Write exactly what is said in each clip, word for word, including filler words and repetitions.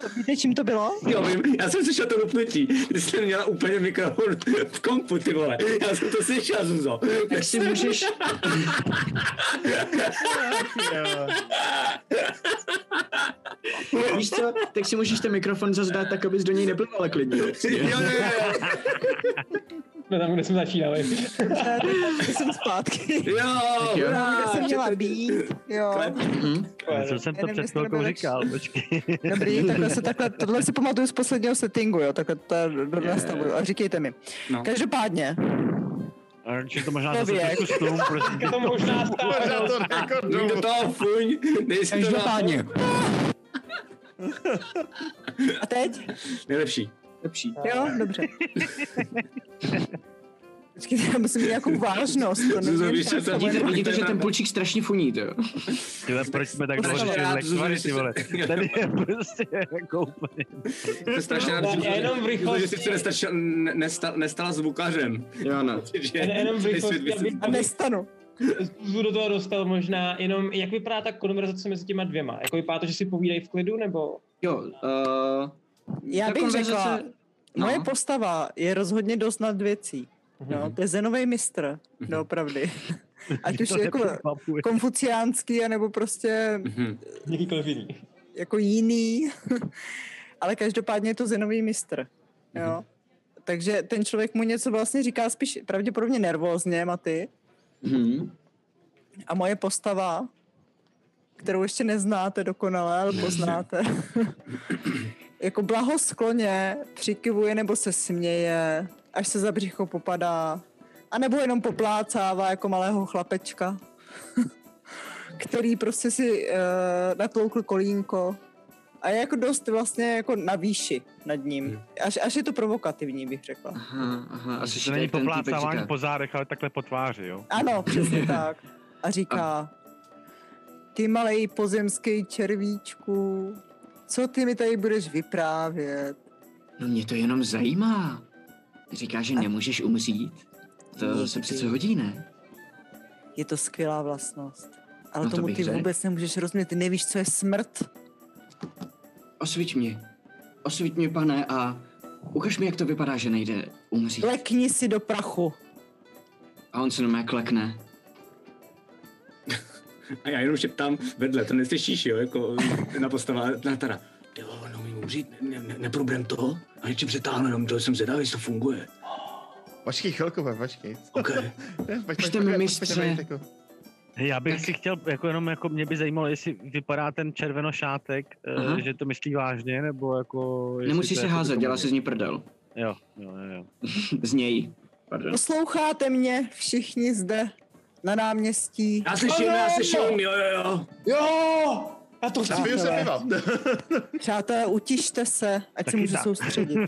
Víte, čím to bylo? Jo, vím, já jsem slyšel to lupnutí, když jsem měla úplně mikrofon v kompu, ty vole. Já jsem to slyšel, Zuzo. Tak si můžeš... Víš co, tak si můžeš ten mikrofon zase dát tak, abys do něj neplvala klidně. Jo, jo, jo. No tam, kde jsme začínali. Jsem zpátky. Jo, jo. Tam, kde jsem měla být. Jo. Co jsem to nevím, před jestli to chvilkou nebylo říkal, počkej. Dobrý, takhle se takhle, tohle si pamatuju z posledního settingu, jo, takhle to nastavuju a říkejte mi. No. Každopádně. Či to možná To zase věk. trošku stům, prosím. To možná stále. Jdu do toho, fuň, nejsi to Každopádně. A teď? Nejlepší. Lepší. Jo, dobře. Počkejte, já musím mít nějakou vážnost. To Zuzo, není víš, co jsem- Vidíte, vidíte, že ten pulčík strašně funí, to jo. Tyhle, proč jsme tak dlouho Strašně řešili rád, lektvary, že ty vole. jsi- Tady je prostě jako úplně... To je strašně rád, Já jenom v rychlosti- že jsi se nestačil, ne- nestal, nestala zvukařem. Jo, no. Že- Jenom v že rychlosti, svět aby- vysvět- A nestanu. Zuzu do toho dostal možná jenom, jak vypadá ta konverzace mezi těma dvěma? Jako vypadá to, že si povídají v klidu, nebo? Jo, uh, Já ta bych konverzace- řekla, no. moje postava je rozhodně dost nad věcí. No, to je zenovej mistr, doopravdy. Ať už To jako nepřekvapuje. konfuciánský, anebo prostě Mhm. Jakýkoliv jiný. jako jiný. Ale každopádně je to zenový mistr. Jo. Takže ten člověk mu něco vlastně říká spíš pravděpodobně nervózně, Maty. mhm. A moje postava, kterou ještě neznáte dokonale, ale poznáte, jako blahoskloně přikyvuje nebo se směje, až se za břicho popadá, a nebo jenom poplácává jako malého chlapečka, který prostě si uh, natloukl kolínko a je jako dost vlastně jako na výši nad ním. Až, až je to provokativní, bych řekla. Aha, aha. A To slyšíte, není jak ten týpek poplácávání říká. po zádech, ale takhle po tváři, jo? Ano, přesně tak. A říká, ty malej pozemský červíčku, co ty mi tady budeš vyprávět? No mě to jenom zajímá. Říká, že nemůžeš umřít. To Nikdy. se přece hodí, ne? Je to skvělá vlastnost. Ale No to tomu bych ty řekl. vůbec nemůžeš rozumět, ty nevíš, co je smrt. Osviť mě. Osviť mě, pane, a ukaž mi, jak to vypadá, že nejde umřít. Lekni si do prachu. A on se na mě klekne. A já jenom šeptám vedle, to neslyšíš, jo, jako na postava na Tara. Ty vole, no umím umřít, ne, ne, neprobrem to? A ještě přetáhnu, jenom to jsem zvědavý, jestli to funguje. Počkej chvilku, počkej. OK. Ještě mi mistře. Hej, já bych si chtěl, jako jenom, jako mě by zajímalo, jestli vypadá ten červenošátek, Aha. uh, že to myslí vážně, nebo jako... jestli Nemusí to se jako házet, tomu- dělá si z ní prdel. Jo, jo, jo, jo. Z něj. Pardon. Posloucháte mě všichni zde na náměstí. Já slyším, já slyším, jo, jo, jo. Jo! Já to chci. Napiju se piva. Přátelé, utište se, ať se Taky můžu tak. soustředit.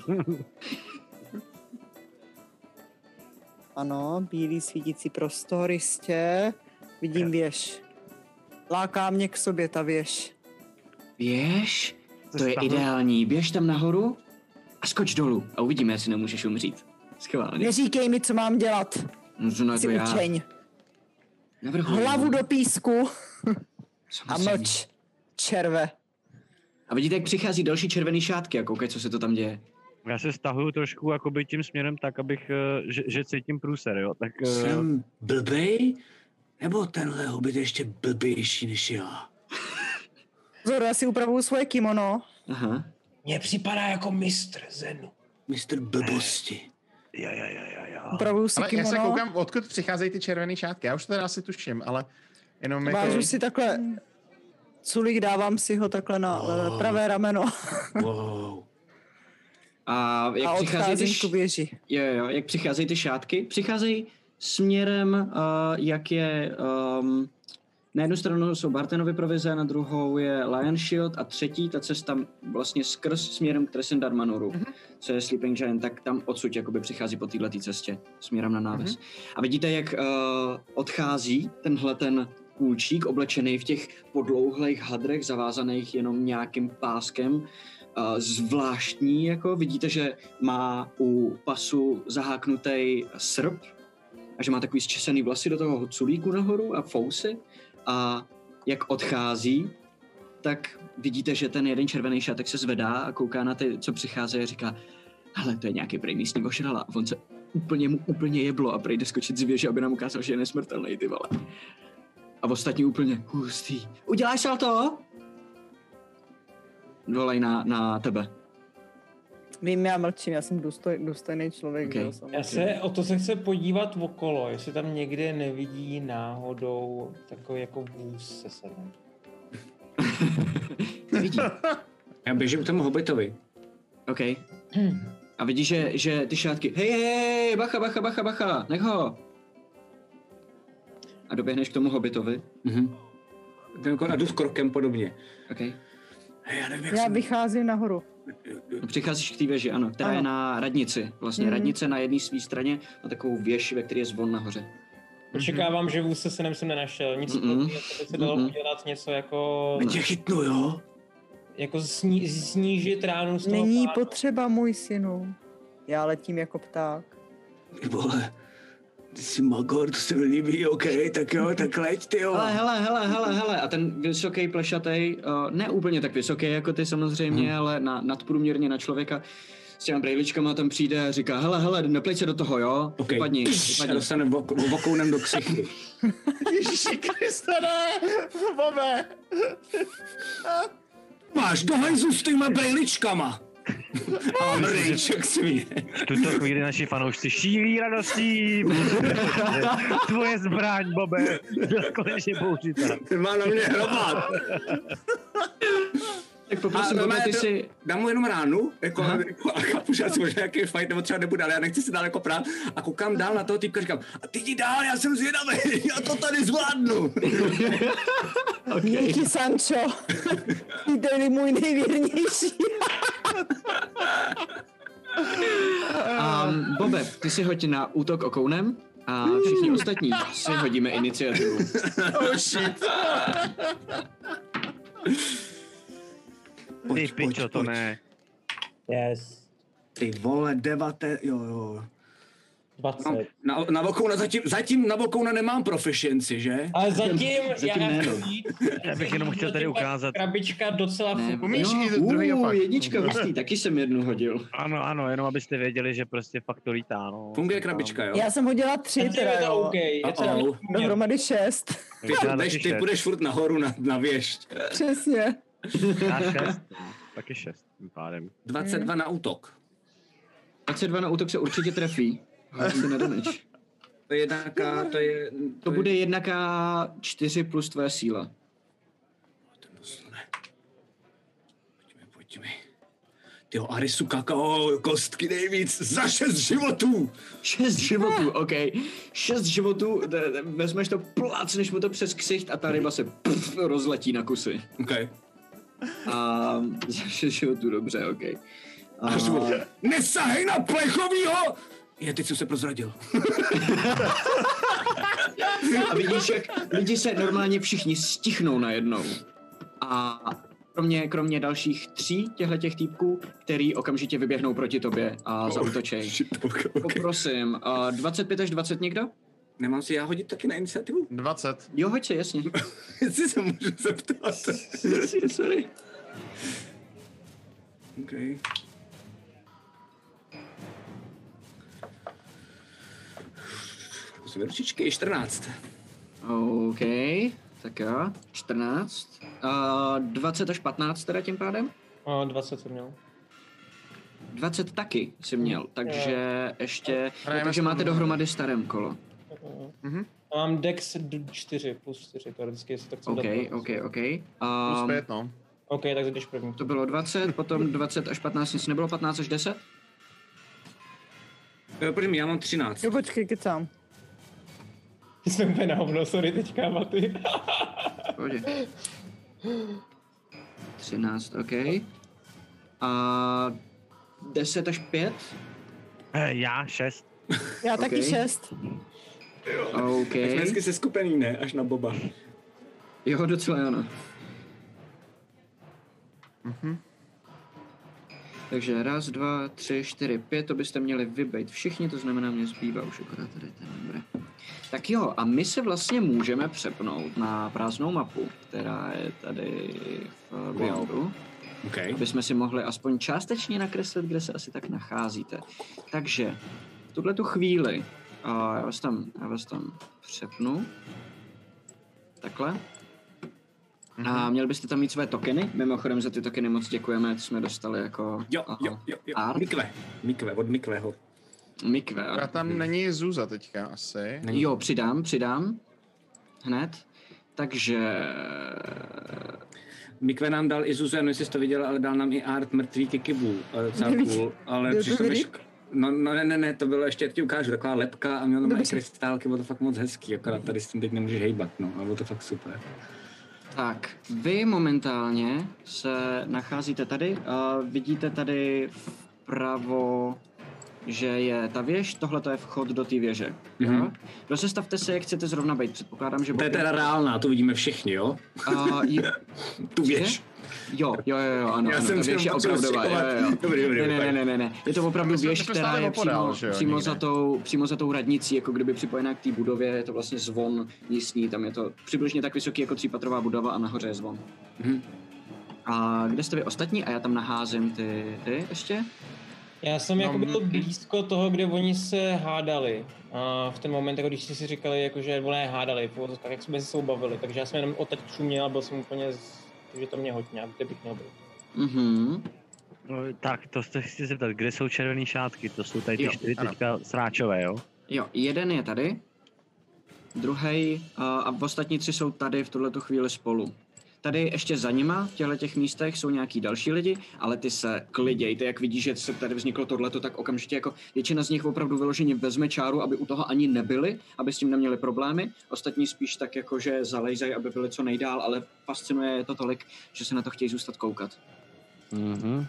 Ano, bílý svítící prostor, jistě. Vidím věž. Láká mě k sobě ta věž. Běž, To to je stáhnu. ideální. Běž tam nahoru a skoč dolů a uvidíme, jestli nemůžeš umřít. Skvělé. Neříkej mi, co mám dělat. No to na Si to já. učeň. Navrhuji. Hlavu do písku a Samozřejmě. mlč, červe. A vidíte, jak přichází další červený šátky a koukej, co se to tam děje. Já se stahuju trošku jakoby tím směrem tak, abych, eh, že, že cítím průser, jo, tak... eh, Jsem blbej? Nebo tenhle hobit je ještě blbější než já? Zoro, já si upravuju svoje kimono. Aha. Mně připadá jako mistr Zenu. Mistr blbosti. Jo, jo, jo, jo, jo. Upravuju si Ale já se kimono. koukám, odkud přicházejí ty červený šátky. Já už to teda asi tuším, ale jenom jako... Vážu si takhle culík, dávám si ho takhle na Oh. oh. pravé rameno Wow. A jak a přicházejí ty, odcházím š... ku věži. jo, jo, jak přicházejí ty šátky? Přicházejí směrem, uh, jak je... Um, na jednu stranu jsou Bartenovy provize, na druhou je Lion Shield a třetí, ta cesta vlastně skrz směrem k Tresendar Manoru, mm-hmm. co je Sleeping Giant, tak tam odsud jakoby přichází po této cestě směrem na náves. Mm-hmm. A vidíte, jak uh, odchází tenhle ten kůlčík oblečený v těch podlouhlých hadrech, zavázaných jenom nějakým páskem, uh, zvláštní, jako vidíte, že má u pasu zaháknutý srp a že má takový zčesený vlasy do toho culíku nahoru a fousy. A jak odchází, tak vidíte, že ten jeden červený šátek se zvedá a kouká na ty, co přicházejí a říká, hele, to je nějaký prej místní vošrala. A on se úplně mu úplně jeblo a prej jde skočit z věže, aby nám ukázal, že je nesmrtelný, ty vole. A ostatní úplně, hustý. Uděláš salto? Volej na, na tebe. Vím, já mlčím, já jsem důstoj, důstojný člověk. Okay. Jo, samozřejmě. Já se o to se chce podívat okolo, jestli tam někde nevidí náhodou takový jako vůz se sedem. Nevidí. Já běžím k tomu hobitovi. OK. A vidíš, že, že ty šátky, hej, hej, hej, bacha, bacha, bacha, bacha, nech ho. A doběhneš k tomu hobitovi. Mhm. A jdu s krokem podobně. OK. Hej, já nevím, jak Já jsem... vycházím nahoru. No, přicházíš k té věži, ano, která Ano. je na radnici. Vlastně Mhm. radnice na jedné své straně a takovou věž, ve které je zvon nahoře. Očekávám, že vůz se synem jsem nenašel, nic Mm-mm. mm by se dalo Mm-mm. udělat něco jako, Já tě chytnu, jo? jako sní, snížit ránu z toho Není plánu. potřeba, můj synu. Já letím jako pták. Ty vole, ty jsi magor, to se mi líbí, OK, tak jo, tak leď, ty jo. Hele, hele, hele, hele, hele, a ten vysoký plešatej, uh, ne úplně tak vysoký jako ty samozřejmě, hmm. ale na, nadprůměrně na člověka, s těma brejličkama tam přijde a říká, hele, hele, nepleť se do toho, jo, OK, vypadni, Pš, vypadni. dostane vok- vokounem do ksichy. Ježiši Kriste, ne! Bobe! Máš do hajzu s těma brejličkama. A mrejček svině. V tuto chvíli naši fanoušci šílí radostí. Tvoje zbraň, Bobe, byla konečně použita. Má na mě hrabat. Tak poprosím, A, Bobe, no, ty to- si... Dám mu jenom ránu, jako, jako a chápu, že asi možná nějaký fight nebo třeba nebude, ale já nechci si dál jako prát a koukám dál na toho týpka, říkám, a ty jdi dál, já jsem zvědavý, já to tady zvládnu. Díky, Sancho. Ty jsi můj nejvěrnější. Um, Bobe, ty si hoď na útok okounem a všichni ostatní si hodíme iniciativu. Oh shit! Ty pičo, to ne. Yes. Ty vole, devate, jo jo. dvacet. Na, na vokouna zatím, zatím na vokouna nemám proficiency, že? Ale zatím, Zatím já ne, chci no. říct, Já bych jenom chtěl tady zatím ta ukázat. krabička docela Ne, funguje. Umíš jo, jít druhý uh, opak. jednička, hustý, taky jsem jednu hodil. Ano, ano, jenom abyste věděli, že prostě fakt to lítá, no. Funguje krabička, jo? Já jsem hodila tři Zatím teda, je to jo. OK, je to Uh-oh. průměr. Dohromady šest. Ty, Já půjdeš, taky ty šest. půjdeš furt nahoru na, na věž. Přesně. Já šest. Taky šest tím pádem. dvacet dva na útok. dvacet dva na útok se určitě trefí. Hodí se na damage. To je jednaká, to je... To je- bude jedna ká čtyři plus tvoje síla. Ten dostane. Pojďme, pojďme. Tyjo, Arisu kakao, kostky nejvíc, za šest životů. Šest životů, OK. Šest životů, d- d- vezmeš to, plácneš mu to přes ksicht a ta ryba se pff, rozletí na kusy. OK. A za šest životů, dobře, OK. A, A řvu, nesahej na plechovýho! Je, teď jsem se prozradil. a vidíš, jak lidi se normálně všichni stichnou najednou. A kromě, kromě dalších tří těchto těch týpků, který okamžitě vyběhnou proti tobě a zaútočej. Shit, okay, okay. Poprosím, uh, dvacet pět až dvacet někdo? Nemám si já hodit taky na iniciativu? dvacet. Jo, hoď se, jasně. Jestli se můžu zeptat. Sorry. Okay. Musím ručičky, čtrnáct. OK, tak jo, čtrnáct. Uh, dvacet až patnáct teda tím pádem? O, dvacet jsem měl. dvacet taky jsi měl, takže ještě, Hrajeme takže s máte tom. dohromady starém kolo. Mhm. A mám dex čtyři plus čtyři, teoreticky, jestli to chcem OK, dát. OK, OK. Plus Um, pět, no. OK, tak jdeš první. to bylo dvacet, potom dvacet až patnáct, nic nebylo, patnáct až deset? Jo, pojď mi, já mám třináct. Jo, počkej, kecám. Jsem úplně na hovno, sorry teďka, Maty. Pohodě. třináct, OK. A deset až pět? Eh, Já šest. Já taky Ok. šest. OK. Tak jsme hezky seskupený, ne? Až na Boba. Jo, docela ano. Mhm. Takže raz, dva, tři, čtyři, pět, to byste měli vybejt všichni, to znamená, mě zbývá už akorát tady ten, dobré. Tak jo, a my se vlastně můžeme přepnout na prázdnou mapu, která je tady v Beyondu, Okay. aby jsme si mohli aspoň částečně nakreslit, kde se asi tak nacházíte. Takže v tuhle tu chvíli, a já vás tam, já vás tam přepnu, takhle. A měli byste tam mít své tokeny, mimochodem za ty tokeny moc děkujeme, to jsme dostali jako Jo, aha, jo, jo, jo. art. Mikve, mikve, od Mikveho. Mikve. A tam není Zuza teďka asi. Není. Jo, přidám, přidám. Hned. Takže... Mikve nám dal i Zuzu, jenom jestli jsi to viděla, ale dal nám i art mrtvý kikibu. Docela cool, ale Jo, to přišlo mi vidíš? šk- No, no ne, ne, ne, to bylo ještě, ti ukážu, taková lepka a měl tam i Dobře. krystálky, bylo to fakt moc hezký, akorát tady s tím teď nemůžeš hejbat, no, ale bylo to fakt super. Tak, vy momentálně se nacházíte tady a vidíte tady vpravo, že je ta věž, tohle to je vchod do té věže. Mhm. Jo? Rozestavte se, jak chcete zrovna být, předpokládám, že... To je Bobby- teda reálná, to vidíme všichni, jo? A, je, Tu věž. jo, jo, jo, jo, ano, Já ano, jsem ta si věž je jenom potřeboval opravdová, jo, šikovat. jo, jo. Dobrý, dobrý, Ne, ne, dobrý. ne, ne, ne, je to opravdu My jsme věž, to která stále je opodál, přímo, že jo, přímo, někde. za tou, přímo za tou radnicí, jako kdyby připojená k té budově, je to vlastně zvon místní, tam je to přibližně tak vysoký jako třípatrová budova a nahoře je zvon. Mhm. A kde jste vy ostatní? A já tam naházím ty, ty ještě? Já jsem No, jako byl mm. blízko toho, kde oni se hádali. A v ten moment, jako když jste si říkali, jako, že oni hádali, v uvozovkách, jak jsme se sebou bavili. Takže já jsem jenom odtaď čuměl a byl jsem úplně, z... že to mě hodně, kde bych měl být. Mhm. No, tak, to se chci zeptat, kde jsou červené šátky? To jsou tady ty Jo, čtyři ano. teďka sráčové, jo? Jo, jeden je tady, druhý a, a ostatní tři jsou tady v tuhletu chvíli spolu. Tady ještě za nima, v těchto těch místech jsou nějaký další lidi, ale ty se klidějte, jak vidíš, že se tady vzniklo tohleto, tak okamžitě jako většina z nich opravdu vyloženě vezme čáru, aby u toho ani nebyli, aby s tím neměli problémy. Ostatní spíš tak jako, že zalejzají, aby byli co nejdál, ale fascinuje je to tolik, že se na to chtějí zůstat koukat. Mhm.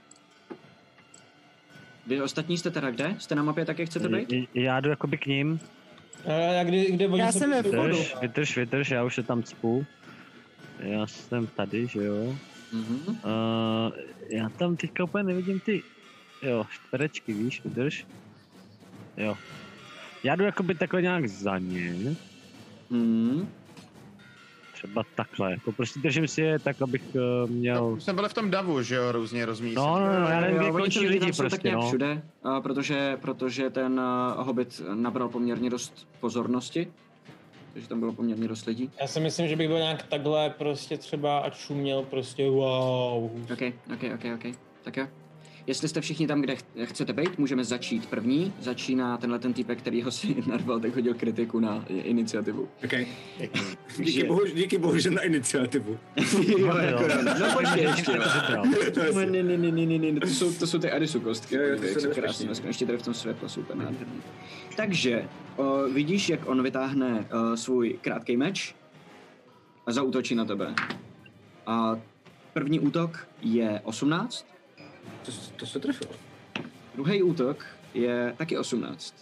Vy ostatní jste teda kde? Jste na mapě tak, jak chcete být? J- Já jdu jakoby k ním. A já kde, kde oni Já se jsem ve posunou? vchodu. Vydrž, vydrž, vydrž, já už se tam cpu. Já jsem tady, že jo? Mhm. Uh, já tam teďka úplně nevidím ty, jo, čtverečky, víš, vydrž. Jo. Já jdu jakoby takhle nějak za ně, Mhm. třeba takhle, jako prostě držím si je tak, abych uh, měl... Už jsme byli v tom davu, že jo, různě rozmístění. No, no, no, já nevím, Jo, kde oni končí ty lidi tam jsou tak prostě, nějak no. všude, a protože, protože ten uh, Hobbit nabral poměrně dost pozornosti, takže tam bylo poměrně dost lidí. Já si myslím, že bych byl nějak takhle prostě třeba a čuměl prostě wow. Ok, ok, ok, ok, tak jo. Jestli jste všichni tam, kde ch- chcete být, můžeme začít první. Začíná tenhle ten týpek, který ho si narval, tak hodil kritiku na iniciativu. Okay. Takže- Díky, bohu, díky bohu, že na iniciativu. jo, jako, no počkej ještě. To vybral. Ne, ne, ne, ne, ne, ne, ne, to jsou, to jsou ty Adisu kostky, Jo, jo, to jak jsou jsou nebezpečný. krásně, dneska ještě tady v tom světlo, super nádherný. Takže, o, vidíš, jak on vytáhne o, svůj krátký meč a zaútočí na tebe. A první útok je osmnáct, To, to se trefilo. druhý útok je taky osmnáct.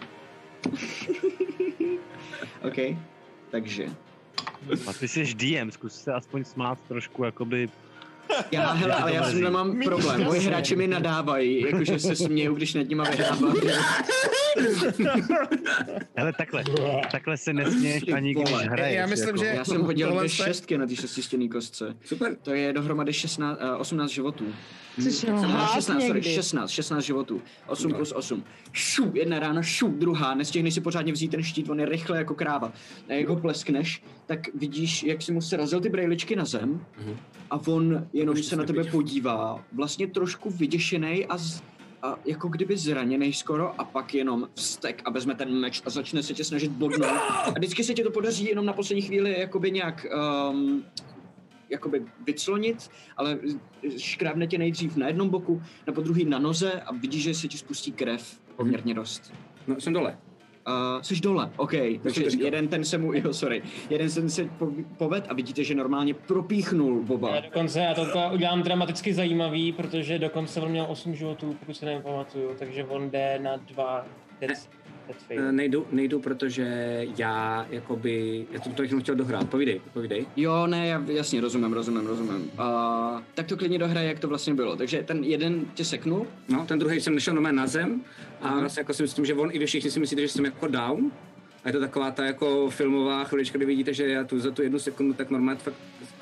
OK, takže A ty jsi D M, zkus se aspoň smát trošku, jakoby... já, hele, ale já s tím nemám problém. Moji hráči mi nadávají, jakože se smějou, když nad nima vyhrávám. Hele, takhle, takhle se nesměješ ani když vole. hraješ. Já myslím, jako. že- Já jsem hodil Tohle dvě se- šestky na té šestistěnné kostce. Super. To je dohromady šestnáct, uh, osmnáct životů. Jsi šel Ne, hát šestnáct, sorry, někdy. šestnáct, šestnáct životů. osm plus osm. Šu, jedna rána, šu, druhá. Nestihneš si pořádně vzít ten štít, on je rychle jako kráva. A jak ho pleskneš, tak vidíš, jak si mu srazil ty brejličky na zem a on jenom Už se na tebe nevidím. podívá, vlastně trošku vyděšenej a, z, a jako kdyby zraněnej skoro a pak jenom vztek a vezme ten meč a začne se tě snažit bodnout. A vždycky se ti to podaří jenom na poslední chvíli jakoby nějak um, jakoby vyclonit, ale škrábne tě nejdřív na jednom boku, na podruhý na noze a vidíš, že se ti spustí krev poměrně dost. No, jsem dole. Uh, jsi dole, OK, takže to říkal. jeden ten se mu, jo, sorry, jeden ten se po, poved a vidíte, že normálně propíchnul Boba. Já dokonce já to udělám dramaticky zajímavý, protože dokonce on měl osm životů, pokud se nepamatuju, takže on jde na dva dead, dead Eh, fate. Nejdu, nejdu, protože já jakoby, já to jenom chtěl dohrát. Povídej, povídej. Jo, ne, já, jasně, rozumím, rozumím, rozumím. Uh, tak to klidně dohraje, jak to vlastně bylo. Takže ten jeden tě seknul, No, ten druhý jsem nešel normálně na zem a Aha. vlastně jako si myslím, že on i vy všichni si myslíte, že jsem jako down A je to taková ta jako filmová chvilička, kdy vidíte, že já tu za tu jednu sekundu tak normálně fakt...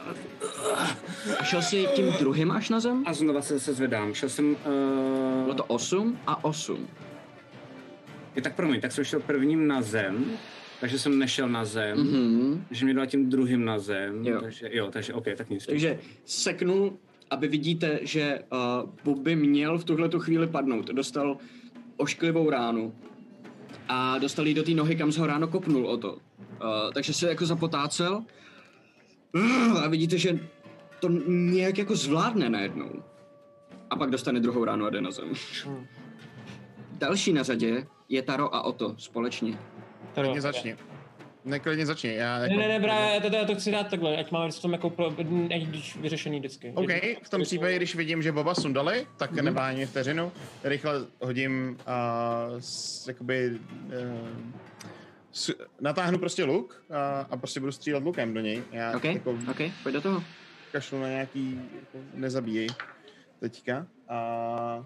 A šel jsi tím druhým až na zem? A znova se zase zvedám. Šel jsem... Uh... Bylo to osm a osm. Je tak promiň, tak jsem šel prvním na zem, takže jsem nešel na zem, Mhm. takže mě dala tím druhým na zem, Jo. takže jo, takže ok, tak nic. Takže seknul, aby vidíte, že uh, Bobby měl v tuhletu chvíli padnout. Dostal ošklivou ránu a dostal jí do té nohy, kam se ho ráno kopnul o to. Uh, takže se jako zapotácel uh, a vidíte, že to nějak jako zvládne najednou. A pak dostane druhou ránu a jde na zem. Další na řadě je Taro a Otto společně. Klidně začni. Ne, klidně začni. Já Ne, jako... ne, ne, brá, já to, já to chci dát takhle, ať máme v tom jako pro, ať když vyřešený vždycky. OK, v tom případě, když vidím, že Boba sundali, tak mm-hmm. nebá ani vteřinu. Rychle hodím uh, s, jakoby... Uh, s, natáhnu prostě luk uh, a prostě budu střílet lukem do něj. Já OK, jako OK, pojď do toho. kašlu na nějaký... Jako, nezabíjej teďka. A...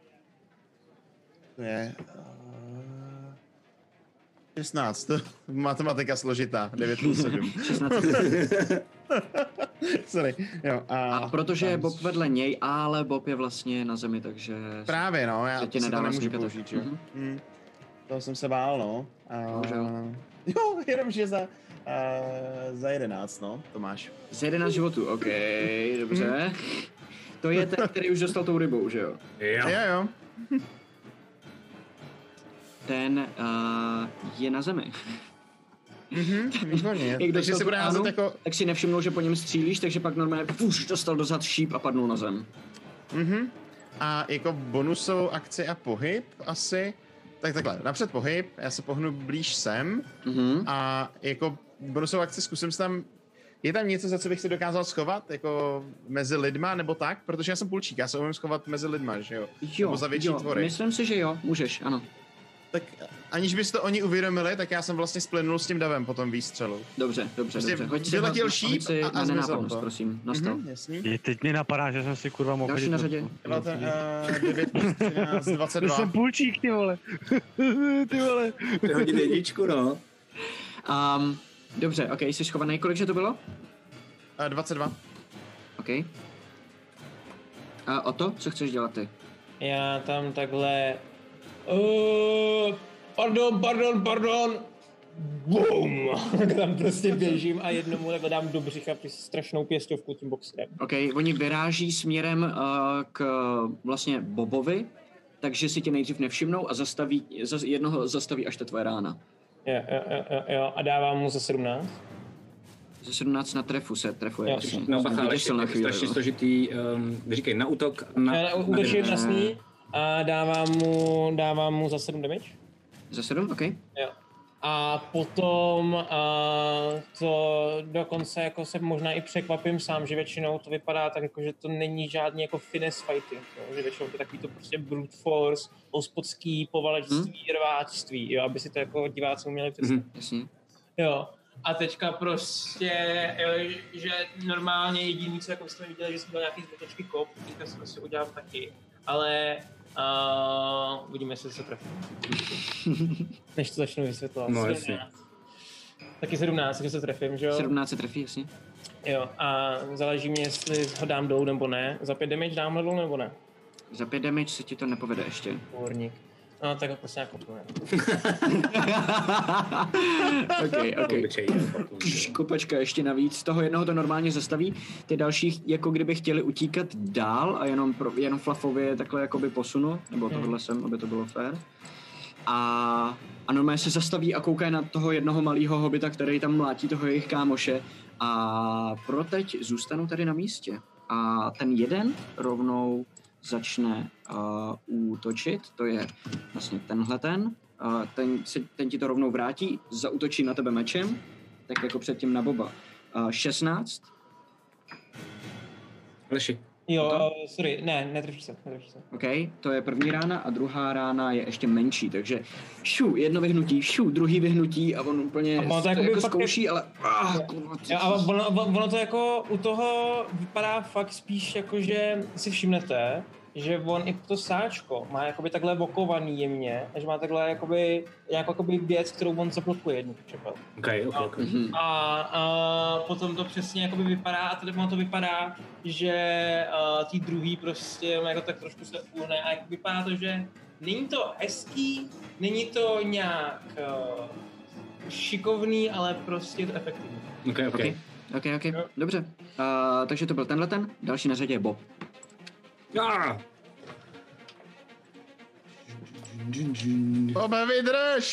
To je... Uh, šestnáct. Matematika složitá. devět plus sedm. šestnáct. Sorry. Jo, a, A protože je tam- Bob vedle něj, ale Bob je vlastně na zemi, takže... Právě, no, já Se ti to, si to nedá nemůžu sníkat. použít, jo. Mhm. Mm. Toho jsem se bál, no. A... Bohužel. Jo, jenom že za, uh, za jedenáct, no, to máš. Z jedenáct životů, OK, dobře. To je ten, který už dostal tou rybou, že jo? Jo. Jo, jo. Ten uh, je na zemi. Mhm, výborně. Jak Takže dostal se tu bude házet ránu, jako... tak si nevšimnul, že po něm střílíš, takže pak normálně fuš, dostal do zad šíp a padnul na zem. Mhm. A jako bonusovou akci a pohyb asi... Tak takhle, napřed pohyb, já se pohnu blíž sem Mhm. a jako bonusovou akci zkusím se tam... Je tam něco, za co bych se dokázal schovat, jako mezi lidma nebo tak? Protože já jsem půlčík, já se umím schovat mezi lidma, že jo? Jo, Nebo za větší jo, tvory. myslím si, že jo, můžeš, ano. Tak aniž byste to oni uvědomili, tak já jsem vlastně splynul s tím davem po tom výstřelu. Dobře, dobře, Prostě dobře. Hoď si, vyletěl hoď šíp si a- a na zmizel nenápadnost, to. prosím, nastal. Mhm, jasný. Je, teď mi napadá, že jsem si kurva mohl Další chodit na do- řadě. Bylo to uh, devět, třináct, dvacet To dva. jsem půlčík, ty vole. Ty vole. Hodit jedničku, no. Um, dobře, ok, jsi schovaný, kolik že to bylo? Uh, dvacet dva. Ok. A o to, co chceš dělat ty? Já tam takhle... Uh, pardon, pardon, pardon. Boom. Tak tam prostě běžím a jednomu takhle dám do břicha při strašnou pěstovku tím boxerem. Ok, oni vyráží směrem uh, k vlastně Bobovi, takže si tě nejdřív nevšimnou a zastaví, za, jednoho zastaví až ta tvoje rána. Jo, jo, jo, jo, jo, a dávám mu za sedmnáct. Ze sedmnáct na trefu se trefuje. Jo, jasně. No Jsem bacha, ale vyděsil na je chvíli, strašně no. složitý, um, říkej, na útok, na... Já útočím na sní a dávám mu, dávám mu za sedm damage. Za sedm, ok. Jo. A potom a to dokonce jako se možná i překvapím sám, že většinou to vypadá tak jako, že to není žádný jako finesse fighting, jo? Že většinou to je takový to prostě brute force, hospodský povalečství, hmm. rváčství, jo, aby si to jako diváci uměli představit. Mhm. Jasně. Jo. A teďka prostě, jo, že normálně jediný, co jako jsme viděli, že jsem dal nějaký zbytečky kop, teďka jsem si udělal taky, ale uh, uvidíme, jestli se trefím. Než to začnu vysvětlovat. No, sedmnáct. jasně. Taky sedmnáct, takže se trefím, že jo? sedmnáct se trefí, jasně. Jo, a záleží mě, jestli ho dám dolů nebo ne. Za pět damage dám dolů nebo ne? Za pět damage se ti to nepovede ještě. Půrník. No, tak ho prostě nějak kopnu, ne? ok, ok. Obyčejně. Kopačka ještě navíc. Z toho jednoho to normálně zastaví. Ty další, jako kdyby chtěli utíkat dál a jenom, pro, jenom flafově takhle jakoby posunu, nebo tohle sem, aby to bylo fair. A, a normálně se zastaví a koukají na toho jednoho malého hobita, který tam mlátí toho jejich kámoše. A pro teď zůstanou tady na místě. A ten jeden rovnou začne uh, útočit, to je vlastně tenhle ten. Uh, ten, si, ten ti to rovnou vrátí, zaútočí na tebe mečem, tak jako předtím na Boba. Uh, šestnáct. Leši. Jo, uh, sorry, ne, netrefí se, netrefí se. OK, to je první rána a druhá rána je ještě menší, takže šu, jedno vyhnutí, šu, druhý vyhnutí a on úplně A on to to jakoby jako fakt zkouší, ale... Ah, kurva, Jo, a ono, ono to jako u toho vypadá fakt spíš jako, že si všimnete, že on i to sáčko má jakoby takhle vokovaný jemně, že má takhle jakoby, nějakou jakoby věc, kterou on zablokuje jednu čepel. Okay, okay, okay. Mhm. A, a potom to přesně jakoby vypadá, a tady to vypadá, že uh, tý druhý prostě jako tak trošku se uhne a jako vypadá to, že není to hezký, není to nějak uh, šikovný, ale prostě je to efektivní. Okay, okay. Ok, ok, ok, dobře. Uh, takže to byl tenhle ten, další na řadě je Bob. Ah! Bobe, vydrž!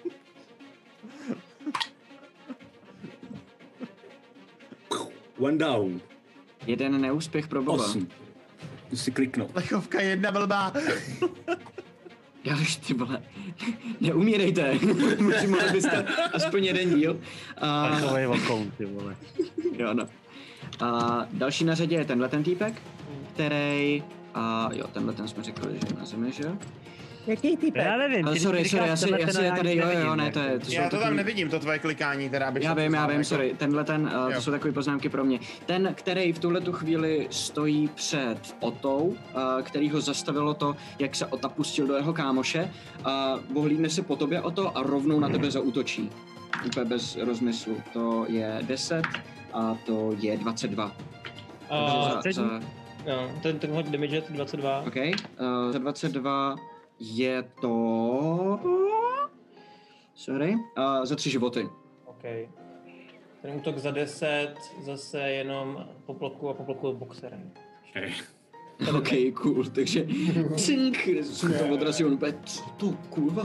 One down. Jeden neúspěch pro Boba. Osm. Musím si kliknout. Plechovka jedna blbá. Já už ty vole, neumírejte, musím mohli byste aspoň jeden díl. Uh, Takovej vokoun, ty vole. jo, no. Uh, další na řadě je tenhle ten týpek, který, uh, jo, tenhle ten jsme řekli, že je na zemi, že jo? Jaký typek? Já nevím, Uh, ty sorry, říkáš sorry, já si, tenhle já ten si a tady, já jo, nevidím, jo, ne, jako. to je, to jsou Já to tam takový- nevidím, to tvoje klikání, teda bych Já se vím, já poznal, vím, jako- sorry, tenhle ten, uh, Jo. to jsou takové poznámky pro mě. Ten, který v tuhle tu chvíli stojí před Otou, uh, který ho zastavilo to, jak se Ota pustil do jeho kámoše, a ohlídne se po tobě Oto a rovnou na tebe zaútočí. Úplně bez rozmyslu. To je deset a to je dvacet dva. Uh, za, za, no, ten, ten hodí damage je dvacet dva. OK, uh, za dvacet dva je to... Sorry, uh, za tři životy. OK. Ten útok za deset, zase jenom po bloku a po bloku boxerem. Okay. OK, cool, takže cink, jsem to odrazil úplně, co to, kurva?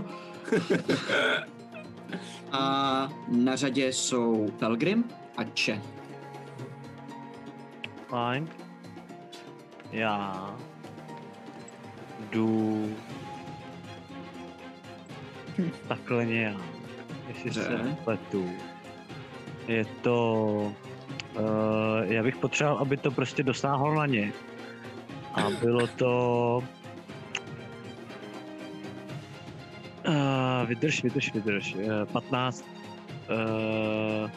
A na řadě jsou Pelgrim a Če. Fajn. Já jdu takhle nějak, jestli se Dobře. nepletu. Je to... Uh, já bych potřeboval, aby to prostě dosáhlo na ně. A bylo to... Uh, vydrž, vydrž, vydrž. Uh, patnáct... Uh,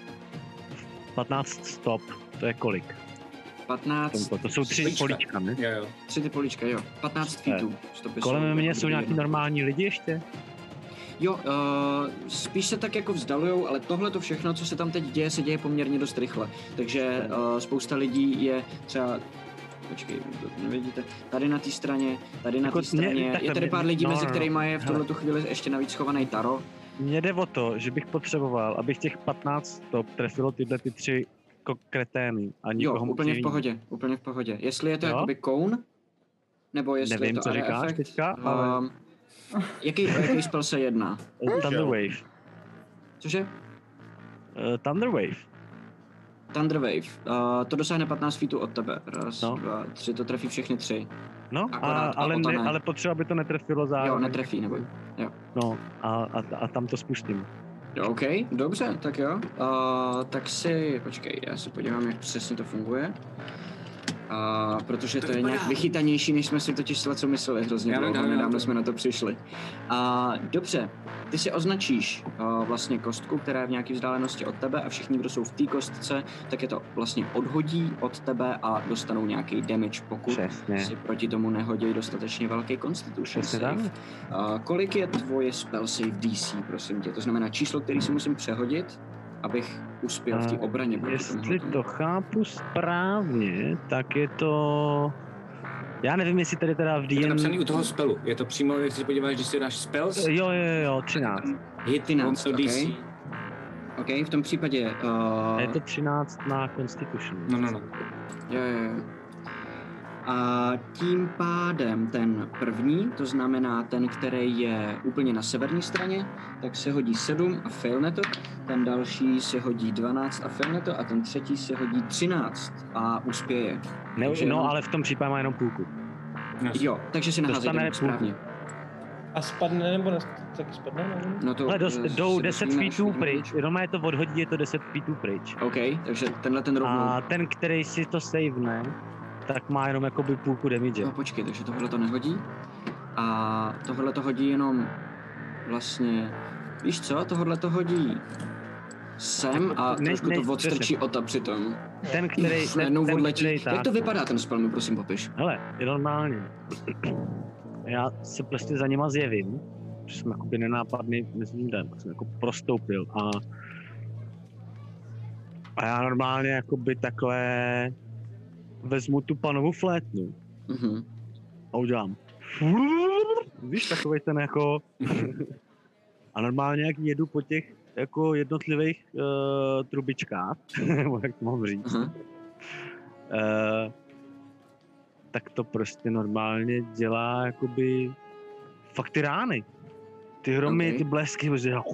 patnáct stop. To je kolik? patnáct, To, to jsou tři Políčka. políčka, ne? Jo, jo. tři ty polička, jo. patnáct feetů. Stopy Kolem mě jsou jakoby nějaký jedno. normální lidi ještě? Jo, uh, spíš se tak jako vzdalujou, ale tohle to všechno, co se tam teď děje, se děje poměrně dost rychle. Takže uh, spousta lidí je třeba... Počkej, to nevidíte. Tady na té straně, tady na Jako té straně. mě- Je takhle, tady pár lidí, no, mezi no, kterými je v hele. tuhle tu chvíli ještě navíc schovaný Taro. Mně jde o to, že bych potřeboval, abych těch patnáct stop trefilo tyhle ty tři ko- kretény a Jo, nikoho moc úplně v jiný. pohodě, úplně v pohodě. Jestli je to Jo? jakoby koun, nebo jestli Nevím, je to co area říkáš effect, teďka, ale- um, jaký, o jaký spell se jedná? Uh, Thunder Wave. Cože? Uh, Thunder Wave. Thunder Wave. Uh, to dosáhne patnáct feetů od tebe. Raz, No. dva, tři, to trefí všechny tři. No, a, Akorát, a ale, o to ne, ne. ale potřeba, aby to netrefilo Jo, zároveň. netrefí, neboj. Jo. No, a, a, a tam to spustím. Jo, OK, dobře, tak jo. Uh, tak si, počkej, já se podívám, jak přesně to funguje. Uh, protože to je nějak vychytanější, než jsme si totiž s co mysleli hrozně Já dlouho, vím, já vím, nedávno já jsme na to přišli. Uh, dobře, ty si označíš uh, vlastně kostku, která je v nějaké vzdálenosti od tebe a všichni, kdo jsou v té kostce, tak je to vlastně odhodí od tebe a dostanou nějaký damage, pokud Přesně. si proti tomu nehodí dostatečně velký Constitution Přesně save. tak. Uh, kolik je tvoje spell save D C, prosím tě? To znamená číslo, který si musím přehodit, abych uspěl v té A obraně proti Jestli tomuhle. to chápu správně, tak je to... Já nevím, jestli tady teda v Je to D M... napsaný u toho spelu. Je to přímo, jak si podíváš, když si dáš spells, Jo, jo, jo, třináct. hit třináct, on D C. ok. OK, v tom případě... A Uh, je to třináct na Constitution. No, no, no. jo, jo, jo. A tím pádem ten první, to znamená ten, který je úplně na severní straně, tak se hodí sedm a failne to. Ten další se hodí dvanáct a failne to a ten třetí se hodí třináct a uspěje. Ne, Takže no, jenom- ale v tom případě má jenom půlku. Jo, takže si naházej Dostane damage půlku. správně. A spadne nebo ne, taky spadne, nevím. No to, Ale dost, eh, jdou si deset dostaneme, až feetů uvidíme. pryč, jenom je to odhodí, je to deset feetů pryč. OK, takže tenhle ten rovnou. A ten, který si to savene, tak má jenom jakoby půlku damage. Jo, počkej, takže tohle to nehodí. A tohle to hodí jenom vlastně, víš co, tohle to hodí sem a Ne- trošku ne- to odstrčí přesně. Ota přitom. ten, který, ten, Najednou ten, odletí. který Jak tak, to vypadá ten spell, mi prosím popiš. hele, je normálně. Já se prostě za nima zjevím, že jsem jakoby nenápadný, myslím, den, tak jsem jako prostoupil a a já normálně jakoby takhle vezmu tu panovou flétnu Mhm. a udělám víš, takovej ten jako a normálně jak jedu po těch jako jednotlivých uh, trubičkách, nebo jak to mám říct, Aha. uh, tak to prostě normálně dělá jakoby fakt ty rány. Ty hromy, Okay. ty blesky, prostě a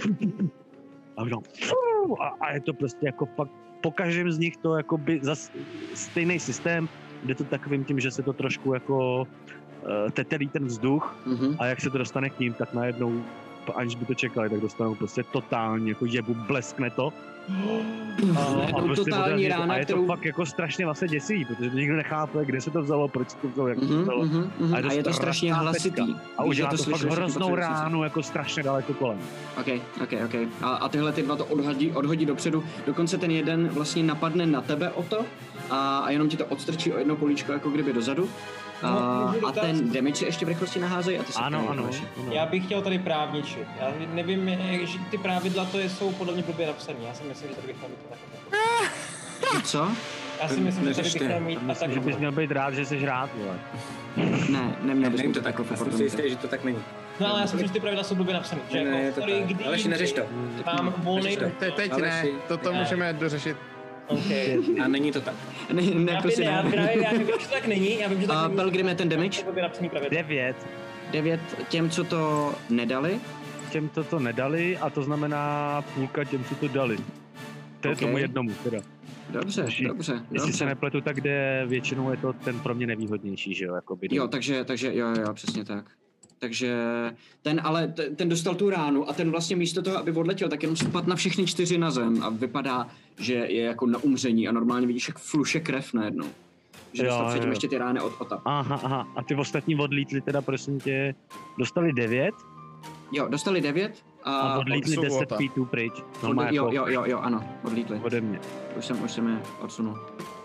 udělám a, a je to prostě jako fakt po každém z nich to jakoby zas stejný systém, jde to takovým tím, že se to trošku jako uh, tetelí ten vzduch Mhm. a jak se to dostane k ním, tak najednou, aniž by to čekali, tak dostanou prostě totálně jako jebu, bleskne to. A, Najednou totální odrazí to. rána, a je to kterou- fakt jako strašně vlastně děsivý, protože nikdo nechápe, kde se to vzalo, proč se to vzalo, jak se to Mhm, vzalo. mhm, mhm. A je to A je to strašně strašná hlasitý. pecka. A Víš, udělá že to, fakt slyšíš, jak hroznou potřebuješ slyšet. ránu, jako strašně daleko kolem. OK, OK, OK. A, a tyhle ty dva to odhodí, odhodí dopředu. Dokonce ten jeden vlastně napadne na tebe o to a, a jenom ti to odstrčí o jedno políčko jako kdyby dozadu. A, No, můžu a dotaz? ten damage se ještě v rychlosti naházejí a ty se Ano, ptají, ano, Aleši. ano. Já bych chtěl tady právničit. Já nevím, jak- že ty pravidla to jsou podle mě blbě napsané. Já si myslím, že tady bych měl mít to takhle. Co? Já si myslím, že tady bych Neřešte. měl mít a Myslím, že bys takhle. měl být rád, že jsi rád, vole. Ne, neměl bys Není mít to tak, jako já jsem si jistý, že to tak není. No ale já si myslím, že ty pravidla jsou blbě napsané. Že Ne, ne, je jako, to sorry, tak. kdy Aleši, neřeš to. mám volný... Neřeš to. Te, teď ne, Aleši, toto ne. můžeme dořešit. Okay. A není to tak. Ne, ne, Já, prosím, já, ne. právě, já vím, že to tak není, já vím, že tak A není. Pelgrim je ten damage? To blbě napsaný pravidla. Devět. Devět těm, co to nedali. Těm, co to nedali, a to znamená půlka těm, co to dali. To je Ok. tomu jednomu, teda. Dobře, Další. dobře, Jestli se dobře. nepletu, tak jde většinou je to ten pro mě nevýhodnější, že jo, jakoby. Jo, takže, takže jo, jo, přesně tak. Takže ten ale, t- ten dostal tu ránu a ten vlastně místo toho, aby odletěl, tak jenom spadl na všechny čtyři na zem a vypadá, že je jako na umření a normálně vidíš, jak fluše krev najednou. Že Jo, dostal předtím jo. ještě ty rány od Ota. Aha, aha. A ty ostatní odlítli teda, prosím tě, dostali devět Jo, dostali devět a a... odlítli jsou deset Ota. feetů pryč. Od, Normálně jo, jako jo, jo, jo, ano, odlítli. ode mě. Už jsem, už jsem je odsunul.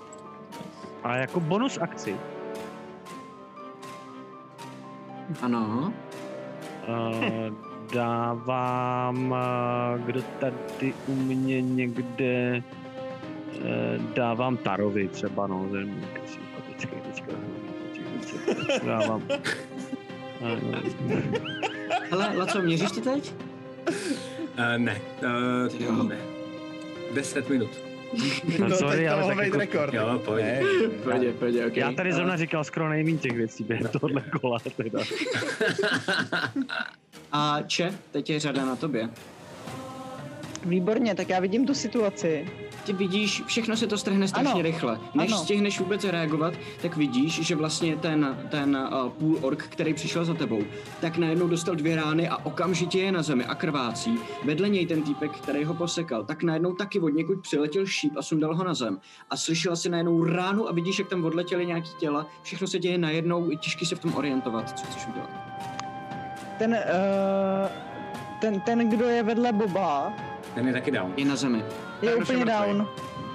A jako bonus akci Ano. uh, dávám, uh, kdo tady u mě někde, uh, dávám Tarovi třeba, no, ten sympatický, teďka, teďka, dávám. Hele, Laco, měříš to teď? Uh, ne, uh, Jo. ne. Deset minut. No, No, sorry, teď to ale mohl tak být jako- rekord. Jo, pojď. Ne, Pojď, pojď, ok. Já tady zrovna říkal skoro nejméně těch věcí během tohohle kola, teda. A Če, teď je řada na tobě. Výborně, tak já vidím tu situaci. Ty vidíš, všechno se to strhne strašně Ano. rychle. Než Ano. stihneš vůbec reagovat, tak vidíš, že vlastně ten, ten uh, půl ork, který přišel za tebou, tak najednou dostal dvě rány a okamžitě je na zemi a krvácí. Vedle něj ten týpek, který ho posekal, tak najednou taky od někud přiletěl šíp a sundal ho na zem. A slyšela si najednou ránu a vidíš, jak tam odletěly nějaký těla. Všechno se děje najednou, je těžký se v tom orientovat, co chceš udělat. Ten, uh, ten, ten, kdo je vedle Boba, Ten je taky down. Je na zemi. je Ten už je úplně mrtvej. down.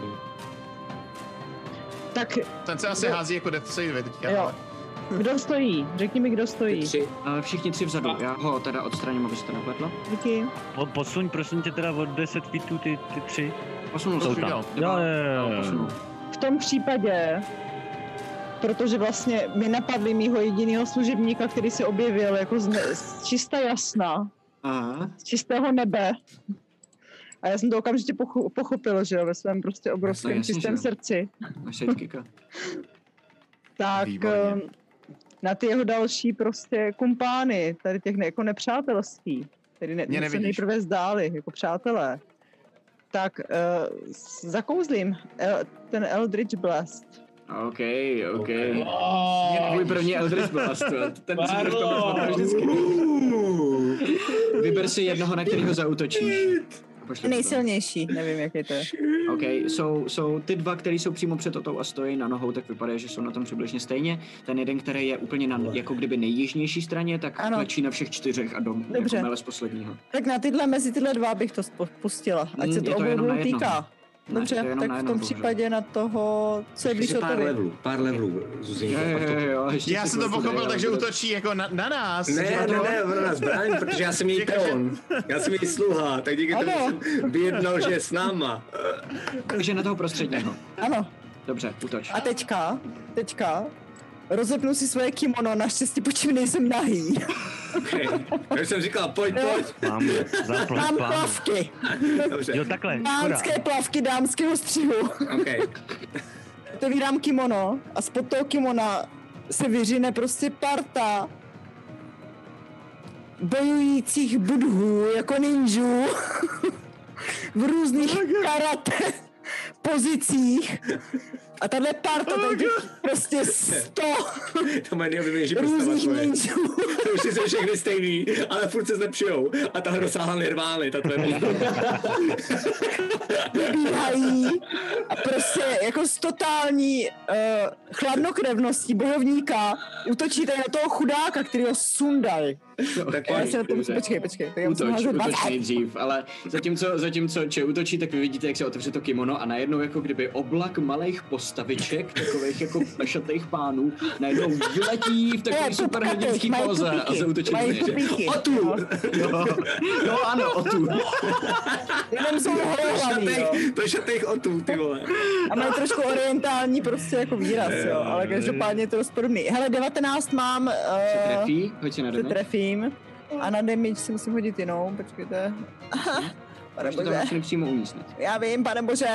Tak ten se asi hází jako death save teďka, Jo. ale... kdo stojí? Řekni mi, kdo stojí. Tři. Uh, všichni tři vzadu, já ho teda odstraním, aby se to nepletlo. Díky. Po, posuň prosím tě teda od deset feetů ty, ty tři. Posunul To jsem už to. udělal. Jo, jo, jo, jo. Posunul. V tom případě, protože vlastně mi napadli mýho jediného služebníka, který se objevil jako z, ne- z čista jasna, Aha. z čistého nebe. A já jsem to okamžitě pocho- pochopil, že jo, ve svém prostě No, obrovském jasně, čistém že jo. srdci. Máš sidekicka. Tak Výborně. ehm, na ty jeho další prostě kumpány, tady těch ne, jako nepřátelství, který ne, Mě se nevidíš. nejprve zdáli jako přátelé, tak uh, zakouzlím El, ten Eldritch Blast. OK, OK. Oh, Můj první Eldritch Blast, to- ten si Marlo. v tom rozpadne vždycky. Vyber si jednoho, na kterýho zaútočíš. A pošli to tam. Nejsilnější, nevím, jaký to je. OK, jsou, jsou ty dva, který jsou přímo před Otou a stojí na nohou, tak vypadá, že jsou na tom přibližně stejně. Ten jeden, který je úplně na jako kdyby nejjižnější straně, tak Ano. klečí na všech čtyřech a dom, Dobře. jako mele z posledního. Tak na tyhle, mezi tyhle dva bych to spo- pustila, ať Mm, se je to to obou jenom na dvou jednoho. týká. Dobře, to je jenom tak na v jednom tom bohužel. případě na toho, co je blíž Ještě od pár toho. levelů, pár levelů, Zuzinko. Jo, jo, jo, jo, ještě Já si jsem to chvilku pochopil, dej, takže ale- útočí jako na, na nás. Ne, že ne, to- ne, ona nás brání, protože já jsem její Jakože- peon. Já jsem její sluha, tak díky tomu Ano. jsem vyjednal, že je s náma. Takže na toho prostředního. Ano, Dobře, útoč. a teďka, teďka, rozepnu si svoje kimono, naštěstí počím nejsem nahý. Okay. Já jsem říkal, pojď, pojď. Mám zaplat Mám plán. plavky. Dobře, Jo, takhle, škoda. Dámské plavky dámského střihu. okay. Otevírám kimono a spod toho kimona se vyřine prostě parta bojujících budhů jako ninjů v různých karate pozicích. A tahle parta, tady těch prostě sto To mají nejoblíbenější postava různých tvoje. ninjů. To už jsou všechny stejný, ale furt se zlepšujou. A ta dosáhla nirvány, ta tvoje postava. Vybíhají a prostě jako s totální uh, chladnokrevností bojovníka útočí tady na toho chudáka, který ho sundali. Tak Já pojď. se na to musím, dobře. počkej, počkej. Tak já musím Útoč, házet útoč dvacet. nejdřív, ale zatímco, zatímco Če útočí, tak vy vidíte, jak se otevře to kimono a najednou jako kdyby oblak malých postaviček, takových jako plešatých pánů, najednou vyletí v Je, takový superhrdinský mají poze a tupíky, zaútočí na mají ně. tupíky. O tu! Jo, no ano, o tu. Jenom jsou holovaný, jo. Šatejch, to šatejch o tu, ty vole. A mají trošku orientální prostě jako výraz, jo. Ale každopádně je to dost podobný. Hele, devatenáct mám, Se uh, trefí, hoď si na se damage. trefím. A na damage si musím hodit jinou, počkejte. Aha, pane Můžete tam bože. vlastně přímo uníst. Já vím, pane bože.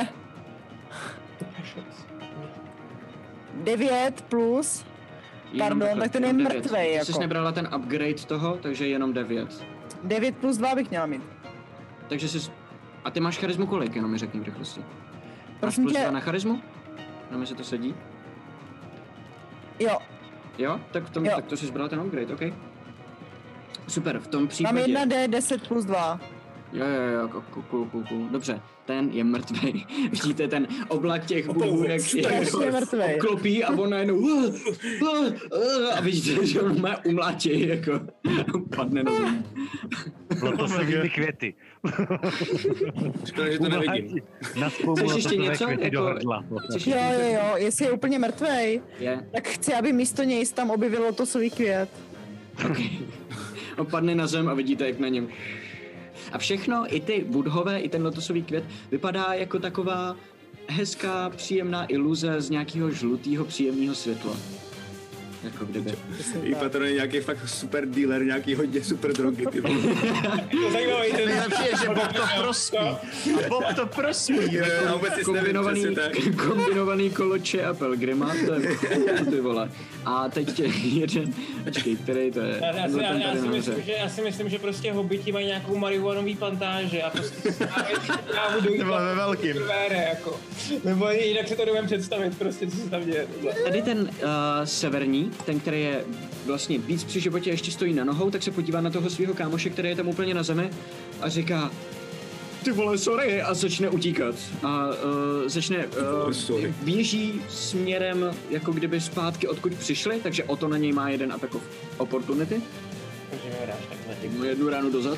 devět plus, Jenom Pardon, takhle, tak ten je jenom devět. mrtvej, Ty jako. jsi nebrala ten upgrade toho, takže jenom devět. devět plus dva bych měla mít. Takže jsi... A ty máš charismu kolik, jenom mi řekni v rychlosti. Máš Prosím plus tě- dva na charismu? Jenom jestli to sedí. Jo, Jo? Tak, v tom, Jo. tak to jsi zbral ten upgrade, OK. Super, v tom mám případě... jedna D deset plus dva. Jo, jo, jo, cool, cool, cool, cool. Dobře, ten je mrtvej. Vidíte ten oblak těch budů, jak je Strašně mrtvej. obklopí a on najednou uh, uh, uh, a vidíte, že on má umlátí, jako padne na zem. Lotosovými květy. Škoda, že to nevidím. Na spoumu Chceš ještě lotosové něco? květy do Jako- hrdla. Chceš Jo, ještě jo, něco? jo, jestli je úplně mrtvej, Je, tak chci, aby místo něj se tam objevil lotosový květ. OK. On padne na zem a vidíte, jak na něm. A všechno, i ty budhové, i ten lotosový květ, vypadá jako taková hezká, příjemná iluze z nějakého žlutého, příjemného světla. Jako kdyby. Jí patron je nějaký fakt super dealer, nějaký hodně super drogy, ty vole. To zajímavý ten... Nejlepší je, že Bob to prospí. A Bob to prospí. Já vůbec nic nevím, Kombinovaný, přesně tak. kombinovaný koloče a pelgrima, to je ty vole. A teď tě jeden, počkej, který to je? Já, já, si, Byl já, ten já, tady si nahoře. myslím, že, já si myslím, že prostě hobiti mají nějakou marihuanový plantáže a prostě trávu do To bylo ve velkým. vére, jako. Nebo jinak si to dovedem představit, prostě, co se tam děje. Tady ten uh, severní, ten, který je vlastně víc při životě, ještě stojí na nohou, tak se podívá na toho svého kámoše, který je tam úplně na zemi a říká ty vole, sorry, a začne utíkat. A uh, začne, uh, Sorry. běží směrem, jako kdyby zpátky, odkud přišli, takže o to na něj má jeden attack of opportunity. Takže mi ho dáš takhle. Tak mu jednu ránu dozad,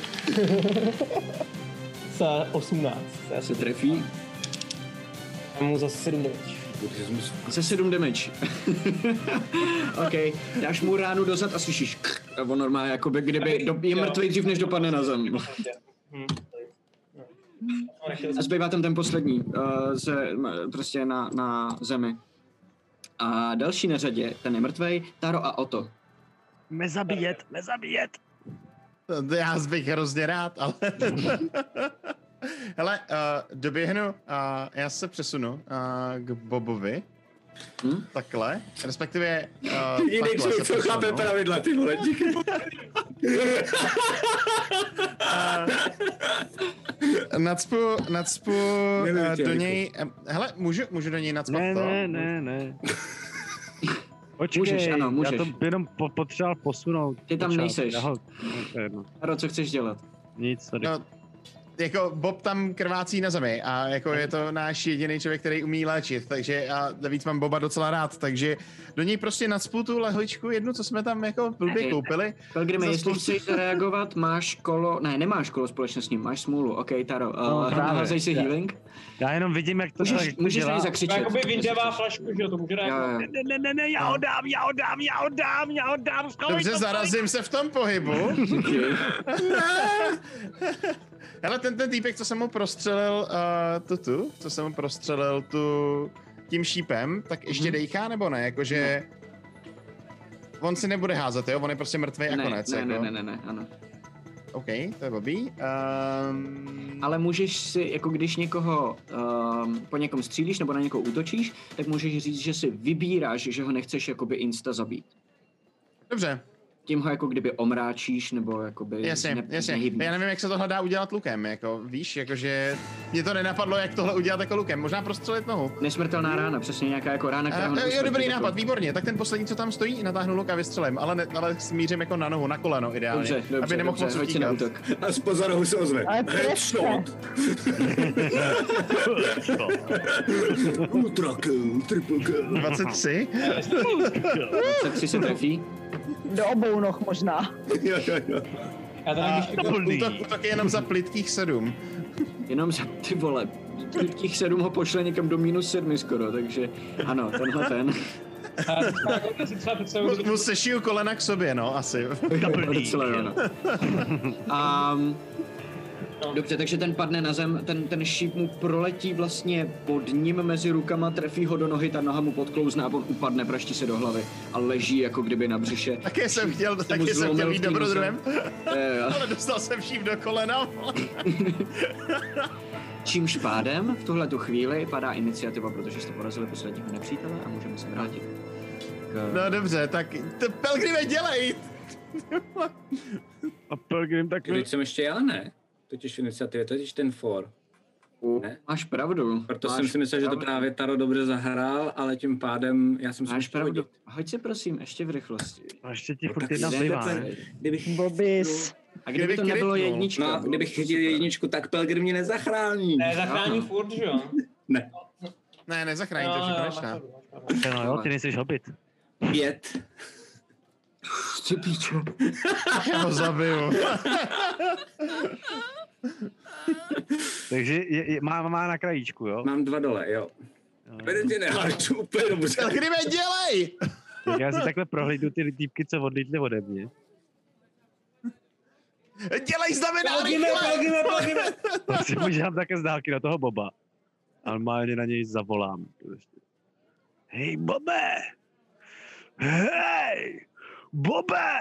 Za osmnáct. Já se trefí. Mám mu zase sedm damage. Buddhismus. Se sedm damage. OK, dáš mu ránu dozad a slyšíš kk, a on normálně jako by kdyby do, je mrtvý dřív, než dopadne na zem. Hm. No, nechtěl A jsem. zbývá tam ten poslední, uh, se, m- prostě na, na zemi. A další na řadě, ten je mrtvej, Taro a Oto. Nezabíjet, nezabíjet. To já bych hrozně rád, ale... Hele, uh, doběhnu, uh, já se přesunu uh, k Bobovi. Hm? Takhle, respektive uh, Jiný takhle člověk, se co chápe přesunu. pravidla, ty vole, díky. Nacpu, nacpu Nevím, uh, tě, do Riku. něj, um, hele, můžu, můžu do něj nacpat Ne, to? ne, ne, ne. Počkej, Můžeš, ano, můžeš. já to jenom po, potřeboval posunout. Ty tam Počkat, nejseš. Já ho, no, to je jedno. Taro, co chceš dělat? Nic, tady. No, jako Bob tam krvácí na zemi a jako je to náš jediný člověk, který umí léčit, takže a navíc mám Boba docela rád, takže do něj prostě nacpu tu lahvičku jednu, co jsme tam jako blbě koupili. Pelgrime, Za jestli spoustu- chceš zareagovat, máš kolo, ne, nemáš kolo společně s ním, máš smůlu, ok, Taro, No, uh, právě. házej si Já- healing, Já jenom vidím, jak to, můžeš, jak to můžeš dělá. na něj To zakřičet. jakoby vyndává flašku, že jo, to může Jo, reagovat. jo. Ne, ne, ne, ne, já ho dám, já ho dám, já ho dám, já ho dám, schovej Dobře, to, zarazím se v tom pohybu. Okay. Hele, ten, ten týpek, co jsem mu prostřelil uh, tu tu, co jsem mu prostřelil tu tím šípem, tak ještě Mhm. dejchá nebo ne? Jakože on si nebude házet, jo? On je prostě mrtvý a ne, konec, ne, jako. ne, ne, ne, ne, ano. OK, to je blbý. Um... Ale můžeš si, jako když někoho um, po někom střílíš nebo na někoho útočíš, tak můžeš říct, že si vybíráš, že ho nechceš jakoby insta zabít. Dobře, Tím ho jako kdyby omráčíš nebo jakoby jasně, ne, jasně. nehybníš. Já nevím, jak se tohle dá udělat lukem, jako víš, jakože mě to nenapadlo, jak tohle udělat jako lukem. Možná prostřelit nohu. Nesmrtelná rána, přesně nějaká jako rána, která ho Uh, jo, neusmrtí, dobrý jako- nápad, výborně. Tak ten poslední, co tam stojí, natáhnu luk a vystřelím, ale, ne, ale smířím jako na nohu, na koleno ideálně. Dobře, dobře, aby nemohl dobře, moc hoď si na utíkat. útok. A spoza rohu se ozve. Ale proč Headshot. Ultra kill, triple kill. dvacet tři. dvacet tři se trefí. Do obou noh možná. Jo, jo, jo. Já to A nevíš, jako Plný. útok, útok je jenom za plitkých sedm. Jenom za ty vole. Těch sedm ho pošle někam do minus sedmi skoro, takže ano, tenhle ten. já si třeba představuji, Mu, mu sešiju kolena k sobě, no, asi. Docela jo, no. A, dobře, takže ten padne na zem, ten, ten šíp mu proletí vlastně pod ním mezi rukama, trefí ho do nohy, ta noha mu podklouzne a on upadne, praští se do hlavy a leží jako kdyby na břiše. Také jsem chtěl, mu taky jsem zlomil chtěl v jít té dobrodruhem, Eh, ale dostal jsem šíp do kolena. Čímž pádem v tuhle tu chvíli padá iniciativa, protože jste porazili posledního nepřítele a můžeme se vrátit k... No dobře, tak to Pelgrime dělej! A Pelgrim tak... Teď jsem ještě já, ne? Totiž v iniciativě, totiž ten for. Ne? Máš pravdu. Proto máš jsem si myslel, že to pravdu. právě Taro dobře zahrál, ale tím pádem já jsem si Máš chtěl pravdu. hodit. Hoď se prosím, ještě v rychlosti. A ještě ti No, furt tak jedna jeden zbývá, ten- ne? Kdybych, Bobis. A kdyby Kdyby to nebylo krytnul. jednička? no, bylo kdybych by to chytil super. jedničku, tak Pelgrim mě nezachrání. ne, zachrání Ano. furt, že jo? Ne, Ne, nezachrání to, že máš konečná. pravdu, máš pravdu. No jo, ty nejsi hobit. pět. Ty píčo. Já ho zabiju. Takže je, je, má, má na krajíčku, jo? Mám dva dole, jo. Vede tě neháču úplně dobře. Pelgrime dělej! Tak já si takhle prohlídnu ty týpky, co odlítly ode mě. Dělej znamená Pelgrime, rychle! Pelgrime, Pelgrime! Tak si podívám také z dálky na toho Boba. A normálně na něj zavolám. Prostě. Hej, Bobe! Hej! Bobe!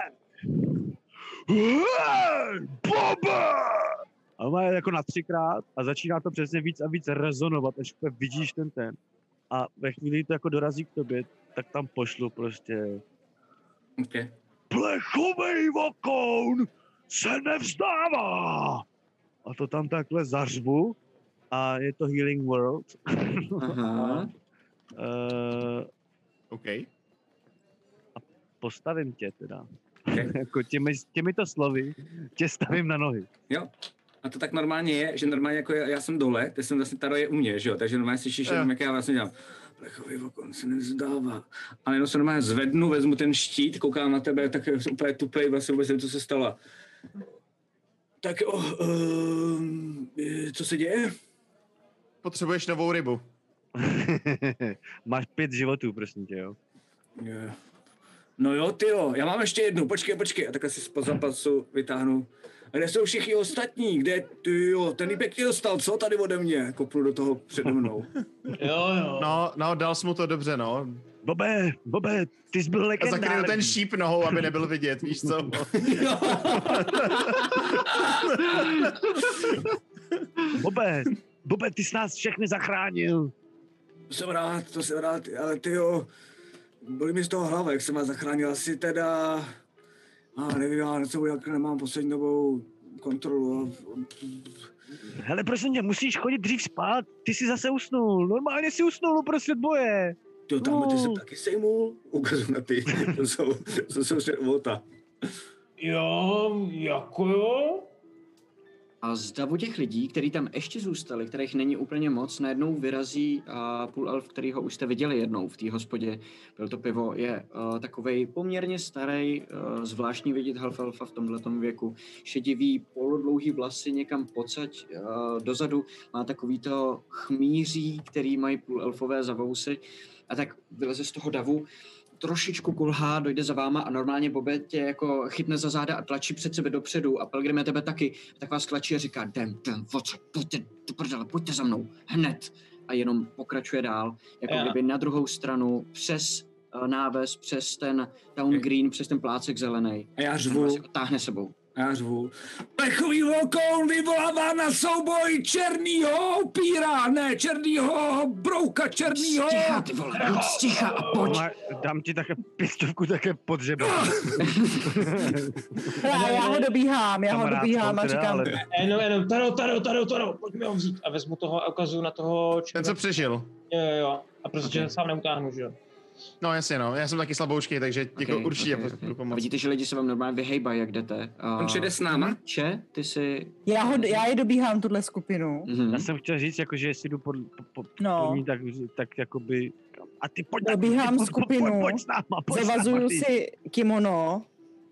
Hej! Bobe! A on má jako na třikrát a začíná to přesně víc a víc rezonovat, až úplně vidíš ten ten. A ve chvíli, kdy to jako dorazí k tobě, tak tam pošlu prostě Okay. plechovej vokoun se nevzdává! A to tam takhle zařvu a je to Healing World. Aha. uh, OK. postavím tě teda. Okay. Jako těmi, těmito slovy tě stavím na nohy. Jo. A to tak normálně je, že normálně jako já, já jsem dole, teď jsem vlastně Taro je u mě, že jo, takže normálně slyšíš, Jo. jenom, jak já vlastně dělám. Plechový okon se nevzdává. Ale jenom se normálně zvednu, vezmu ten štít, koukám na tebe, tak jsem úplně tupej, vlastně vůbec nevím, co se stalo. Tak jo, uh, co se děje? Potřebuješ novou rybu. Máš pět životů, prosím tě, jo. Je. No jo, tyjo, já mám ještě jednu, počkej, počkej. A takhle si spoza pasu vytáhnu. A kde jsou všichni ostatní? Kde, tyjo, ten líbek ti dostal, co tady ode mě? Kopnu do toho přede mnou. Jo, jo. No, no, dal jsi mu to dobře, no. Bobe, Bobe, ty jsi byl A legendární. zakryl ten šíp nohou, aby nebyl vidět, víš co? Bobe, Bobe, ty jsi nás všechny zachránil. To jsem rád, to jsem rád, ale tyjo, byli mi z toho hlava, jak jsem vás zachránil, asi teda, a nevím, já něco, jak nemám poslední dobou kontrolu. Hele, prosím tě, musíš chodit dřív spát. Ty jsi zase usnul. Normálně si usnul uprostřed boje. Jo, tamhle ty No. jsem taky sejmul, ukazu na ty, to jsou, to jsou vše vota. Jo, jako jo. A z davu těch lidí, kteří tam ještě zůstali, kterých není úplně moc, najednou vyrazí uh, půl elf, který ho už jste viděli jednou v té hospodě. Byl to pivo, je uh, takovej poměrně starý, uh, zvláštní vidět half elfa v tomhletom věku. Šedivý, polodlouhý vlasy někam pocať uh, dozadu. Má takový to chmíří, který mají půl elfové za vousy. A tak vyleze z toho davu, trošičku kulhá, dojde za váma a normálně Bobe tě jako chytne za záda a tlačí před sebe dopředu a Pelgrime tebe taky. Tak vás tlačí a říká, jdem, jdem, voce, pojďte, do prdele, pojďte za mnou, hned. A jenom pokračuje dál, jako Já. kdyby na druhou stranu přes uh, náves, přes ten town green, přes ten plácek zelený. A já Ten řvu, vás jako táhne sebou. a já řvu. Plechový vokoun vyvolává na souboj černýho upíra, ne černýho brouka, černýho. Sticha, ty vole, buď sticha a pojď. Má- Dám ti také pěstovku také pod žebra. Já, já ho dobíhám, já ho Kamarádskou dobíhám a teda, říkám, ale- Jenom, jenom, Taro, Taro, Taro, Taro, pojďme ho vzít. A vezmu toho a ukazuju na toho Ten, co přežil. Jo, jo, jo. A prostě Okay. sám neutáhnu, že jo. No jasně no, já jsem taky slaboučký, takže jako Okay, určitě okay, okay, okay. budu A pomoct. vidíte, že lidi se vám normálně vyhejbají, jak jdete. A... On přijde s náma? Če, ty jsi... já, ho, já je dobíhám, tuhle skupinu. Mhm. Já jsem chtěl říct, jako, že jestli jdu pod, po, po, No. po ní, tak, tak jakoby... A ty pojď, Dobíhám pojď, skupinu, pojď, pojď s náma, pojď s náma, Zavazuju ty. si kimono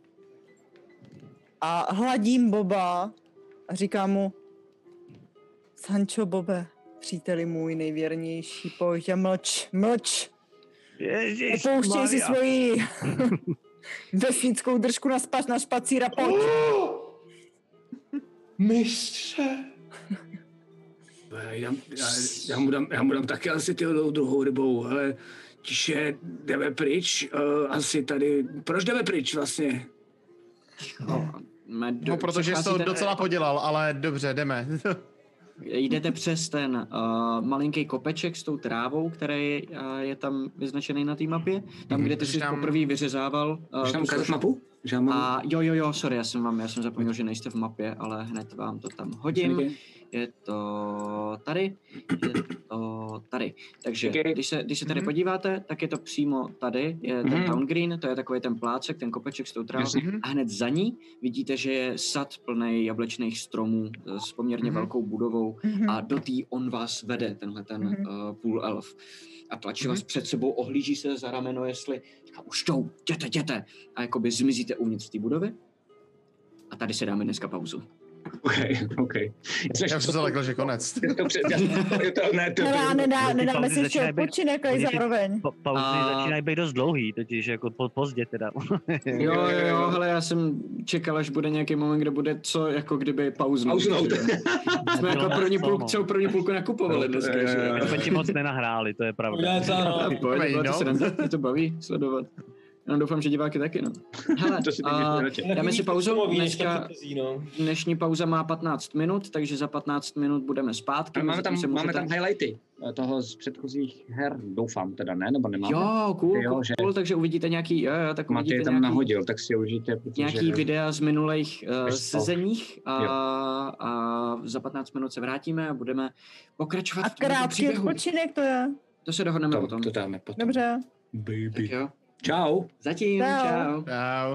a hladím Boba a říkám mu, Sancho Bobe, příteli můj nejvěrnější, pojď a mlč, mlč. Ježiš, Opouštěj si Maria. svoji vesnickou držku na, spa, na špacír a pojď. Mistře. Já, já, já, mu dám, já mu dám taky asi ty druhou rybou, ale tiše, jdeme pryč, uh, asi tady, proč jdeme pryč vlastně? No, me- do- No, protože jsi to přecházíte- docela podělal, ale dobře, jdeme. Jdete přes ten uh, malinký kopeček s tou trávou, který uh, je tam vyznačený na té mapě. Tam, kde ty Takže jsi tam- poprvé vyřezával. Uh, Můžeš tam tu ukázat sošku. mapu? Že já mám... A jo, jo, jo, sorry, já jsem vám, já jsem zapomněl, že nejste v mapě, ale hned vám to tam hodím. Je to tady, je to tady. Takže Okay. když se, když se tady Mhm. podíváte, tak je to přímo tady, je ten Mhm. town green, to je takový ten plácek, ten kopeček s tou trávou. Jasně. A hned za ní vidíte, že je sad plný jablečných stromů eh, s poměrně Mhm. velkou budovou Mhm. a do té on vás vede, tenhle ten Mhm. uh, půl elf. A tlačí vás před sebou, ohlíží se za rameno, jestli říká, už jdou, jděte, jděte. A jakoby zmizíte uvnitř té budovy. A tady si dáme dneska pauzu. OK, OK. Já už jsem se lekl, že konec. To před, já, to, ne, to, Nedá, to, nedá, ty nedáme pauzy si ještě začínají být- odpočinek, ale oni ty- zároveň. Pa- pauzy A- začínají být dost dlouhý, totiž jako po, pozdě teda. Jo, jo, jo, hele, já jsem čekal, až bude nějaký moment, kde bude co, jako kdyby pauznout. Pauznout. že jo. Jsme jako první půlku, celou první půlku nakupovali dneska, že jo. My jsme ti moc nenahráli, to je pravda. Udělá to, ano. Pojď, Pojď, bylo to no. sranda, mě to baví sledovat. Já doufám, že diváky taky, no. Hele, To si teď a radši. dáme si pauzu, Takový dneska předchozí, no. dnešní pauza má patnáct minut, takže za patnáct minut budeme zpátky. Ale máme tam, Mezitím se máme můžete- tam highlighty toho z předchozích her, doufám teda, ne? Nebo nemáme? Jo, cool, Jo, cool, že- cool, takže uvidíte nějaký, jo, jo, tak Matěj uvidíte tam nějaký, nahodil, tak si je užijte, protože... nějaký videa z minulých uh, Best of. sezeních a, Jo. a za patnáct minut se vrátíme a budeme pokračovat A v tomto krátký příběhu. odpočinek to je. To se dohodneme To, potom. to dáme potom. Dobře. Tak Baby. jo. Čau. Zatím, Čau. čau. Čau.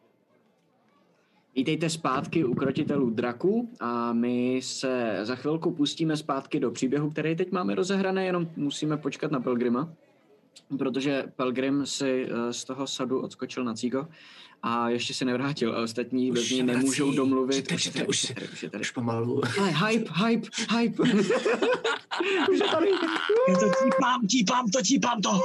Vítejte zpátky u krotitelů draků a my se za chvilku pustíme zpátky do příběhu, který teď máme rozehraný, jenom musíme počkat na Pelgrima, protože Pelgrim si eh, z toho sadu odskočil na cíko a ještě se nevrátil a ostatní Už ve ní se nemůžou vrací. domluvit. Už je tady, už je tady, už je tady. Už pomalu. Ale hype, hype, hype. Už je tady. Já to típám, típám to, típám to.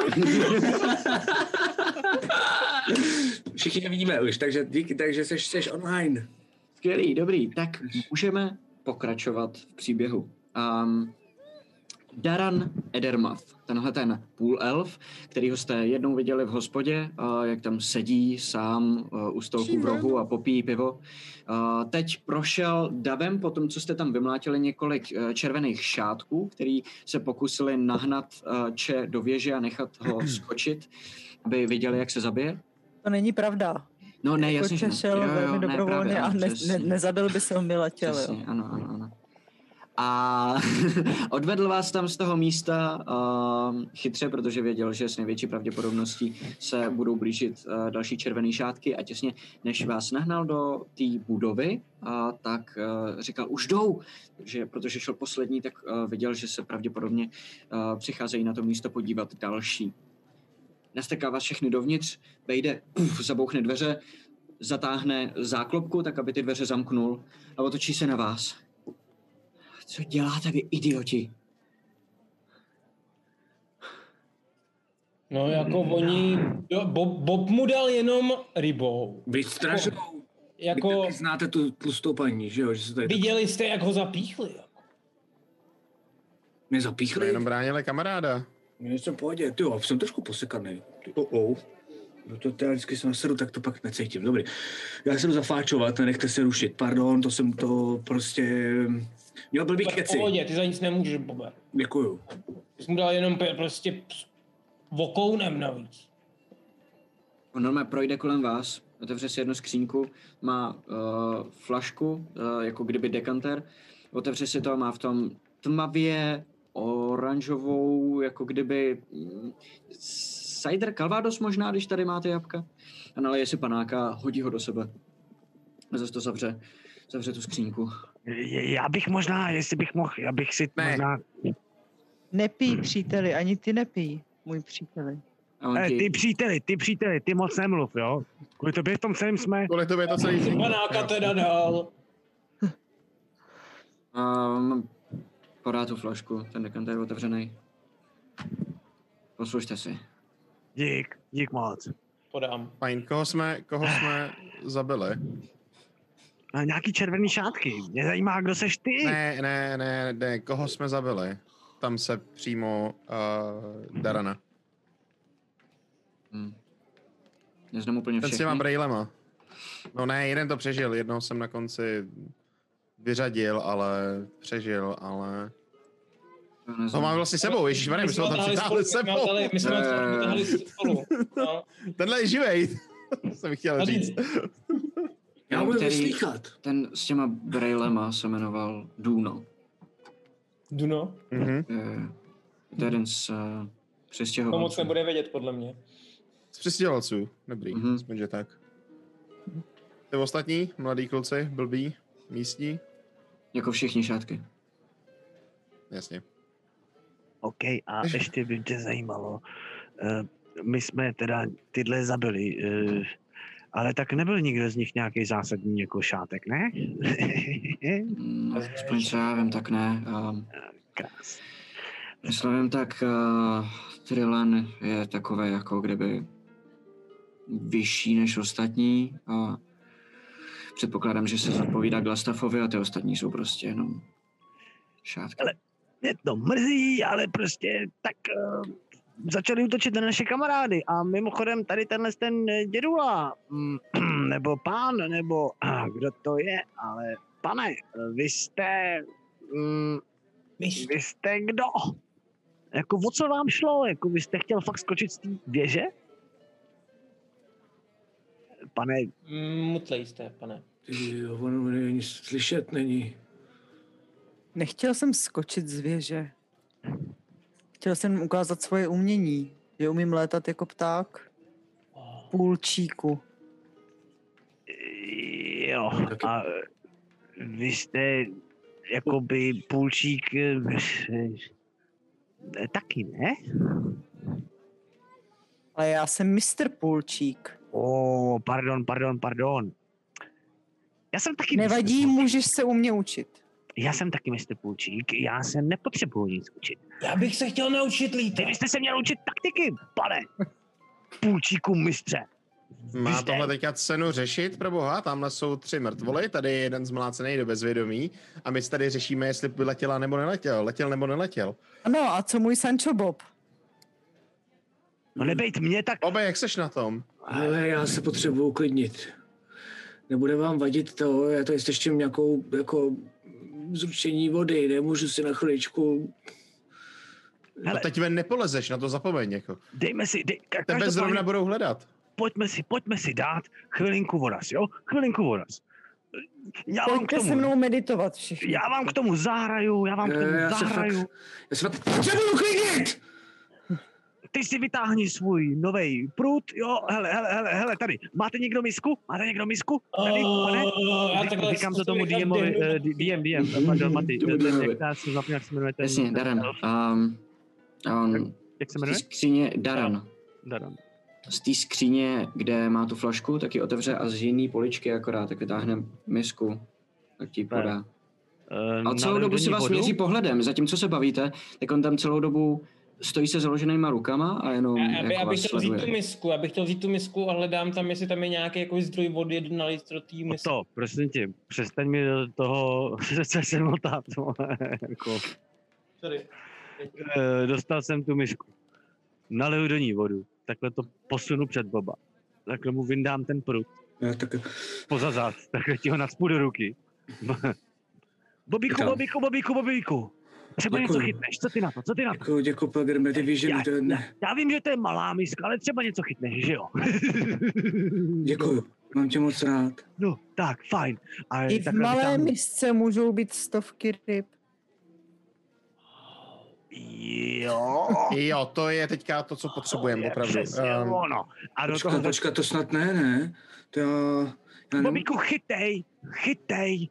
Všichni to vidíme už, takže díky, takže jsi, jsi online. Skvělý, dobrý. Tak můžeme pokračovat v příběhu. Um, Daran Edermath, tenhle ten půl elf, kterýho jste jednou viděli v hospodě, uh, jak tam sedí sám uh, u stolku v rohu a popíjí pivo. Uh, teď prošel davem po tom, co jste tam vymlátili několik uh, červených šátků, který se pokusili nahnat uh, Če do věže a nechat ho skočit, aby viděli, jak se zabije. To není pravda. No ne, Jako jasně, že ne. šel Jo, jo, velmi ne, dobrovolně právě, a ano, ne, přesně. ne, nezabil by se, on by letěl. Přesně, Jo. ano, ano, ano. A odvedl vás tam z toho místa uh, chytře, protože věděl, že s největší pravděpodobností se budou blížit uh, další červené šátky a těsně než vás nahnal do té budovy, uh, tak uh, říkal, už jdou, že, protože šel poslední, tak uh, viděl, že se pravděpodobně uh, přicházejí na to místo podívat další. Nasteká vás všechny dovnitř, vejde, puf, zabouchne dveře, zatáhne záklopku, tak aby ty dveře zamknul a otočí se na vás. Co děláte vy, idioti? No jako oni, jo, Bob, Bob mu dal jenom rybou. Vystrašou. Jako, Vy taky znáte tu tlustou paní, že jo? Že se tady viděli jste, jak ho zapíchli. Jako. mě Jsme zapíchli. jenom bránili kamaráda. Mě jsem v pohodě. Ty jo, jsem trošku posekaný. Ty, oh, oh. No to teda vždycky jsem nasedu, tak to pak necítím. Dobrý. Já jsem zafáčovat, nenechte se rušit. Pardon, to jsem to prostě... Měl blbý V keci. pohodě, ty za nic nemůžeš, Bobe. Děkuju. Ty jsi mu dal jenom pe- prostě vokounem navíc. On normálně projde kolem vás, otevře si jednu skřínku, má uh, flašku, uh, jako kdyby dekanter, otevře si to a má v tom tmavě oranžovou, jako kdyby mm, cider Calvados možná, když tady máte jabka. A naleje si panáka, hodí ho do sebe. A zase to zavře, zavře tu skřínku. Je- Já bych možná, jestli bych mohl, já bych si Ne. možná... Nepij, příteli, ani ty nepij, můj příteli. A on Eh, ti, ty příteli, ty příteli, ty moc nemluv, jo? Kvůli tobě v tom celém jsme. Kvůli tobě to celý vzniklo. Panáka teda dal. um, podá tu flašku, ten dekanter je otevřený. Poslušte si. Dík, dík moc. Podám. Fajn, koho jsme, koho jsme zabili? A nějaký červený šátky, mě zajímá, kdo seš ty. Ne, ne, ne, ne, koho jsme zabili? Tam se přímo uh, Darana. Hmm. Neznám úplně Ten s všechny. těma brejlema. No ne, jeden to přežil, jednoho jsem na konci vyřadil, ale přežil, ale... To To neznám. máme vlastně sebou, ježišmarja, my jsme ho tam tahali přitáhli spolu, my jsme ho sebou. tahali- My jsme ho Eh. tahali spolu. No. Tenhle je živej, jsem chtěl Tady. říct. Já Ten, můžu který- vyslýchat. Ten s těma brejlema se jmenoval Duno. Duno, Mhm. Je, je to jeden z uh, to moc přestěhovalců. nebude vědět, podle mě. Z přistěhovalců, dobrý, Mhm. aspoň že tak. Ty ostatní, mladí kluci, blbí, místní, Jako všichni šátky. jasně. OK, a ještě by tě zajímalo, eh, my jsme teda tyhle zabili, eh, ale tak nebyl nikdo z nich nějaký zásadní jako šátek, ne? Mm, aspoň co já vím, tak ne. Um, Krás. jestli vím, tak uh, Trillen je takový jako kdyby vyšší než ostatní a předpokládám, že se zodpovídá Glastafovi a ty ostatní jsou prostě jenom šátky. Ale- Mě to mrzí, ale prostě tak uh, začali útočit na naše kamarády a mimochodem tady tenhle ten eh, dědula, mm, nebo pán, nebo ah, kdo to je, ale pane, vy jste, mm, vy jste kdo? Jako o co vám šlo? Jako vy jste chtěl fakt skočit z té věže? Pane, Mm, Mutlej jste, pane. Ty jo, ono není slyšet, není. Nechtěl jsem skočit z věže. Chtěl jsem ukázat svoje umění, že umím létat jako pták. Půlčíku. jo, a eh, vy jste jakoby půlčík eh, eh, taky, ne? Ale já jsem mistr Půlčík. O, pardon, pardon, pardon. Já jsem taky Nevadí, mistr Půlčík. můžeš se u mě učit. Já jsem taky mistr Půlčík, já se nepotřebuji nic učit. Já bych se chtěl naučit lítat. Vy byste se měl učit taktiky, pane. Půlčíku mistře. Má jste- tohle teďka cenu řešit, pro boha? Tamhle jsou tři mrtvoly, tady je jeden zmlácený do bezvědomí a my tady řešíme, jestli by letěla nebo neletěl, letěl nebo neletěl. Ano, a co můj Sancho Bob? No nebejt mě tak... Obe, jak seš na tom? Ale já se potřebuji uklidnit. Nebude vám vadit to, já tady ještě nějakou jako zručení vody, nemůžu si na chviličku... No Hele. teď ven nepolezeš, na to zapomeň, jako. Dejme si, dej, ka- Tebe každopádně- zrovna budou hledat. pojďme si, pojďme si dát chvilinku voraz, jo? Chvilinku voraz. Já vám k Pojďte se tomu, mnou meditovat všichni. já vám k tomu zahraju, já vám k tomu Eh, já se zahraju. fakt, já se fakt potřebuju uklidnit! Ty si vytáhni svůj novej prut, jo, hele, hele, hele, hele, tady, máte někdo misku? Máte někdo misku? Tady, pane? Uh, já Řík- takhle Říkám to zkusím tomu nechat DMovi, dechnout. eh, D M, D M, pardon, Maty, Tomu ten, DMovi. jak já jsem zapomněl, jak se jmenuje ten... Jasně, Daran. Um, on Jak se z té jmenuje? skříně, Daran. Daran. Z té skříně, kde má tu flašku, tak ji otevře a z jiný poličky akorát, tak vytáhne misku, tak ti podá. Uh, A celou dobu si vás měří pohledem, zatímco se bavíte, tak on tam celou dobu stojí se založenýma rukama a jenom Já, já, by, jako já bych vás chtěl vzít tu sleduje. misku, já bych chtěl vzít tu misku a hledám tam, jestli tam je nějaký jako zdroj vody, jeden litr do té misky. To, prosím tě, přestaň mi do toho, co se motat, jako, Sorry. eh, dostal jsem tu misku, naliju do ní vodu, takhle to posunu před Boba, takhle mu vyndám ten prut, Já tak, poza zad, takhle ti ho nacpu do ruky. Bobíku, Vítám. Bobíku, Bobíku, Bobíku, třeba Děkuju. něco chytneš, co ty na to, co ty na to? děkuji, děkuji, Pelgrime, ty víš, že Já, mi to já, ne. já vím, že to je malá miska, ale třeba něco chytneš, že jo? Děkuji, mám tě moc rád. No, tak, fajn. A I v takhle malé vytáhnu- misce můžou být stovky ryb. Jo. Jo, to je teďka to, co potřebujeme, Je opravdu. přesně Um, ono. A do Počkat, toho počkat, to snad ne, ne? To já... já nevím. Bobíku, chytej, chytej.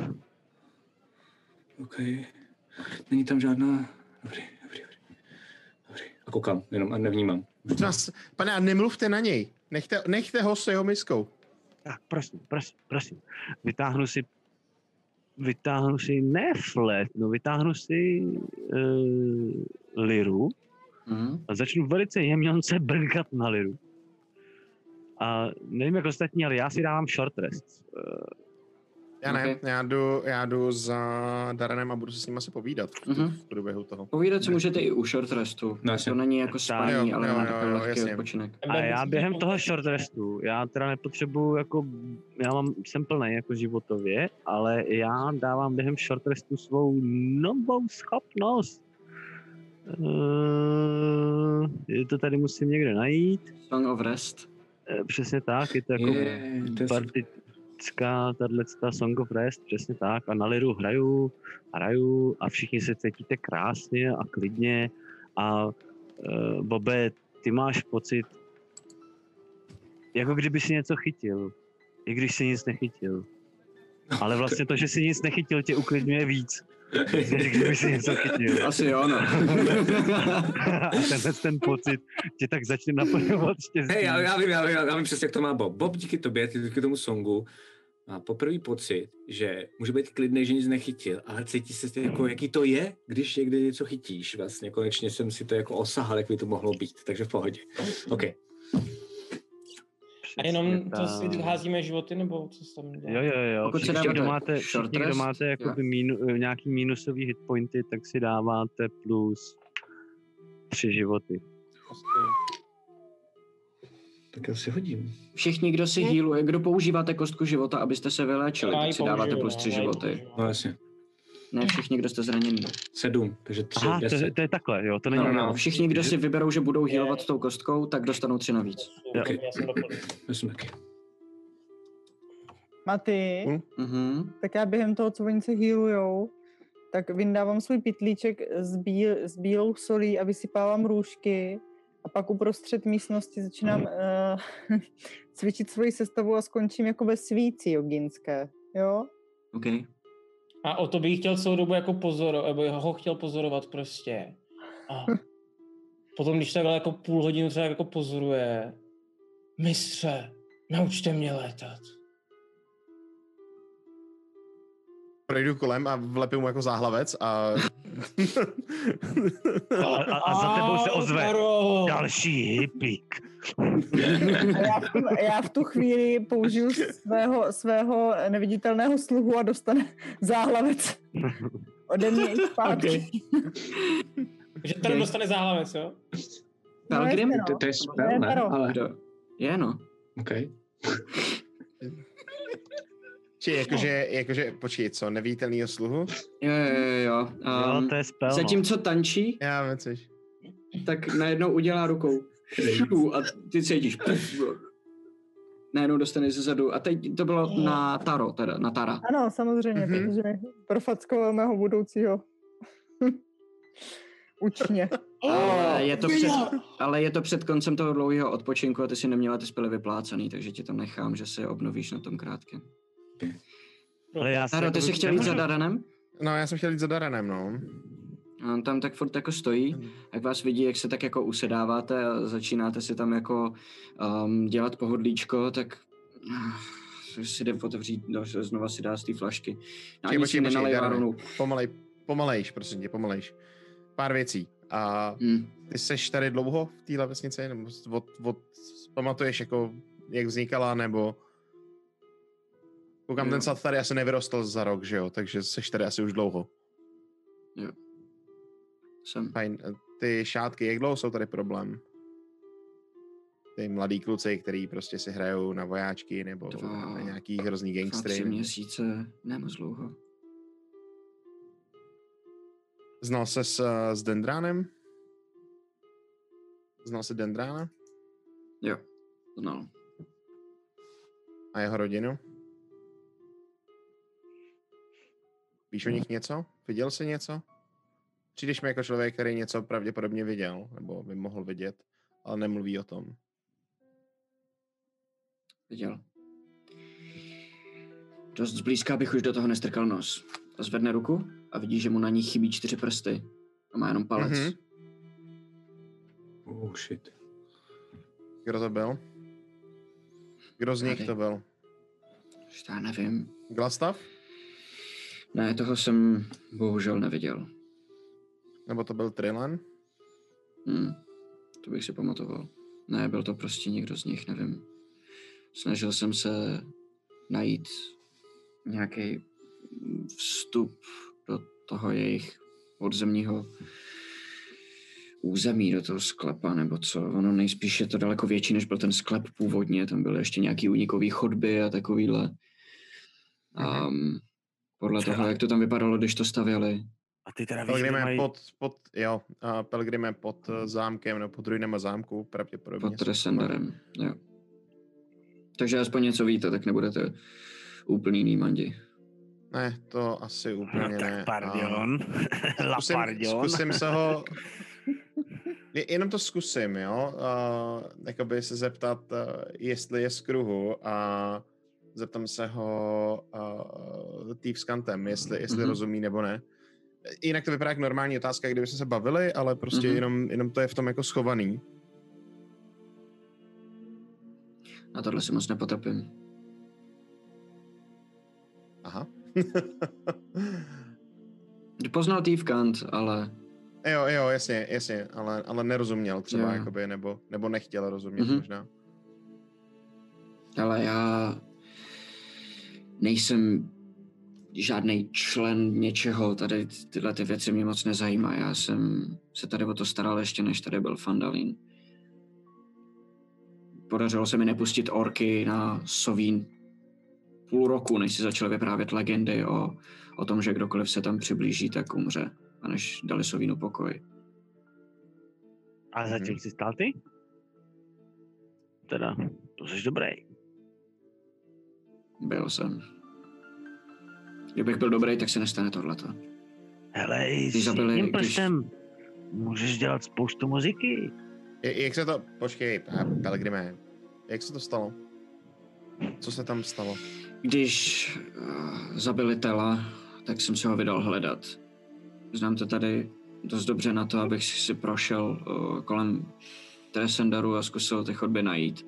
OK. Není tam žádná... Dobrý, dobrý, dobrý. Dobrý. A koukám, jenom a nevnímám. nás, pane, a nemluvte na něj. Nechte, nechte ho s jeho miskou. Tak, prosím, prosím, prosím. Vytáhnu si, vytáhnu si, ne flet, no vytáhnu si uh, liru Mhm. a začnu velice jemňonce brnkat na liru. A nevím jak ostatní, ale já si dávám short rest. Uh, Já ne, Ok. já jdu, já jdu za Daranem a budu se s ním asi povídat v, Mhm. v průběhu toho. Povídat si můžete i u short restu. No, jasně. To není jako spaní, Jo, ale jo, má jo, takový jo, lehký jasně. odpočinek. a já během toho short restu, já teda nepotřebuju jako, já mám, jsem plný jako životově, ale já dávám během short restu svou novou schopnost. Uh, je to tady musím někde najít. Song of Rest. Eh, Přesně tak, je to jako Je, to je super. bardická tato Song of Rest, přesně tak. A na liru hraju, hraju a všichni se cítíte krásně a klidně. A uh, Bobe, ty máš pocit, jako kdyby si něco chytil, i když si nic nechytil. Ale vlastně to, že si nic nechytil, tě uklidňuje víc, než kdyby si něco chytil. Asi jo, no. A tenhle ten pocit tě tak začne naplňovat štěstí. Hej, já, já, vím, já, vím, já vím přesně, jak to má Bob. Bob díky tobě, díky tomu songu, má poprvé pocit, že může být klidný, že nic nechytil, ale cítí se jako, jaký to je, když někdy něco chytíš. Vlastně konečně jsem si to jako osahal, jak by to mohlo být, takže v pohodě. OK. A jenom Přesně to tak. si házíme životy, nebo co se tam dělá? Jo, jo, jo. Pokud si Všichni, kdo dáváte máte, short všichni, kdo rest, máte jakoby mínu, nějaký minusový hitpointy, tak si dáváte plus tři životy. Tak já si hodím. Všichni, kdo si healuje, kdo používáte kostku života, abyste se vyléčili, Já ji tak si dáváte použiju, plus no, tři já ji životy. použiju. No jasně. Ne všichni, kdo jste zranění. Sedm, takže tři, Aha, to, deset. to je takhle, jo, to není No, no, ono. no. Všichni, kdo si vyberou, že budou healovat tou kostkou, tak dostanou tři navíc. Jo. Já jsem doplnil. Já jsem taky. Maty, Hm? Mhm. tak já během toho, co oni se healujou, tak vyndávám svůj pytlíček s, bíl, s bílou solí a vysypávám růžky a pak uprostřed místnosti začínám uh, cvičit svoji sestavu a skončím jako ve svíci joginské, jo? OK. A o to bych chtěl celou dobu jako pozorovat, nebo ho chtěl pozorovat prostě. A potom, když takhle jako půl hodinu třeba jako pozoruje, mistře, naučte mě létat. Projdu kolem a vlepím mu jako záhlavec a... A, a, a za tebou se ozve Karo! další hippík. A já v, tu, já v tu chvíli použiju svého, svého neviditelného sluhu a dostane záhlavec ode mě i zpátky. Že tady dostane záhlavec, jo? Pelgrim? No, jasně, To, to je To spell, je ne? Taro. Ale, Kdo? Je, no. OK. Či jakože, jakože, počkej, co, neviditelnýho sluhu? Jo, jo, jo, jo. Jo, Um, to je spell, no. zatímco tančí, Já vím, což. tak najednou udělá rukou. Šu, a ty cítíš. najednou dostane ze zadu. A teď to bylo na Taro, teda, na Tara. Ano, samozřejmě, Mhm. protože mi profackoval mého budoucího učně. Ale je, to před, ale je to před koncem toho dlouhého odpočinku a ty si neměla ty spely vyplácený, takže ti tam nechám, že se obnovíš na tom krátkém. Ale já si Taro, jako ty jsi chtěl jít nemůžu- za Daranem? No, já jsem chtěl jít za Daranem, no. A on tam tak furt jako stojí, jak vás vidí, jak se tak jako usedáváte a začínáte si tam jako um, dělat pohodlíčko, tak uh, si jde otevřít, no, znova si dá z té flašky. No, Počkej, ani si počkej, počkej, nenalejvá Darane. rovnou. Pomalej, pomalejš, prosím tě, pomalejš. Pár věcí. A Hmm. ty seš tady dlouho v téhle vesnici? Nebo od, od, pamatuješ, jako, jak vznikala, nebo... Koukám, Jo. ten sad tady asi nevyrostl za rok, že jo? Takže seš tady asi už dlouho. Jsem. Fajn. Ty šátky, jak dlouho jsou tady problém? Ty mladí kluci, který prostě si hrajou na vojáčky, nebo Dva- na nějaký hrozný Dva, gangstry. tři nebo- měsíce, ne moc dlouho. Znal ses s, s Dendránem? Znal jsi Dendrána Jo, znal. a jeho rodinu? Víš o nich něco? Viděl jsi něco? Přijdeš mi jako člověk, který něco pravděpodobně viděl, nebo by mohl vidět, ale nemluví o tom. Viděl. Dost zblízka bych už do toho nestrkal nos. A zvedne ruku a vidí, že mu na ní chybí čtyři prsty. A má jenom palec. Mhm. Oh shit. Kdo to byl? Kdo z nich Tady. to byl? Už já nevím. Glastav? Ne, toho jsem bohužel neviděl. Nebo to byl Trillan? Hm, to bych si pamatoval. Ne, byl to prostě někdo z nich, nevím. Snažil jsem se najít nějaký vstup do toho jejich podzemního území, do toho sklepa, nebo co. Ono nejspíš je to daleko větší, než byl ten sklep původně. Tam byly ještě nějaký únikový chodby a takovýhle. Um, podle Třeba. toho, jak to tam vypadalo, když to stavěli. A ty teda víš, Pelgrim že je mají... pod, pod, jo, uh, Pelgrim je pod uh, zámkem, nebo pod ruinama zámku, pravděpodobně. Pod Tresenderem, jo. Takže aspoň něco víte, tak nebudete úplný nímandi. Ne, to asi úplně No, ne. tak pardon. A La zkusím, pardon. zkusím se ho... Je- Jenom to zkusím, jo? Uh, jakoby se zeptat, uh, jestli je z kruhu a zeptám se ho uh, Thieveskantem, jestli, jestli Mhm. rozumí nebo ne. Jinak to vypadá jak normální otázka, kdyby jsme se bavili, ale prostě Mhm. jenom, jenom to je v tom jako schovaný. Na tohle si moc nepotrpím. Aha. Poznal Thieveskant, ale jo, jo, jasně, jasně, ale, ale nerozuměl třeba, Jo. jakoby, nebo, nebo nechtěl rozumět Mhm. možná. ale já nejsem žádný člen něčeho, tady tyhle ty věci mě moc nezajímají. Já jsem se tady o to staral ještě, než tady byl Fandalin. Podařilo se mi nepustit orky na Sovín půl roku, než si začaly vyprávět legendy o, o tom, že kdokoliv se tam přiblíží, tak umře. A než dali Sovínu pokoj. A zatím Mhm. si stál ty? Teda, to jsi dobrý. Byl jsem. Kdybych byl dobrý, tak se nestane tohleto. Hele, i s zabili, tím když- prstem můžeš dělat spoustu muziky. Je- Jak se to, počkej, a Pelgrime, jak se to stalo? Co se tam stalo? Když uh, zabili Tela, tak jsem se ho vydal hledat. Znám to tady dost dobře na to, abych si prošel uh, kolem Tresendaru a zkusil ty chodby najít.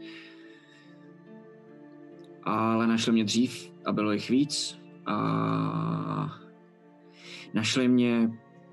Ale našli mě dřív a bylo jich víc. A našli mě...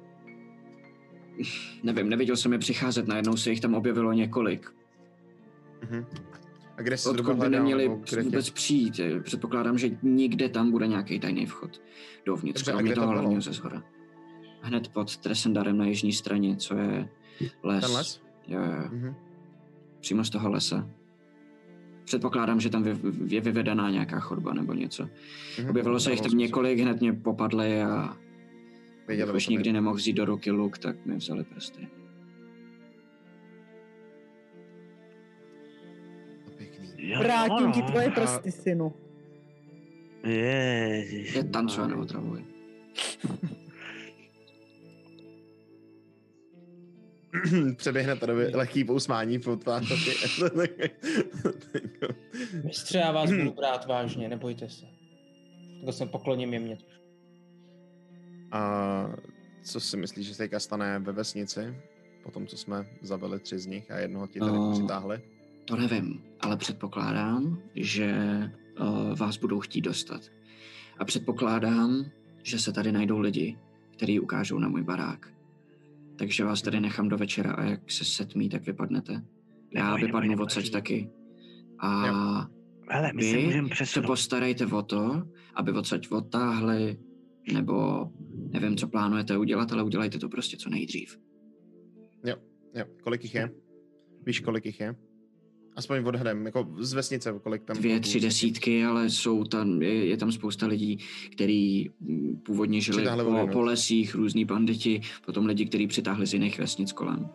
Nevím, neviděl jsem je přicházet, najednou se jich tam objevilo několik. Mhm. A kde jsi zhruba Odkud by hledal, neměli nebo kde tě- vůbec přijít. Předpokládám, že nikde tam bude nějaký tajný vchod dovnitř, Dobře, a kromě kde to toho bylo? hlavního ze zhora. Hned pod Tresendarem na jižní straně, co je les. Ten les? Jo, jo, jo. Mhm. Přímo z toho lesa. Předpokládám, že tam vy, je vyvedená nějaká chodba nebo něco. Mhm. Objevilo se jich tam Zkusit. několik, hned mě popadly a Věděli když o tobě. nikdy nemohl vzít do ruky luk, tak mi vzali prsty. To pěkný. Jo, Vrátím no, ti tvoje a- prsty, synu. Ježiš. Je tancuje nebo travuje. Přeběhne tady lehký pousmání po tváři. Mistře, já vás budu brát vážně, nebojte se. Tak se pokloním jemně trošku. A co si myslíš, že se teďka stane ve vesnici? Po tom, co jsme zabili tři z nich a jednoho ti tady No. přitáhli? To nevím, ale předpokládám, že uh, vás budou chtít dostat. A předpokládám, že se tady najdou lidi, kteří ukážou na můj barák. Takže vás tady nechám do večera a jak se setmí, tak vypadnete. Já Neboj, vypadnu neboj, odsaď neboj. taky. A Jo. Hele, my se vy můžeme se přesunout. postarejte o to, aby odsaď odtáhli, nebo nevím, co plánujete udělat, ale udělejte to prostě co nejdřív. Jo, jo. Kolik jich je? Víš, kolik jich je? Aspoň odhadem, jako z vesnice, kolik tam... Dvě, tři desítky, ale jsou tam, je, je tam spousta lidí, kteří mm, původně žili Přitáhli po, odinut. po lesích, různý banditi, potom lidi, kteří přitáhli z jiných vesnic kolem.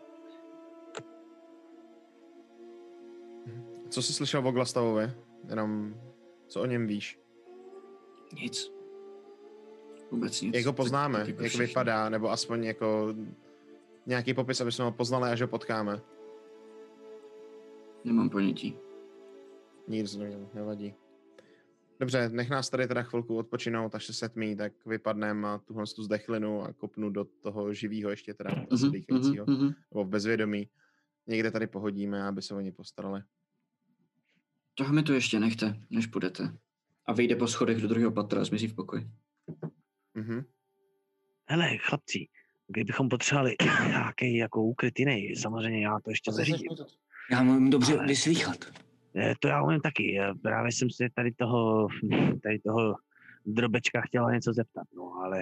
Co jsi slyšel o Glastavovi? Jenom, co o něm víš? Nic. Vůbec nic. Jak ho poznáme? Tak jako Jak všichni. vypadá? Nebo aspoň jako nějaký popis, aby jsme ho poznali, až ho potkáme. Nemám ponětí. Nic nevěděl, nevadí. Dobře, nech nás tady teda chvilku odpočinout, až se setmí, tak vypadneme a tuhle tu zdechlinu a kopnu do toho živýho ještě teda Mhm, dýchajícího, mhm, mhm. nebo v bezvědomí. Někde tady pohodíme, aby se o ně postarali. Toho mi tu ještě nechte, než půjdete. A vyjde po schodech do druhého patra a zmizí v pokoji. Mhm. Hele, chlapci, kdybychom potřebovali nějaký jako ukryt jiný, samozřejmě já to ještě zařídím. Já mám dobře Ale- vyslýchat. Eh, To já umím taky. eh, Právě jsem se tady toho, tady toho drobečka chtěla něco zeptat, no ale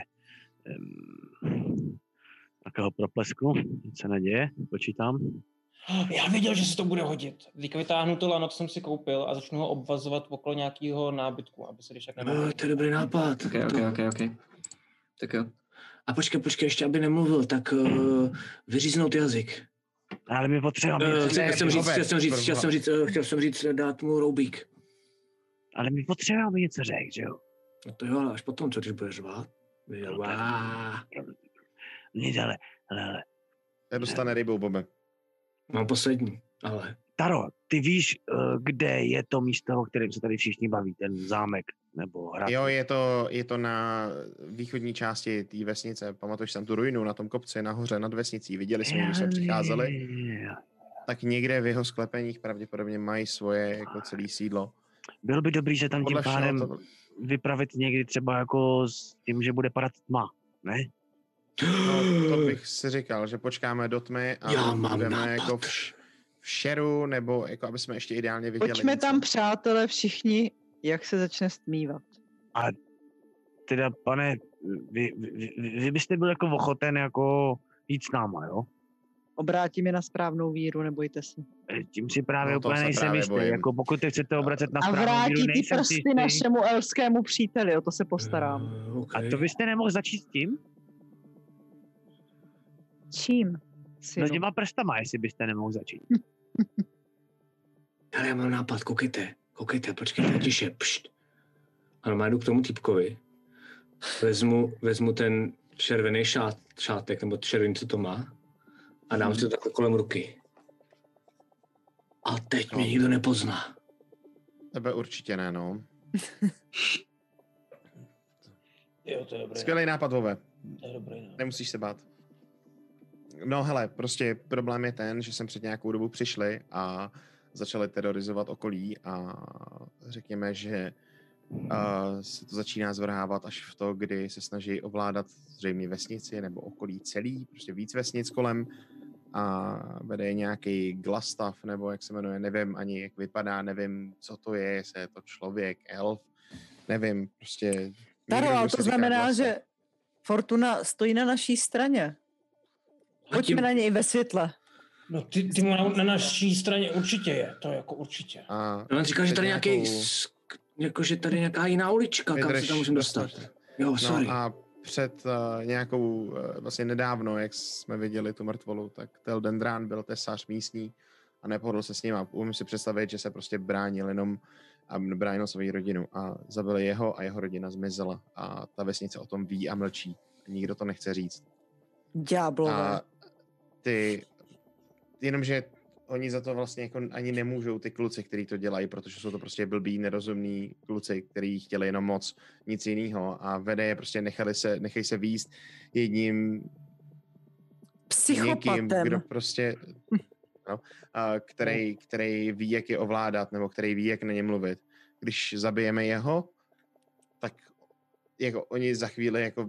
um, takového proplesku, nic se neděje, počítám. Já věděl, že se to bude hodit. Teďka vytáhnu to lano, co jsem si koupil a začnu ho obvazovat okolo nějakého nábytku, aby se když tak No, nemohl. to je dobrý nápad. Ok, ok, To- ok, ok. Tak jo. A počkej, počkej, ještě aby nemluvil, tak uh, vyříznout jazyk. Ale my potřebujeme Uh, něco chtěl jsem zeptat. říct, chtěl jsem říct, chtěl jsem říct, uh, chtěl jsem říct, uh, dát mu roubík. Ale my potřebujeme něco řekl, že jo? No to jo, ale až potom, co když budeš řvát. No, tak- Vá. Nic, ale, ale, ale. Nedostane rybou, Bobe. Mám poslední, ale... Taro, ty víš, eh, kde je to místo, o kterém se tady všichni baví, ten zámek nebo hrad? Jo, je to, je to na východní části té vesnice. Pamatuješ tam tu ruinu na tom kopci nahoře nad vesnicí? Viděli jsme, ji, když jsme přicházeli. Tak někde v jeho sklepeních pravděpodobně mají svoje jako celé sídlo. Bylo by dobrý se tam tím Podle všeho pádem to... vypravit někdy třeba jako s tím, že bude padat tma, ne? No, to bych si říkal, že počkáme do tmy a Já mám budeme nápad. jako v, š- v šeru, nebo jako aby jsme ještě ideálně viděli. Pojďme něco. tam, přátelé, všichni, jak se začne stmívat. Teda, pane, vy, vy, vy, vy byste byl jako ochoten jako jít s náma, jo? Obrátíme na správnou víru, nebojte se. E, Tím si právě No, no, to úplně se nejsem právě jistý, bojím. jako pokud te chcete obracet na A správnou vrátí víru, ty nejsem si prsty jistý. našemu elskému příteli, o to se postarám. Uh, okay. A to byste nemohl začít s tím? Čím, No synu? těma prstama, jestli byste nemohl začít. Ale já mám nápad, koukejte, koukejte, počkejte, tiše, pšt. Ano, já jdu k tomu týpkovi, vezmu, vezmu ten červený šát, šátek, nebo červený, co to má, a dám si to takhle kolem ruky. A teď mě nikdo nepozná. Tebe určitě ne, no. Jo, to je dobré. Skvělý nápad, Vove. To je dobré, no. Nemusíš se bát. No hele, prostě problém je ten, že jsem před nějakou dobu přišli a začali terorizovat okolí a řekněme, že uh, se to začíná zvrhávat až v to, kdy se snaží ovládat zřejmě vesnici nebo okolí celý, prostě víc vesnic kolem a vede je nějaký Glastav, nebo jak se jmenuje, nevím ani jak vypadá, nevím, co to je, jestli je to člověk, elf, nevím, prostě... Taro, někdo, ale kdo to si říká znamená, Glastav. že Fortuna stojí na naší straně. A tím, Pojďme na něj ve světle. No ty, ty mu na, na naší straně určitě je, to jako určitě. A no, on říkal, že před tady nějaký, nějakou- sk- jako, že tady nějaká jiná ulička, kam se Vydrž, tam můžeme dostat. dostaň. Jo, sorry. No a před uh, nějakou, uh, vlastně nedávno, jak jsme viděli tu mrtvolu, tak Teldendrán byl tesař místní a nepohodl se s ním a umím si představit, že se prostě bránil jenom a bránil svou rodinu a zabili jeho a jeho rodina zmizela a ta vesnice o tom ví a mlčí. Nikdo to nechce říct. Ďáblové. A ty, jenomže oni za to vlastně jako ani nemůžou ty kluci, kteří to dělají, protože jsou to prostě blbý, nerozumní kluci, kteří chtěli jenom moc, nic jiného a vede je prostě nechali se, nechají se výst jedním Psychopatem. někým, kdo prostě, no, a který, který ví, jak je ovládat, nebo který ví, jak na ně mluvit. Když zabijeme jeho, tak jako oni za chvíli jako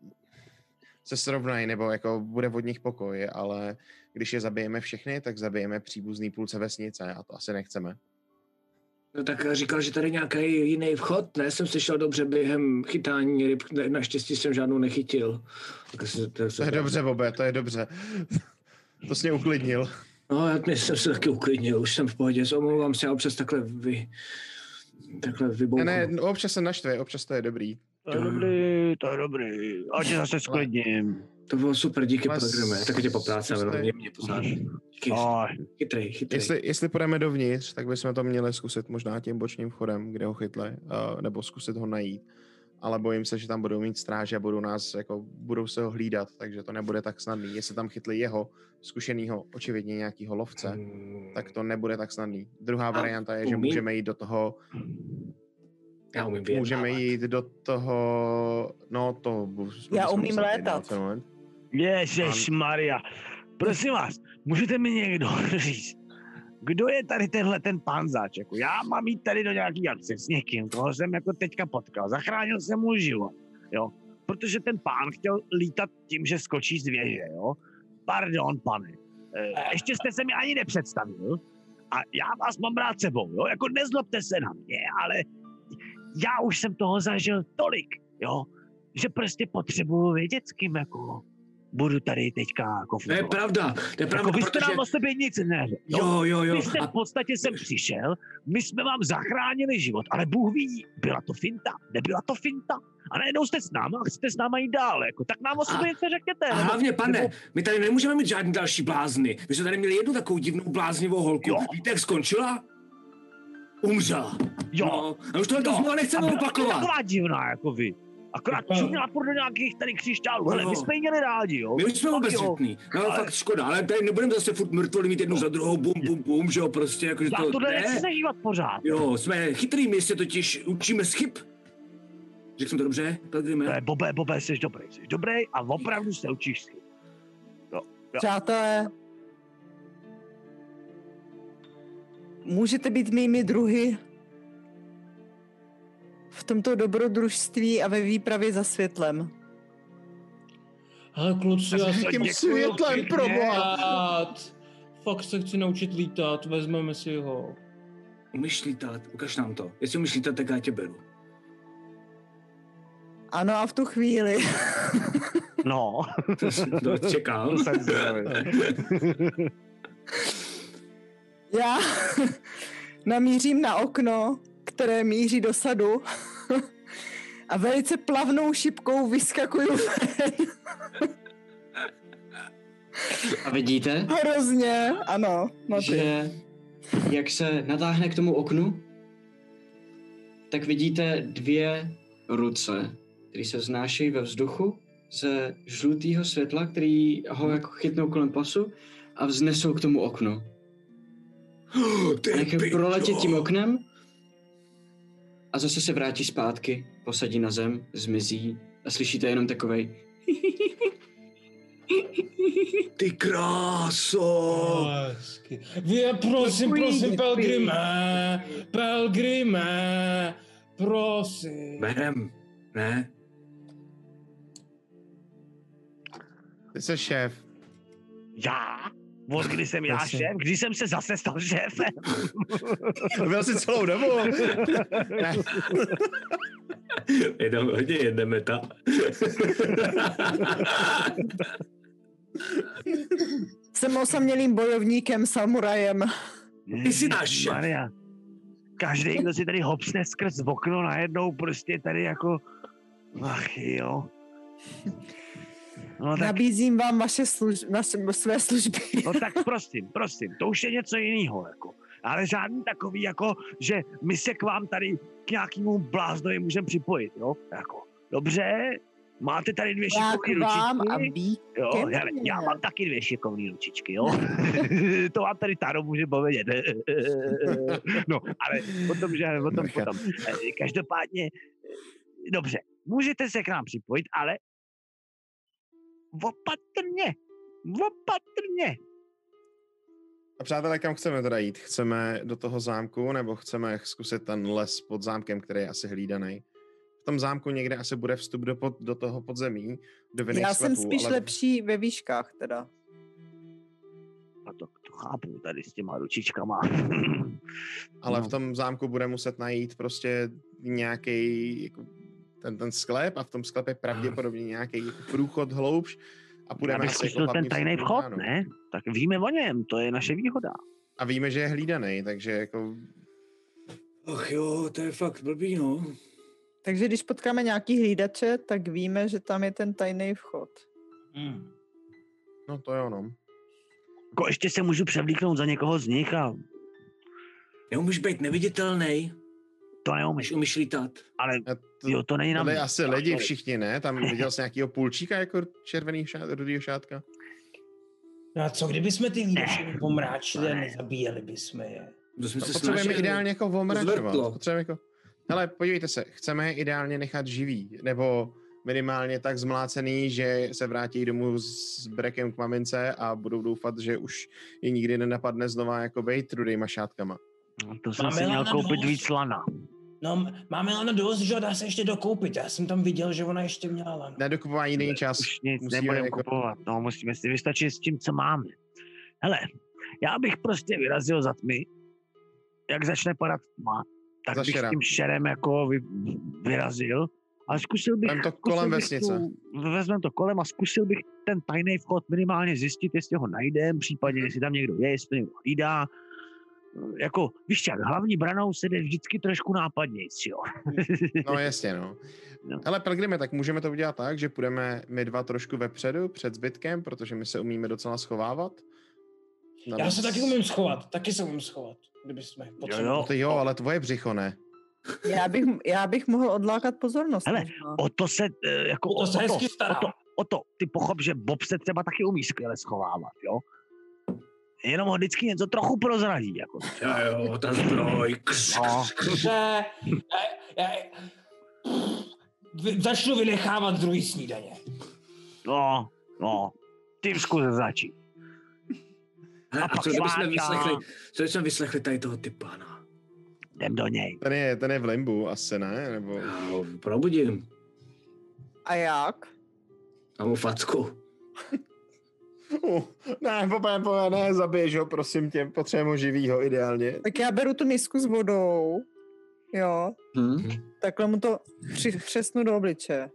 se srovnají, nebo jako bude od nich pokoj, ale když je zabijeme všechny, tak zabijeme příbuzný půlce vesnice a to asi nechceme. No tak říkal, že tady nějaký jiný vchod, ne? Jsem slyšel dobře během chytání ryb, naštěstí jsem žádnou nechytil. Tak se, tak se To je dobře, Bobe, to je dobře. To jsi mě uklidnil. No, já dnes jsem se taky uklidnil, už jsem v pohodě, omlouvám se, já občas takhle vy... takhle vybouchnu. Ne, ne, občas se naštve, občas to je dobrý. To je dobrý, to je dobrý. Ať tě zase sklidním. To bylo super, díky Ale programe, taky tě poplácám, zkuste- jenom mě, mě poznáš. Díky, Oj, chytrej, chytrej. Jestli, jestli půjdeme dovnitř, tak bychom to měli zkusit možná tím bočním vchodem, kde ho chytli, uh, nebo zkusit ho najít. Ale bojím se, že tam budou mít stráže a budou nás, jako, budou se ho hlídat, takže to nebude tak snadný. Jestli tam chytli jeho, zkušenýho, očividně nějakýho lovce, Hmm, tak to nebude tak snadný. Druhá A varianta je, že umí- můžeme jít do toho, já umím vyjednávat. můžeme jít do toho, no to... Já jsme umím museli létat. vyjednat ten moment. Ježišmarja. Prosím vás, můžete mi někdo říct, kdo je tady tenhle ten pán Záč? Jako já mám jít tady do nějaký akce s někým, koho jsem jako teďka potkal. Zachránil jsem mu život, jo. Protože ten pán chtěl lítat tím, že skočí z věže, jo. Pardon, pane. E, ještě jste se mi ani nepředstavil a já vás mám rád sebou, jo. Jako nezlobte se na mě, ale já už jsem toho zažil tolik, jo. Že prostě potřebuju vědět, s kým jako budu tady teďka jako To je fungovat. pravda, to je pravda, Jako vy jste protože... nám o sobě nic neřekl. Jo, jo, jo. Vy jste A v podstatě sem přišel, my jsme vám zachránili život, ale Bůh ví, byla to finta, nebyla to finta. A najednou jste s náma a chcete s náma jít dál, jako, tak nám o sobě něco řekněte. A nebo- hlavně, pane, nebo- my tady nemůžeme mít žádný další blázny. My jsme tady měli jednu takovou divnou bláznivou holku. Jo. Víte, jak skončila? Umřela. Jo. No, a už tohle to Jo. znovu A nechceme byla opakovat. taková divná, jako vy. Akorát Jo. čuměla furt do nějakých tady křišťálů. Hele, my Jo. jsme ji měli rádi, jo. My už jsme Tak vůbec jo. řetný. No, ale Ale- fakt škoda, ale tady nebudeme zase furt mrtvoli mít jednu za druhou, bum, bum, bum, že jo, prostě, jakože Já to tohle ne. nechci zažívat pořád. Jo, jsme chytrý, my se totiž učíme z chyb. Řekl jsem to dobře, To Pelgrime? je, Bobe, Bobe, jsi dobrý, jsi dobrý a opravdu se učíš si. Přátelé, můžete být mými druhy v tomto dobrodružství a ve výpravě za světlem. Ale kluci, já se Jakým děkuju světlem, pěkně. proboha? Rád. Fakt se chci naučit lítat, vezmeme si ho. Umíš lítat, ukaž nám to. Jestli umíš lítat, tak já tě beru. Ano, a v tu chvíli No. To čekám. To jsem zvědavý. já namířím na okno, které míří do sadu a velice plavnou šipkou vyskakuju ven. A vidíte, Hrozně, ano. No ty. že jak se natáhne k tomu oknu, tak vidíte dvě ruce, které se vznášejí ve vzduchu ze žlutého světla, který ho jako chytnou kolem pasu a vznesou k tomu oknu. Ty A nechají pičo. proletět tím oknem a zase se vrátí zpátky, posadí na zem, zmizí a slyšíte jenom takovej Ty kráso. Hezky. Vy, prosím, Děkuji, prosím, děkuji. Pelgrime, Pelgrime, prosím. Berem, ne? Ty jsi šéf. Já? Od kdy jsem já Jasně. šéf? Kdy jsem se zase stal šéfem? Byl jsi celou dobu. Ne. Jedeme, hodně jedeme ta. Jsem osamělým bojovníkem, samurajem. Ty jsi náš šéf. Maria. Každý, kdo si tady hopsne skrz okno najednou prostě tady jako... Ach jo. No tak, Nabízím vám vaše služ, naše, své služby. no tak prosím, prosím, to už je něco jiného, jako. Ale žádný takový, jako, že my se k vám tady k nějakému bláznovi můžeme připojit, jo? Jako, dobře, máte tady dvě Já šikovné k vám a ručičky. ví. Jo, ke hele, mně. já mám taky dvě šikovné ručičky, jo? To vám tady Taro může povědět. No, ale o tom, že o tom potom. Každopádně, dobře, můžete se k nám připojit, ale opatrně, opatrně. A přátelé, kam chceme teda jít? Chceme do toho zámku, nebo chceme zkusit ten les pod zámkem, který je asi hlídaný? V tom zámku někde asi bude vstup do, pod, do toho podzemí, do vinných Já jsem sklepů, spíš ale... lepší ve výškách teda. A to, to chápu tady s těma ručičkama. Ale No. v tom zámku bude muset najít prostě nějaký jako ten, ten sklep a v tom sklepě pravděpodobně nějaký jako průchod hloubš a Já půjdeme bych asi zkusil jako ten hlavní tajný vstupní vchod, bránou. ne? Tak víme o něm, to je naše výhoda. A víme, že je hlídaný, takže jako Ach jo, to je fakt blbý, no. Takže když potkáme nějaký hlídače, tak víme, že tam je ten tajný vchod. Hmm. no to jo, no. Jako ještě se můžu převlíknout za někoho z nich a Neumíš být neviditelný, to neumím. když umíš lítat. Ale A to, jo, to není na tohle mě. asi lidi všichni, ne? Tam viděl jsi nějakýho půlčíka jako červený šát, rudýho šátka? No a co kdyby jsme ty lídače pomráčili a nezabíjeli bychom je? To jsme To se potřebujeme snažili. ideálně jako omračovat. zvrtlo. Potřebujeme jako... Hele, podívejte se, chceme je ideálně nechat živý, nebo minimálně tak zmlácený, že se vrátí domů s brekem k mamince a budou doufat, že už je nikdy nenapadne znova jako bejt rudýma šátkama. No, to jsem Máme si měl lana koupit dost. víc lana. No, m- máme lano dost, že jo, dá se ještě dokoupit. Já jsem tam viděl, že ona ještě měla lano. Na dokupování není čas. Už nic musíme nebudeme jako- kupovat, no, musíme si vystačit s tím, co máme. Hele, já bych prostě vyrazil za tmy, jak začne padat tma, tak Za bych šera. s tím šerem jako vy, vyrazil a zkusil bych... Vem to zkusil kolem bych vesnice. Tu, vezmem to kolem a zkusil bych ten tajný vchod minimálně zjistit, jestli ho najdem, případně jestli tam někdo je, jestli někdo hlídá. Jako, víš jak, hlavní branou se jde vždycky trošku nápadnějc, jo. No jasně, no. No. Hele, Pelgrime, tak můžeme to udělat tak, že půjdeme my dva trošku vepředu, před zbytkem, protože my se umíme docela schovávat. Já Navíc- se taky umím schovat, taky se umím schovat, kdyby jsme potřebovali. jo. Ty jo, ale tvoje břicho ne. Já bych, já bych mohl odlákat pozornost. Hele, možná. O to se, eh, jako, O to se hezky o starám. to, o to, ty pochop, že Bob se třeba taky umí skvěle schovávat, jo. Jenom ho vždycky něco trochu prozradí, jako. Jo, jo, ta zbroj. Kř, No. kř, kř. Dobře, já, já, vy- začnu vynechávat druhý snídaně. No, no, tím zkus začít. Hele, A a pak co kdybychom sváťa. vyslechli, co kdybychom vyslechli tady toho typa, no? Jdem do něj. Ten je, ten je v limbu, asi ne? Nebo... Já ho probudím. A jak? A mu facku. Uh, ne, Bobe, Bobe, ne, zabiješ ho, prosím tě, potřebujeme ho živýho, ideálně. Tak já beru tu misku s vodou. Jo. Hm? Takhle mu to při, přesnu do obličeje.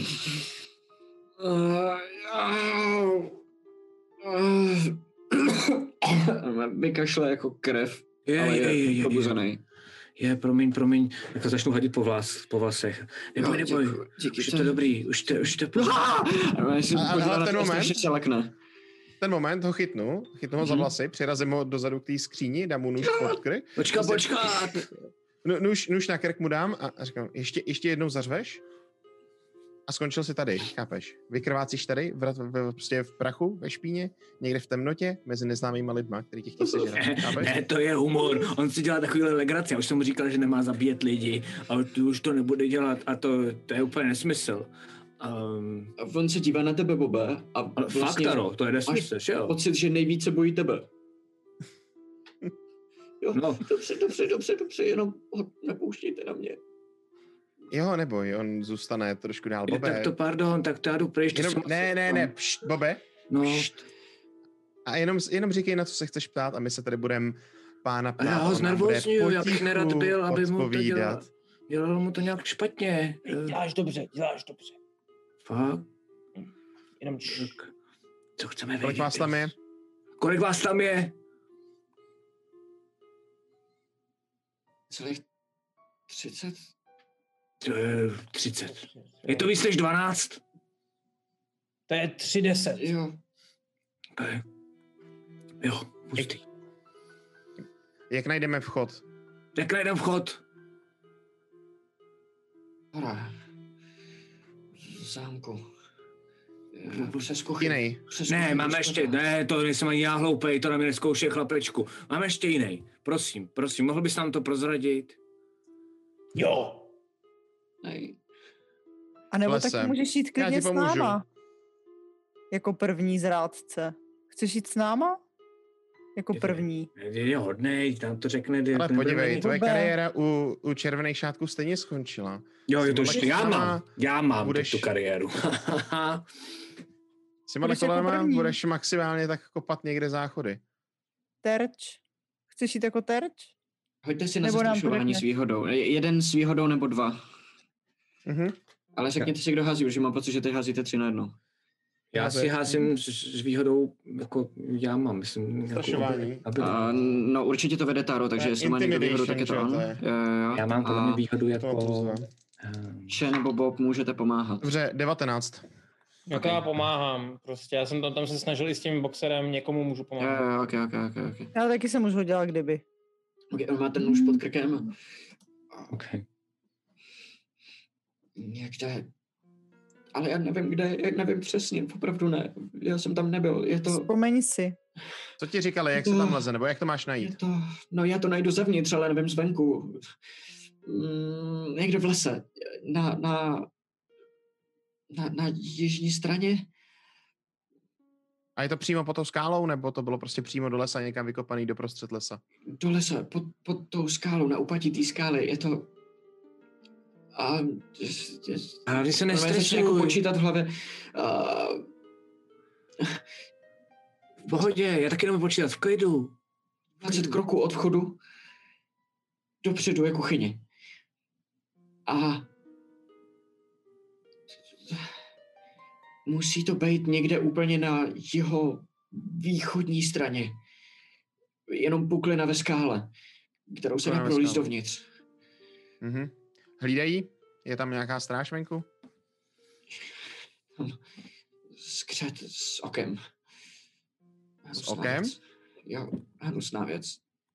Vykašle jako krev, Je, ale je, je, je, je je, probuzený. je, promiň, promiň. Tak ho začnu hadit po, vlas, po vlasech. Neboj, neboj, děkuji, díky, už je to dobrý, už to, už to je A já si A- a- podívám ale na ten to, moment- strašně se lekne. Ten moment ho chytnu, chytnu ho za Mhm. vlasy, přirazím ho dozadu k té skříni, dám mu nůž pod krk. Počkat, Prostě- počkat. Nu- Nůž, nůž na krk mu dám a, a říkám, ještě, ještě jednou zařveš a skončil si tady, chápeš? Vykrvácíš tady, v, v, prostě v prachu, ve špíně, někde v temnotě, mezi neznámýma lidma, který tě chtějí sežrat, chápeš? Ne, to je humor. On si dělá takovýhle legraci. Já už jsem mu říkal, že nemá zabíjet lidi, ale tu už to nebude dělat a to, to je úplně nesmysl. Um, A on se dívá na tebe, Bobe, a ale vlastně fakt, ano, to je nesmysl, že jo? pocit, že nejvíce bojí tebe. Jo, No. dobře, dobře, dobře, dobře, jenom ho nepouštějte na mě. Jo, neboj, on zůstane trošku dál, Je, Bobe. tak to pardon, tak to já jdu pryč. to Jenom, jsem ne, asi- ne, ne, pšt, Bobe. No, Pšt. A jenom, jenom říkej, na co se chceš ptát a my se tady budeme pána a ptát. já a ho on nám znervózňuju, bude já bych potichu nerad byl, aby mu to dělal. odpovídat. Dělalo mu to nějak špatně. Eh, Děláš dobře, děláš dobře. Fakt? Jenom č- Tak, co chceme vědět? Kolik vás tam je? Kolik vás tam je? Celých třicet? To je třicet. Je to víc než dvanáct? To je tři deset. Jo. Okay. Jo, pustý. Jak najdeme vchod? Jak najdem vchod? Hora. V zámku. Přes kuchyni. Jiný. Přes Ne, kuchyni máme do ještě, sklepa. ne, to nejsem ani já hloupej, to na mě neskoušej chlapečku. Máme ještě jiný. Prosím, prosím, mohl bys nám to prozradit? Jo. Nej. A nebo Lese. taky můžeš jít Já klidně ti s pomůžu. náma. Jako první zrádce. Chceš jít s náma? Jako první. Je, je hodnej, nám to řekne. kdy- Ale nebude podívej, mít- tvoje Vůbec. kariéra u, u červených šátků stejně skončila. Jo, je to Simona ještě, já Kolema mám, já mám budeš- tu kariéru. Simona Budeš jako Kolema první. budeš maximálně tak kopat někde záchody. Terč? Chceš jít jako terč? Hoďte si na Nebo nám to zastrašování řekne. s výhodou. Jeden s výhodou nebo dva. Mhm. Ale řekněte si, kdo hází, protože mám pocit, že teď házíte tři na jedno. Já Já si to- házím s, s výhodou, jako já mám, myslím. Strašování. Jako, aby, A, no určitě to vede Taro, takže To je jestli má někdo výhodu, tak je to intimidation, on. že? To Jo, jo, jo. já mám podle mě A výhodu To jako... plus dva. ehm, Če nebo Bob můžete pomáhat. Dobře, devatenáct. Jako já pomáhám, prostě. Já jsem tam, tam se snažil i s tím boxerem, někomu můžu Jo, pomáhat. jo, ok, ok, ok, ok. Já taky se můžu dělat kdyby. Ok, on má ten nůž pod krkem. okay. Někde. Ale já nevím, kde, já nevím přesně, opravdu ne. Já jsem tam nebyl, je to... Vzpomeň si. Co ti říkali, jak se tam leze, nebo jak to máš Je najít? to, no já to najdu zevnitř, ale nevím zvenku. Mm, někde v lese. Na, na, na, na jižní straně. A je to přímo pod tou skálou, nebo to bylo prostě přímo do lesa, někam vykopaný doprostřed lesa? Do lesa, pod, pod tou skálou, na úpatí té skály. Je to... A... A když se Normálně začne nestresuj, jako počítat v hlavě. A, v pohodě, já taky nemůžu počítat, v klidu. dvacet kroků od vchodu dopředu je kuchyně. A musí to být někde úplně na jeho východní straně. Jenom puklina ve skále, kterou se Puklina dá ve prolíst skále. dovnitř. Mhm. Hlídají? Je tam nějaká stráž venku? Skřet s okem. S Hnusná okem? věc. Jo, hnusná věc.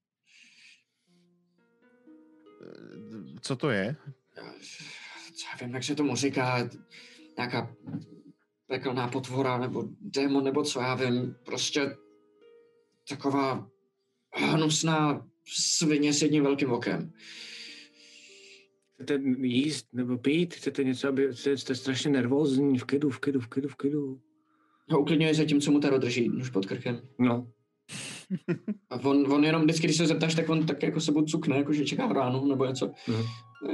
Eh, Co to je? Co já vím, jak se tomu říká, nějaká pekelná potvora, nebo démon, nebo co já vím, prostě taková hnusná svině s jedním velkým okem. Chcete jíst nebo pít? Chcete něco, aby jste, jste strašně nervózní, v klidu, v klidu, v klidu, v klidu. Ho uklidňuje za tím, co mu Taro drží nůž pod krkem. No, A on, on jenom vždycky, když se zeptáš, tak on tak jako sebou cukne, jako že čeká ránu, nebo něco. no.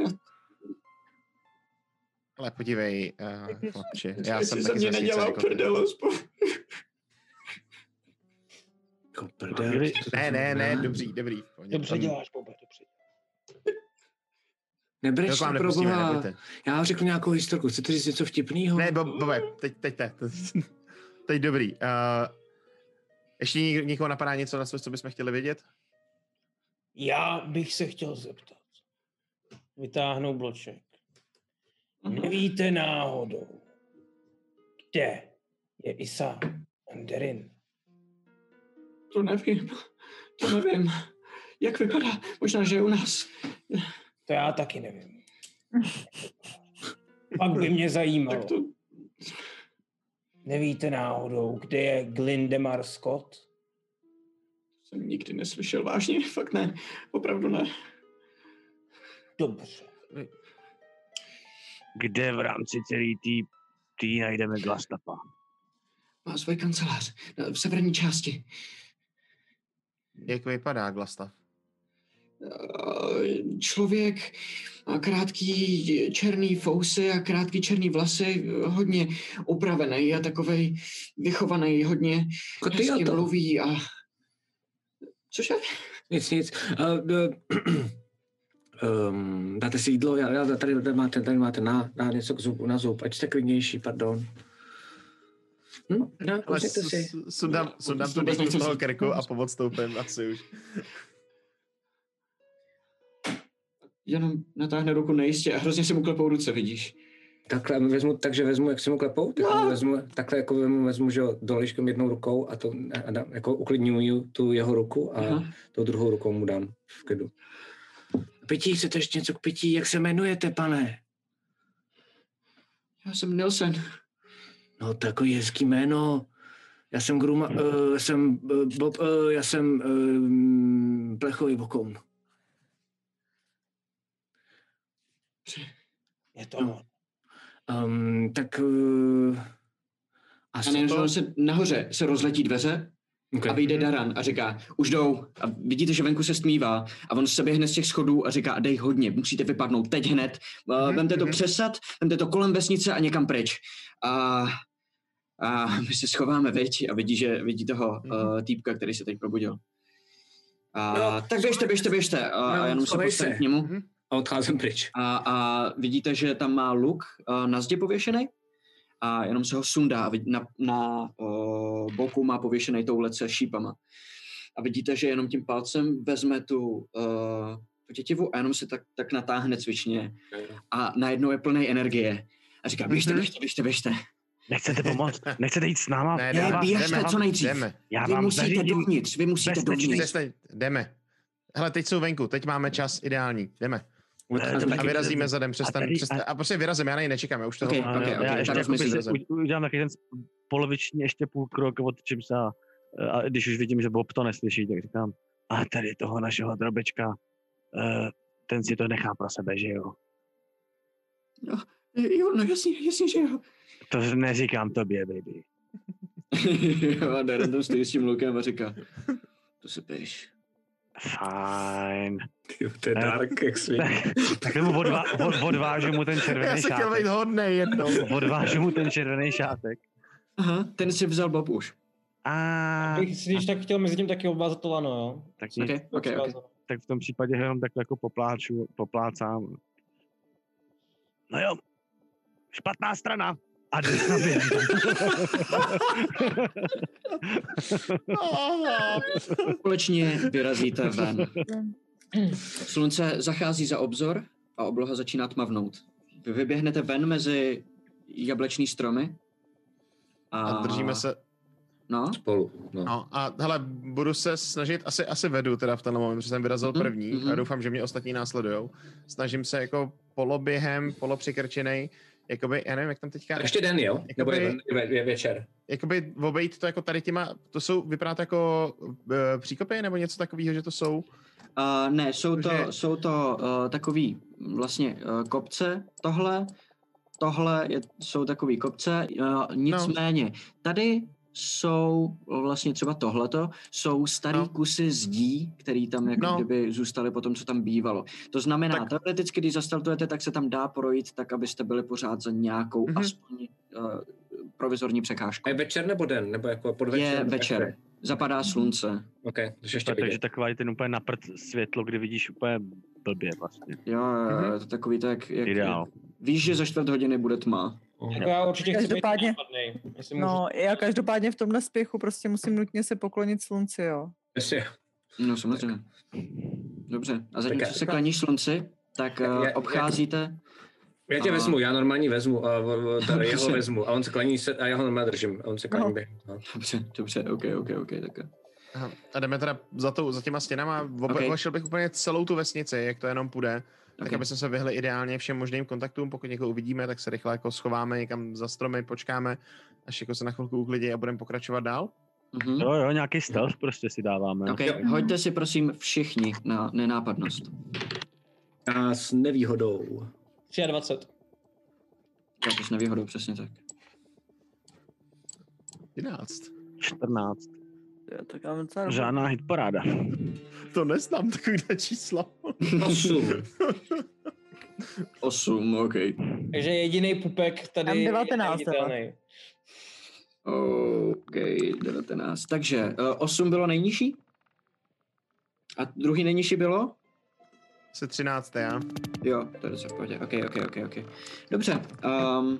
Ale podívej, uh, chlapči, já Ať jsem si taky ze mě zase nedělal jako ty. prdel, aspoň. Jako prdel. Chvíli- co to Ne, ne, ne, znamená? dobrý, dobrý. v pohodě. Dobře děláš, Bobe, dobře. To Nebrečte, k vám pro nepustíme, boha. nebojte. Já vám řeknu nějakou historku. Chcete říct něco vtipného? Ne, Bob, Bobe, teď, teď, teď. Teď dobrý. Uh, ještě nik- nikoho napadá něco, na co, co bychom chtěli vědět? Já bych se chtěl zeptat. Vytáhnu bloček. Mhm. Nevíte náhodou, kde je Isa Anderin? To nevím, to nevím. Jak vypadá? Možná, že je u nás. To já taky nevím. Pak by mě zajímalo. Tak to... Nevíte náhodou, kde je Glindemar Scott? jsem nikdy neslyšel vážně, fakt ne, opravdu ne. Dobře. Kde v rámci celý tý, tý najdeme Glastapa? Má svoji kancelář v severní části. Jak vypadá Glastav? Eh, Člověk má krátký černý fousy a krátký černý vlasy, hodně upravený a takovej vychovaný, hodně Jako ty hezky a to. mluví a... Cože? Nic, nic. Uh, uh, um, dáte si jídlo? Já, já, tady, tady máte, tady máte na, na něco k zubu, na zub. Ať jste klidnější, pardon. Hm? No, Ale kousněte si. s- s- sundám, sundám tu Vůbec dýku z nechci toho si- krku a pomoc stoupím asi už. Jenom natáhne ruku nejistě a hrozně si mu klepou ruce, vidíš. takhle vezmu, takže vezmu, jak si mu klepou, tak mu vezmu, takhle jako vezmu, vezmu že jo, dolížkem jednou rukou a to a dám, jako uklidňuju tu jeho ruku a Aha. tou druhou rukou mu dám v klidu. Pití, chcete ještě něco k pití? Jak se jmenujete, pane? Já jsem Nilsen. No, takový hezký jméno. Já jsem Gruma, uh, jsem uh, Bob, uh, já jsem uh, Plechový vokoun. Je to on. Um, tak... Uh, A asi nejen, že to... on se nahoře se rozletí dveře Okay. a vyjde Daran a říká, už jdou. A vidíte, že venku se stmívá a on se běhne z těch schodů a říká, dej hodně, musíte vypadnout teď hned. Uh, vemte to přesad, vemte to kolem vesnice a někam pryč. A, a my se schováme, viď? A vidí, že vidí toho uh, týpka, který se teď probudil. A, No, tak běžte, běžte, běžte. A, no, a jenom se schovej postavím se. k němu. A odcházím pryč. A, a vidíte, že tam má luk uh, na zdi pověšený a jenom se ho sundá a vid- na, na uh, boku má pověšený touhle se šípama. A vidíte, že jenom tím palcem vezme tu, uh, tu tětivu a jenom se tak, tak natáhne cvičně a najednou je plný energie. A říká, běžte, běžte, běžte, běžte. Nechcete pomoct? Nechcete jít s náma? Ne, Já jdeme, vám- běžte jdeme, co nejdřív. jdeme. Já Vy vám musíte zařídím dovnitř, vy musíte bezpečný dovnitř. Přestaň, jdeme. Hele, teď jsou venku, teď máme čas ideální, jdeme. Odcházím A taky. vyrazíme zadem, přestaň, tady- přestaň, a prostě vyrazíme, já na něj nečekám, já už toho... Ok, A ok, já ok, ještě tak jako myslím, si že se u- udělám taky ten poloviční ještě půl krok, otočím se a, a když už vidím, že Bob to neslyší, tak říkám, a tady toho našeho drobečka, uh, ten si to nechá pro sebe, že jo? Jo, no jasně, jasně, že jo. To neříkám tobě, baby. A Darren tam stojí s tím lukem a říká, to se pěš. Fajn. To je dark, jak svý. Tak mu odvá, od, odvážu mu ten Já červený se chtěl být šátek. hodnej jednou. Odvážu mu ten červený šátek. Aha, ten si vzal Bob už. A Bych si když tak chtěl mezi tím taky obvázat to lano, jo? tak, nic, Ok, ok, ok. tak v tom případě ho jenom takhle jako popláču, poplácám. No jo, špatná strana. A jde na běží. Společně vyrazíte ven. Slunce zachází za obzor a obloha začíná tmavnout. Vy vyběhnete ven mezi jablečný stromy. A, A držíme se, No, Spolu, no. no a hele, budu se snažit, asi, asi vedu teda v tenhle moment, protože jsem vyrazil Mhm, první mhm. a doufám, že mě ostatní následujou. Snažím se jako poloběhem, polopřikrčenej, jakoby, já nevím, jak tam teďka... A ještě den, jo? Nebo je, je, je večer? Jakoby obejít to jako tady těma, to jsou, vypadá to jako uh, příkopy nebo něco takového, že to jsou? uh, ne, jsou to, Takže- jsou to uh, takový vlastně uh, kopce, tohle, tohle je, jsou takový kopce, uh, nicméně no. Tady jsou vlastně třeba tohleto, jsou starý No. no. kusy zdí, který tam jako No. kdyby zůstaly po tom, co tam bývalo. To znamená, Tak- teoreticky, když zastartujete, tak se tam dá projít tak, abyste byli pořád za nějakou Mhm. mm-hmm. aspoň uh, provizorní překážku. A je večer nebo den? Nebo jako podvečer? Je nebo večer, večer? zapadá slunce. OK, takže ještě Takže vidět. taková je ten úplně na prd světlo, kdy vidíš úplně blbě vlastně. Jo, Mhm. mm-hmm. to takový tak, jak, Ideál. víš, že za čtvrt hodiny bude tma. Jako já určitě chci být Každopádně- nápadnej, jestli můžu. No, já každopádně v tomhle spěchu prostě musím nutně se poklonit slunci, jo. Jestli, No samozřejmě. Dobře, a zatímco Tak- se klaníš slunci, tak Já- uh, já- obcházíte... já tě A- vezmu, já normálně vezmu, a v- v- tady jeho Dobře. vezmu a on se klaní se, a já ho normálně držím a on se klaní No. během. No. Dobře, dobře, ok, ok, ok, tak. Aha. A jdeme teda za, tou, za těma stěnama, ob, Ok. obešel bych úplně celou tu vesnici, jak to jenom půjde, tak Ok. aby jsme se vyhli ideálně všem možným kontaktům, pokud někoho uvidíme, tak se rychle jako schováme někam za stromy, počkáme, až jako se na chvilku uklidí a budeme pokračovat dál. Mhm. Jo, jo, nějaký stealth prostě si dáváme. Ok, hoďte si prosím všichni na nenápadnost. A s nevýhodou. dvacet tři. Já to s nevýhodou, přesně tak. jedenáct. čtrnáct. Jo, tak já mám docela dobrý. Žádná hitparáda. To neznám takovýhle čísla. Osm. osm, ok. Takže jediný pupek tady Mám devatenáct, je neviditelný. Ok, devatenáct. Takže uh, osm bylo nejnižší? A druhý nejnižší bylo? Se třináct, já. Jo, to je docela v pohodě. Ok, ok, ok, ok. Dobře. Um,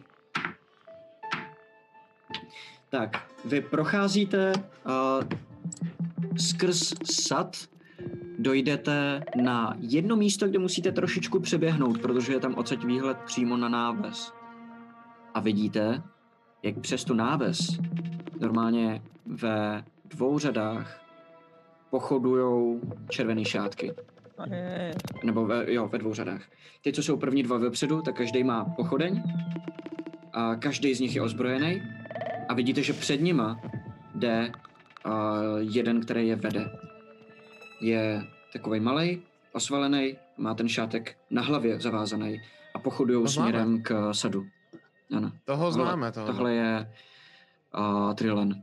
tak, vy procházíte uh, skrz sad, dojdete na jedno místo, kde musíte trošičku přeběhnout, protože je tam odsaď výhled přímo na náves. a vidíte, jak přes tu náves normálně ve dvou řadách pochodujou červený šátky. Je. Nebo ve, jo, ve dvou řadách. Ty, co jsou první dva vepředu, tak každý má pochodeň a každý z nich je ozbrojený a vidíte, že před nima jde uh, jeden, který je vede. Je takovej malej, osvalený, má ten šátek na hlavě zavázaný a pochodujou směrem k sadu. Ano. Toho známe. Toho. Tohle je uh, Trillen.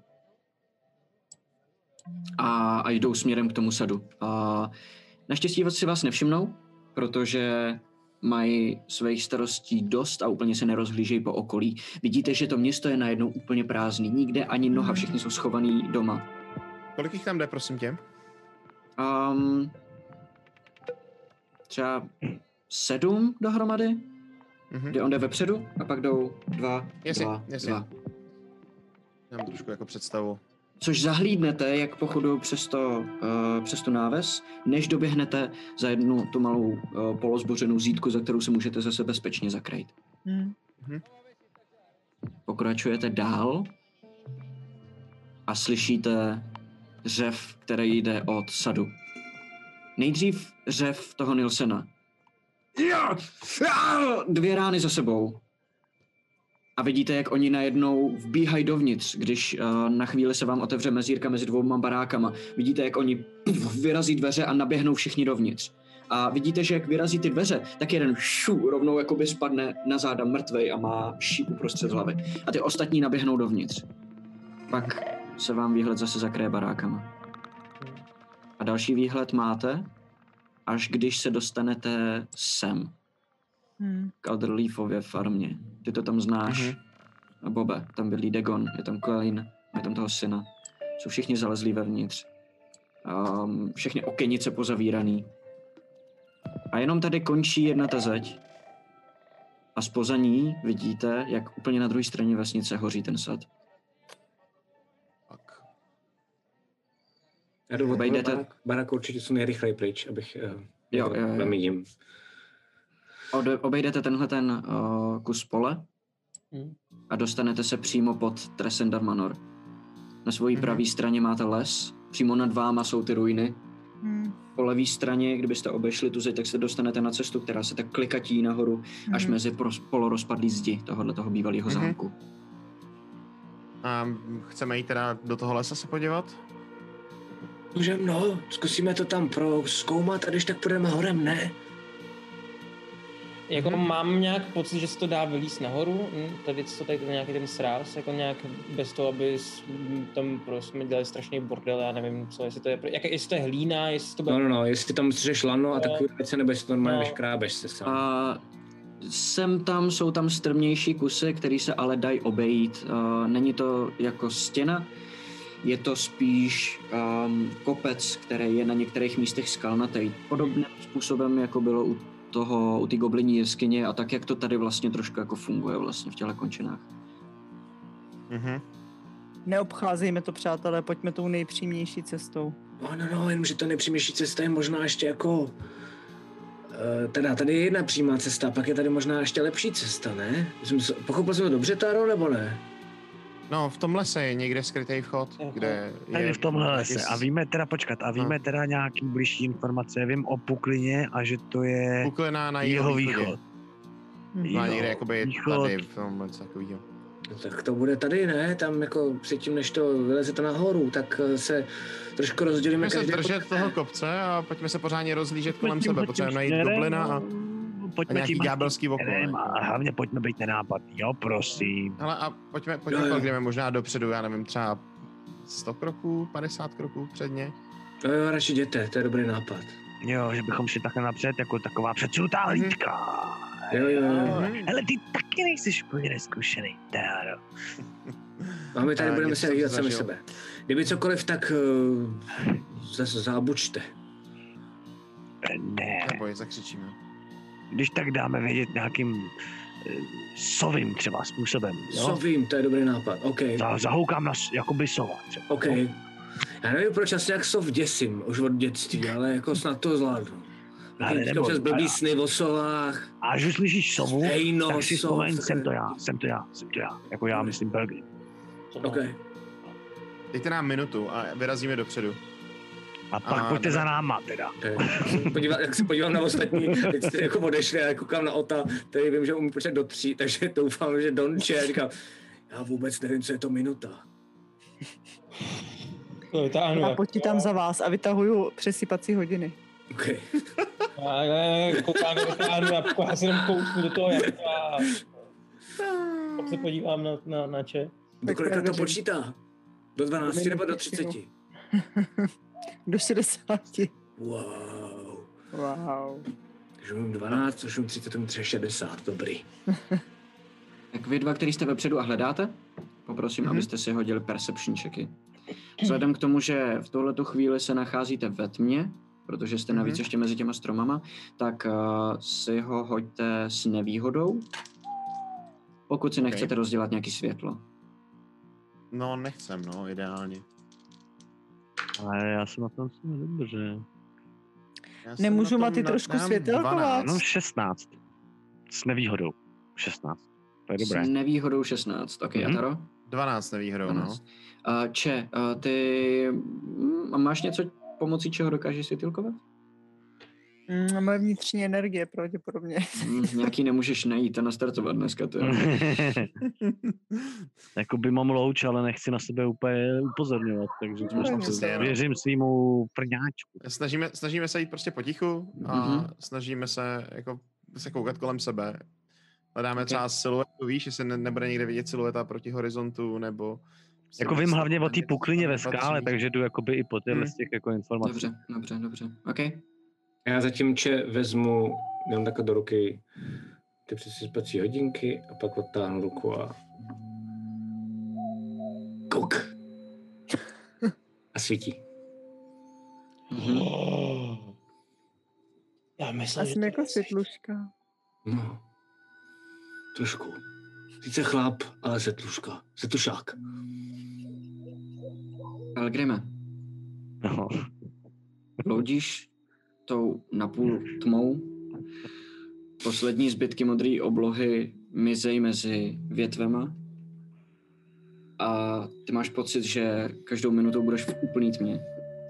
A, a jdou směrem k tomu sadu. A naštěstí si vás nevšimnou, protože mají svých starostí dost a úplně se nerozhlížejí po okolí. Vidíte, že to město je najednou úplně prázdný. Nikde ani noha, všichni jsou schovaný doma. Kolik jich tam jde, prosím tě? Um, třeba sedm dohromady, Mhm. kdy on jde vepředu a pak jdou dva, Jasně, dva, jasně. dva. Já mám trošku jako představu. Což zahlídnete, jak pochodují přes, to, uh, přes tu náves, než doběhnete za jednu tu malou uh, polozbořenou zítku, za kterou se můžete zase bezpečně zakrýt. Hmm. Pokračujete dál a slyšíte řev, který jde od sadu. Nejdřív řev toho Nilsena. Dvě rány za sebou. A vidíte, jak oni najednou vbíhají dovnitř, když uh, na chvíli se vám otevře mezírka mezi dvouma barákama. Vidíte, jak oni pf, vyrazí dveře a naběhnou všichni dovnitř. A vidíte, že jak vyrazí ty dveře, tak jeden šu rovnou jakoby spadne na záda mrtvej a má šíp uprostřed hlavy. A ty ostatní naběhnou dovnitř. Pak se vám výhled zase zakryje barákama. A další výhled máte, až když se dostanete sem. Hmm. K Alderleafově farmě. Ty to tam znáš. Mhm. A Bobe, tam bydlí Dagon, je tam Colin, je tam toho syna. Jsou všichni zalezlí vevnitř. Um, všechny okenice pozavíraný. A jenom tady končí jedna ta zeď. A zpoza ní vidíte, jak úplně na druhé straně vesnice hoří ten sad. Pak. Já jdu od Obejdete- barák, barák určitě co nejrychleji pryč, abych uh, Jo, jo, jo. vidím. Ode, obejdete tenhle ten uh, kus pole Hmm. a dostanete se přímo pod Tresendar Manor. Na svojí Mhm. pravé straně máte les, přímo nad váma jsou ty ruiny. Hmm. Po levé straně, kdybyste obešli tu zeď, tak se dostanete na cestu, která se tak klikatí nahoru, až Mhm. mezi pros- polorozpadlý zdi tohohle toho bývalého Mhm. zámku. A chceme jít teda do toho lesa se podívat? Můžeme, no, zkusíme to tam prozkoumat a když tak půjdeme horem, ne? Jako mám nějak pocit, že se to dá vylíst nahoru, hm, tady co tady ten nějaký ten sráz, jako nějak bez toho, aby s- hm, tam prostě jsme dělali strašný bordel, já nevím co, jestli to je, jak, jestli to je hlína, jestli to bude... No, no, no, jestli tam střeš lano a takové věci, nebo jestli to normálně No. vyškrábeš se sám. A sem tam jsou tam strmější kusy, které se ale dají obejít. Uh, není to jako stěna, je to spíš um, kopec, který je na některých místech skalnatý. Podobným způsobem, jako bylo u toho, u té goblinní jeskyně a tak, jak to tady vlastně trošku jako funguje vlastně v těchto končinách. Mhm. Neobcházejme to, přátelé, pojďme tou nejpřímější cestou. No, no, no, jenomže ta nejpřímější cesta je možná ještě jako... Uh, teda tady je jedna přímá cesta, pak je tady možná ještě lepší cesta, ne? Jsem se- Pochopil jsem to dobře, Taro, nebo ne? No, v tom lese je někde skrytý vchod, Aha. kde Tady je... v tomhle lese. taky A víme teda, počkat, a víme teda nějaký blížší informace. Vím o Puklině a že to je Puklina na jeho jihovýchodě. východ. Má Jo, někde jakoby východ. tady v tom něco takovýho. No, tak to bude tady, ne? Tam jako předtím, než to vylezete nahoru, tak eh, se trošku rozdělíme Pojďme se každý... držet toho kopce a pojďme se pořádně rozlížet kolem Pojďme sebe. tím Potřebujeme najít směrem, goblina a, no, a pojďme nějaký tím ďábelský okolo. směrem jako. A hlavně pojďme být nenápadný, jo, prosím. Hele, a pojďme, pojďme Jo, jo. kolik jdeme možná dopředu, já nevím, třeba sto kroků, padesát kroků předně. Jo, jo, radši jděte, to je dobrý nápad. Jo, že bychom šli takhle napřed, jako taková předsunutá Mhm. hlídka. Jo, jo, jo. Ale ty taky nejsi úplně neskušený, Táro. A my tady A budeme něco se jsem hlídat sami zažil. sebe. Kdyby cokoliv, tak uh, zase zábučte. Ne, Neboj, zakřičíme. když tak dáme vědět nějakým eh, sovým třeba způsobem, jo? Co vím, to je dobrý nápad. OK, Za, zahoukám na s- jakoby sova třeba. OK. Já nevím, proč asi jak sov děsím už od dětství, ale jako snad to zvládnu. Ale Teďka nebo, přes blbý sny o sovách. a až uslyšíš sovu, Stejno, tak si sov, vzpomeň, tak- jsem to já, jsem to já, jsem to já. Jako já myslím Belgii. OK. Dejte nám minutu a vyrazíme dopředu. A pak A pojďte jdeme. za náma teda. Podívat, jak se podívám na ostatní, teď jste jako odešli a koukám na Ota, který vím, že umí počítat do tří, takže doufám, že Donče, říkám, já vůbec nevím, co je to minuta. To vytáhnu. Já jako- počítám za vás a vytahuju přesypací hodiny. OK. A já koukám, vytáhnu a já si jenom kousnu do toho jabka a pak se podívám na, na, na če. Do kolika to věřím. počítá? Do dvanácti nebo do třiceti? Do šedesáti. Wow. Wow. Takže mám dvanáct, což mám třicet, mám třeba šedesát, dobrý. Tak vy dva, který jste vepředu a hledáte, poprosím, mm-hmm. abyste si hodili perception checky. Vzhledem k tomu, že v tuhletu chvíli se nacházíte ve tmě, protože jste navíc Mhm. ještě mezi těma stromama, tak uh, si ho hoďte s nevýhodou, pokud si Ok. nechcete rozdělat nějaký světlo. No, nechcem, no, ideálně. Ale já jsem na tom jsem dobře. Já jsem Nemůžu na mít tom i trošku na- dám světelkovat? dvanáct. No šestnáct. S nevýhodou. šestnáct. To je dobré. S nevýhodou šestnáct. Ok, Mhm. a Taro? dvanáct nevýhodou, no. dvanáct. Uh, če, uh, ty mm, máš něco, pomocí čeho dokážeš světilkovat? Mm, moje vnitřní energie pravděpodobně. Mm, nějaký nemůžeš najít a nastartovat dneska, to je. Jako by mám louč, ale nechci na sebe úplně upozorňovat, takže No, prostě přesně, no. věřím svýmu prňáčku. Snažíme, snažíme se jít prostě potichu a Mhm. snažíme se jako se koukat kolem sebe. Hledáme Ok. třeba siluetu, víš, jestli ne, nebude někde vidět silueta proti horizontu, nebo... Jako vím hlavně o té něco, puklině co ve tam skále, nepatří. takže jdu jakoby i po těchto Hmm. z těch jako informací. Dobře, dobře, dobře. Ok. Já zatím če vezmu, dám takhle do ruky ty přesypací hodinky a pak odtáhnu ruku a kouk. A svítí. Mhm. Já myslím, Já že jsem to jako nechceš. světluška. No, trošku. Sice chlap, ale setluška. Setlušák. Pelgrime, No. bloudíš tou napůl tmou. Poslední zbytky modré oblohy mizej mezi větvema. A ty máš pocit, že každou minutou budeš v úplný tmě.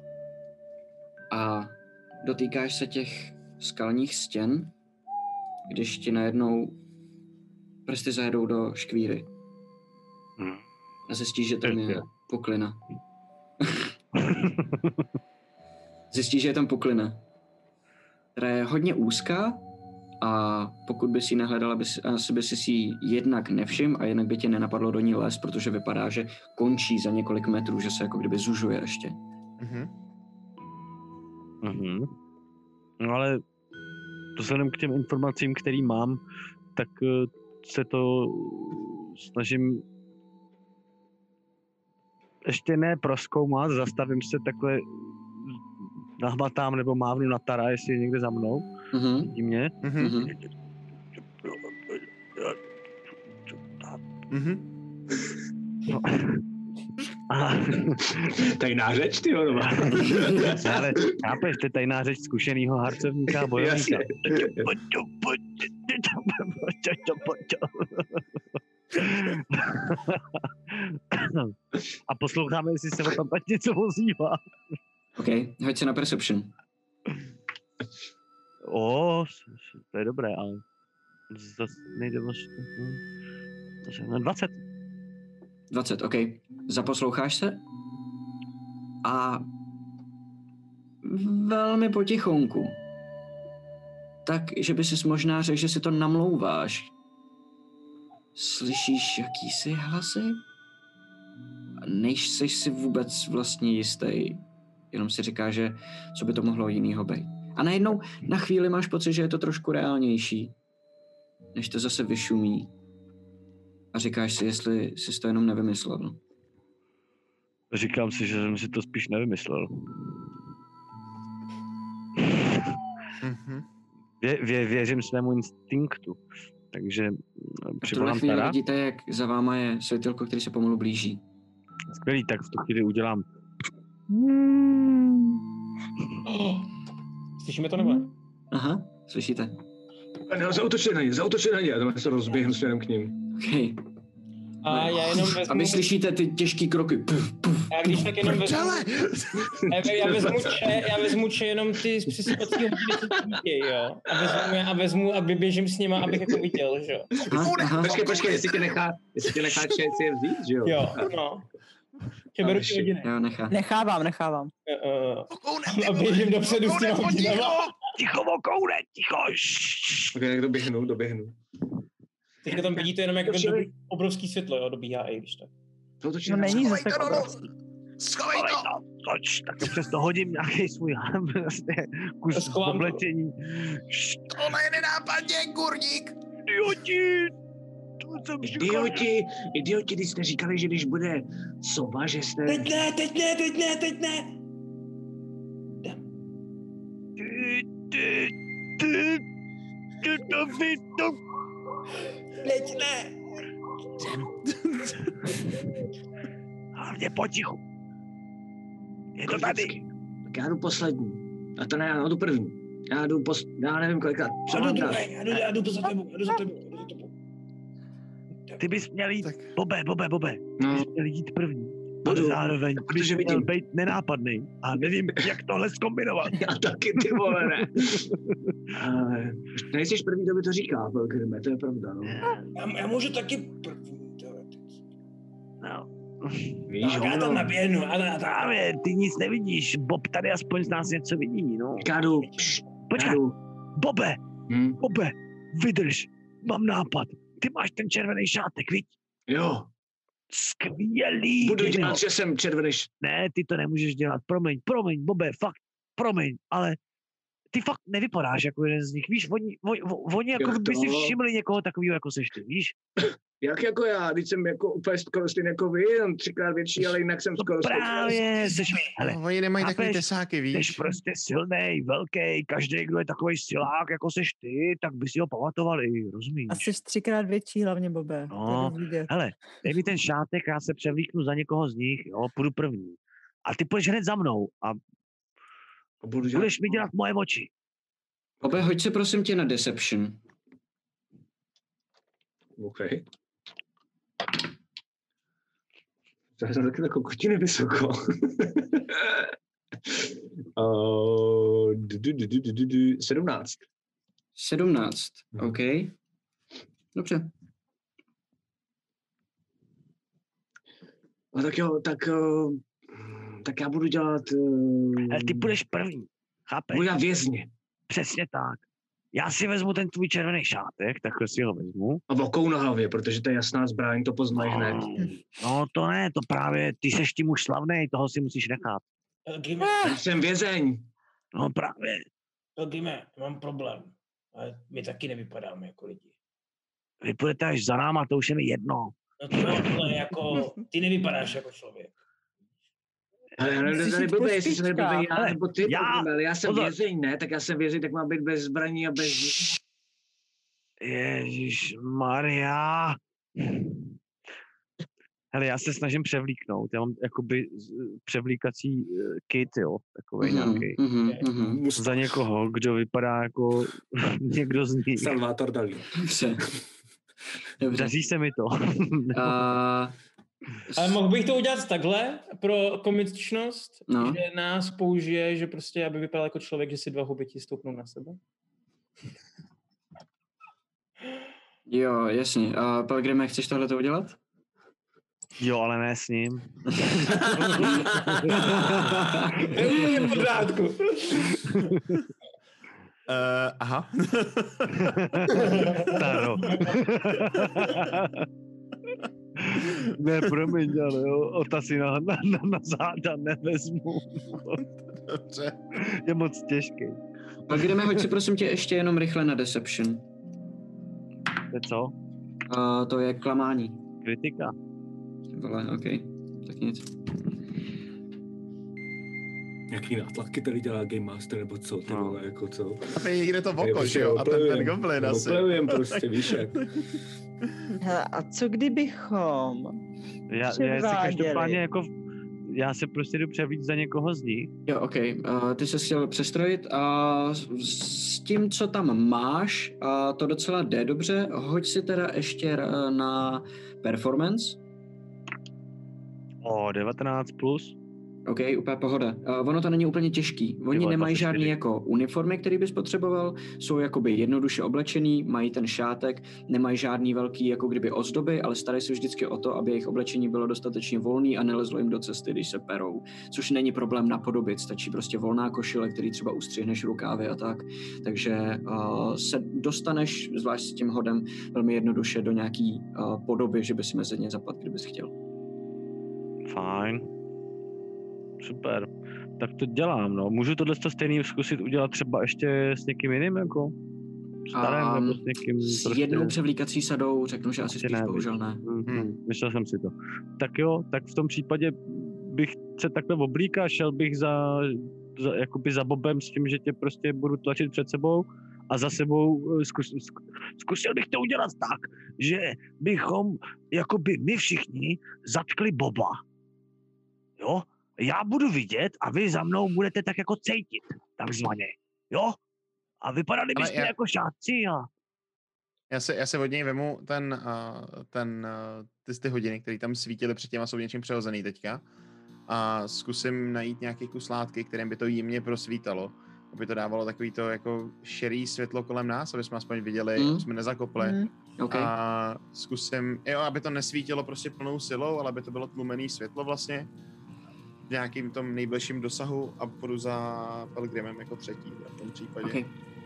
A dotýkáš se těch skalních stěn, když ti najednou prsty zajedou do škvíry. Hmm. A zjistíš, že tam je puklina. Zjistíš, že je tam puklina, která je hodně úzká a pokud bys ji nehledala, bys, asi by si ji jednak nevšim a jednak by tě nenapadlo do ní lézt, protože vypadá, že končí za několik metrů, že se jako kdyby zužuje ještě. Mhm. Mhm. No ale vzhledem k těm informacím, který mám, tak eh, se to snažím ještě ne prozkoumat, zastavím se takhle, nahmatám nebo mávnu na Tara, jestli je někde za mnou, Mhm. vidí mě. Mhm. Mhm. Mhm. No. A, Tajná řeč, ty ono. ale chápeš, to je tajná řeč zkušenýho harcovníka a bojovníka. A posloucháme, jestli se tam tak něco ozývá. OK, hoď se na perception. O, to je dobré, ale zase nejde vlastně. Na dvacet. dvacet, OK. Zaposloucháš se a velmi potichonku. Tak, že by si možná řekl, že si to namlouváš. Slyšíš jakýsi hlasy? A nejsi si vůbec vlastně jistý. Jenom si říká, že co by to mohlo jinýho být. A najednou na chvíli máš pocit, že je to trošku reálnější, než to zase vyšumí. A říkáš si, jestli jsi to jenom nevymyslel. Říkám si, že jsem si to spíš nevymyslel. Mhm. Vě, vě, věřím svému instinktu. Takže A v tuhle přivolám chvíli Tara. vidíte, jak za váma je světilko, který se pomalu blíží. Skvělý, tak v tu chvíli udělám. Slyšíme to nebo ne? Aha, slyšíte. No, zautočili na ně, zautočili na ně. A tam se rozběhnu směrem k ním. Okay. A já jenom vezmu... A vy slyšíte ty těžký kroky. Puf, puf. Já když tak jenom vezmu... Já, já vezmu če, já vezmu če jenom ty přesypací hodiny, co dítěj, jo. A vezmu je a vezmu a vyběžím s nima, abych jako viděl, že jo. Aha, aha. Počkej, počkej, jestli tě nechá, jestli tě nechá če si je vzít, že jo? Jo, no. Že beru ty hodiny. Jo, nechá. Nechávám, nechávám. Uh, a běžím dopředu s těma hodinama. Ticho, vokoune, ticho. Ok, tak doběhnu, doběhnu. Teďka tam vidíte jenom, jak Počkej. dobí, obrovský světlo, jo, dobíhá i když tak. No není zase tak obrovský. Schovej to! Toč, tak přesto hodím nějaký svůj vlastně kus Schovám to. oblečení. Tohle je nenápadně, kurník! Idioti! To jsem říkal. Idioti, idioti, když jste říkali, že když bude sova, že jste... Teď ne, teď ne, teď ne, teď ne. Ty, ty, ty, ty to vy to... Teď ne. Hlavně potichu. Je to tady. Tak já jdu poslední. A to ne, já jdu první. Já jdu pos... Já nevím kolikrát. Co Já mám jdu dát? druhý, já jdu, já jdu to za tebou, já jdu za tebou, já jdu za tebou. Ty bys měl jít, Tak. Bobe, Bobe, Bobe, ty No, bys měl jít první. Budu, Ale zároveň protože bys měl vidím. být nenápadný a nevím, jak tohle zkombinovat. já taky, ty vole, ne. Ale nejsi první, kdo by to říká, Pelgrime, to je pravda, no. Já, já můžu taky první, teoreticky. No. Víš, Tak já tam ono. naběhnu, a, a, a, Právě, ty nic nevidíš, Bob tady aspoň z nás něco vidí, no. Já jdu, pš, já Počkej, jdu. Bobe, Hm? Bobe, vydrž, mám nápad. Ty máš ten červený šátek, viď? Jo, Skvělý. budu dej mi ho. dělat, že jsem červený. š- Ne, ty to nemůžeš dělat, promiň, promiň, Bobe, fakt, promiň, ale ty fakt nevypadáš jako jeden z nich, víš, oni, oni, oni jako Jak by si to? všimli někoho takového, jako seš ty, víš? Jak jako já, když jsem jako úplně skoro stejný jako vy, jenom třikrát větší, ale jinak jsem No skoro stejný. právě, seš, hele, No, oni nemají takový chápeš? tesáky, jsi víš? prostě silnej, velký, každý, kdo je takový silák, jako seš ty, tak by si ho pamatoval i, rozumíš? A jsi třikrát větší hlavně, Bobe. No, To je vidět. hele, dej mi ten šátek, já se převlíknu za někoho z nich, jo, půjdu první. A ty půjdeš hned za mnou a Budu dělat. budeš mi dělat moje oči. Bobe, hoď se prosím tě na Deception. OK. Já jsem taky takovou kotiny vysoko. Uh, du, du, du, du, du, du, du, sedmnáct. sedmnáct, Mhm. OK. Dobře. No tak jo, tak, uh, tak já budu dělat... Uh, Ale ty budeš první, chápeš? budu dělat vězně. Přesně tak. Já si vezmu ten tvůj červený šátek, takhle si ho vezmu. A vokou na hlavě, protože to je jasná zbraň, to poznají hned. No to ne, to právě, ty seš tím už slavnej, toho si musíš nechat. Gime, Jsem vězeň. No právě. Gime, mám problém. Ale my taky nevypadáme jako lidi. Vy půjdete až za náma, to už je mi jedno. No to jo, ale jako, ty nevypadáš jako člověk. Ale já nevím, Musíš tady jít blbý, po jestli jsem neblbý já, Ale nebo ty, já- já, ale já jsem pozor. vězeň, ne? Tak já jsem vězeň, tak mám být bez zbraní a bez... Ježíš Maria. Hele, já se snažím převlíknout, já mám jakoby z- převlíkací eh, kit, jo, takový Mhm, nějaký. mhm, mhm. Za někoho, kdo vypadá jako někdo z nich. Salvator Dalí. Dobře. Dobře. Daří se mi to. A... Ale mohl bych to udělat takhle pro komičnost, No. že nás použije, že prostě, aby vypadal jako člověk, že si dva hobiti stoupnou na sebe. Jo, jasně. A Pelgrime, chceš tohle to udělat? Jo, ale ne s ním. Je v pořádku. Uh, aha. Taro. Ne, promiň, ale jo, otasy na, na, na, na záda nevezmu. Dobře. Je moc těžký. Pelgrime, hoď si prosím tě ještě jenom rychle na Deception. To je co? A to je klamání. Kritika. Vole, OK. Tak nic. Jaký nátlaky tady dělá Game Master, nebo co, ty No. vole, jako co? A jde to v oko, Prostě že jo? A ten, ten oplevujem. goblin asi. Oplevujem prostě, víš jak. Hele, a co kdybychom Já, já si Předváděli. každopádně jako já se prostě jdu převlít za někoho z nich. Jo, OK. Uh, ty se chtěl přestrojit a s, s tím, co tam máš, uh, to docela jde dobře. Hoď si teda ještě uh, na performance. O, devatenáct plus. OK, úplně pohoda. Uh, ono to není úplně těžký. Oni Jo, nemají dvacet čtyři. žádný jako uniformy, který bys potřeboval, jsou jakoby jednoduše oblečený, mají ten šátek, nemají žádný velký jako kdyby ozdoby, ale starají se vždycky o to, aby jejich oblečení bylo dostatečně volný a nelezlo jim do cesty, když se perou. Což není problém napodobit, stačí prostě volná košile, který třeba ustřihneš rukávy a tak. Takže uh, se dostaneš, zvlášť s tím hodem, velmi jednoduše do nějaký uh, podoby, že by si mezi ně zapadl, kdybys chtěl. Fajn. Super. Tak to dělám, no. Můžu tohle stejný zkusit udělat třeba ještě s někým jiným, jako? Starém, Um, nebo s někým S prostě... jednou převlíkací sadou řeknu, že asi Asi spíš ne, bohužel ne. Hmm. Hmm. Myslel jsem si to. Tak jo, tak v tom případě bych se takhle oblíkal a šel bych za, za, jakoby za Bobem s tím, že tě prostě budu tlačit před sebou a za sebou zkus, zkus, zkusil bych to udělat tak, že bychom jakoby my všichni zatkli Boba. Jo? Já budu vidět a vy za mnou budete tak jako cejtit, takzvaně. Jo? A vypadali Ale byste já- jako šátci a... Já se, já se od něj vemu ten, uh, ten, uh, ty, ty hodiny, které tam svítily předtím a jsou něčím přehozený teďka. A zkusím najít nějaký kus látky, kterým by to jemně prosvítalo. Aby to dávalo takový to jako šerý světlo kolem nás, aby jsme aspoň viděli, Mm. aby jsme nezakopli. Mm. OK. A zkusím, jo, aby to nesvítilo prostě plnou silou, ale aby to bylo tlumený světlo vlastně. V nějakým tom nejbližším dosahu a půjdu za Pelgrimem jako třetí v tom případě. OK.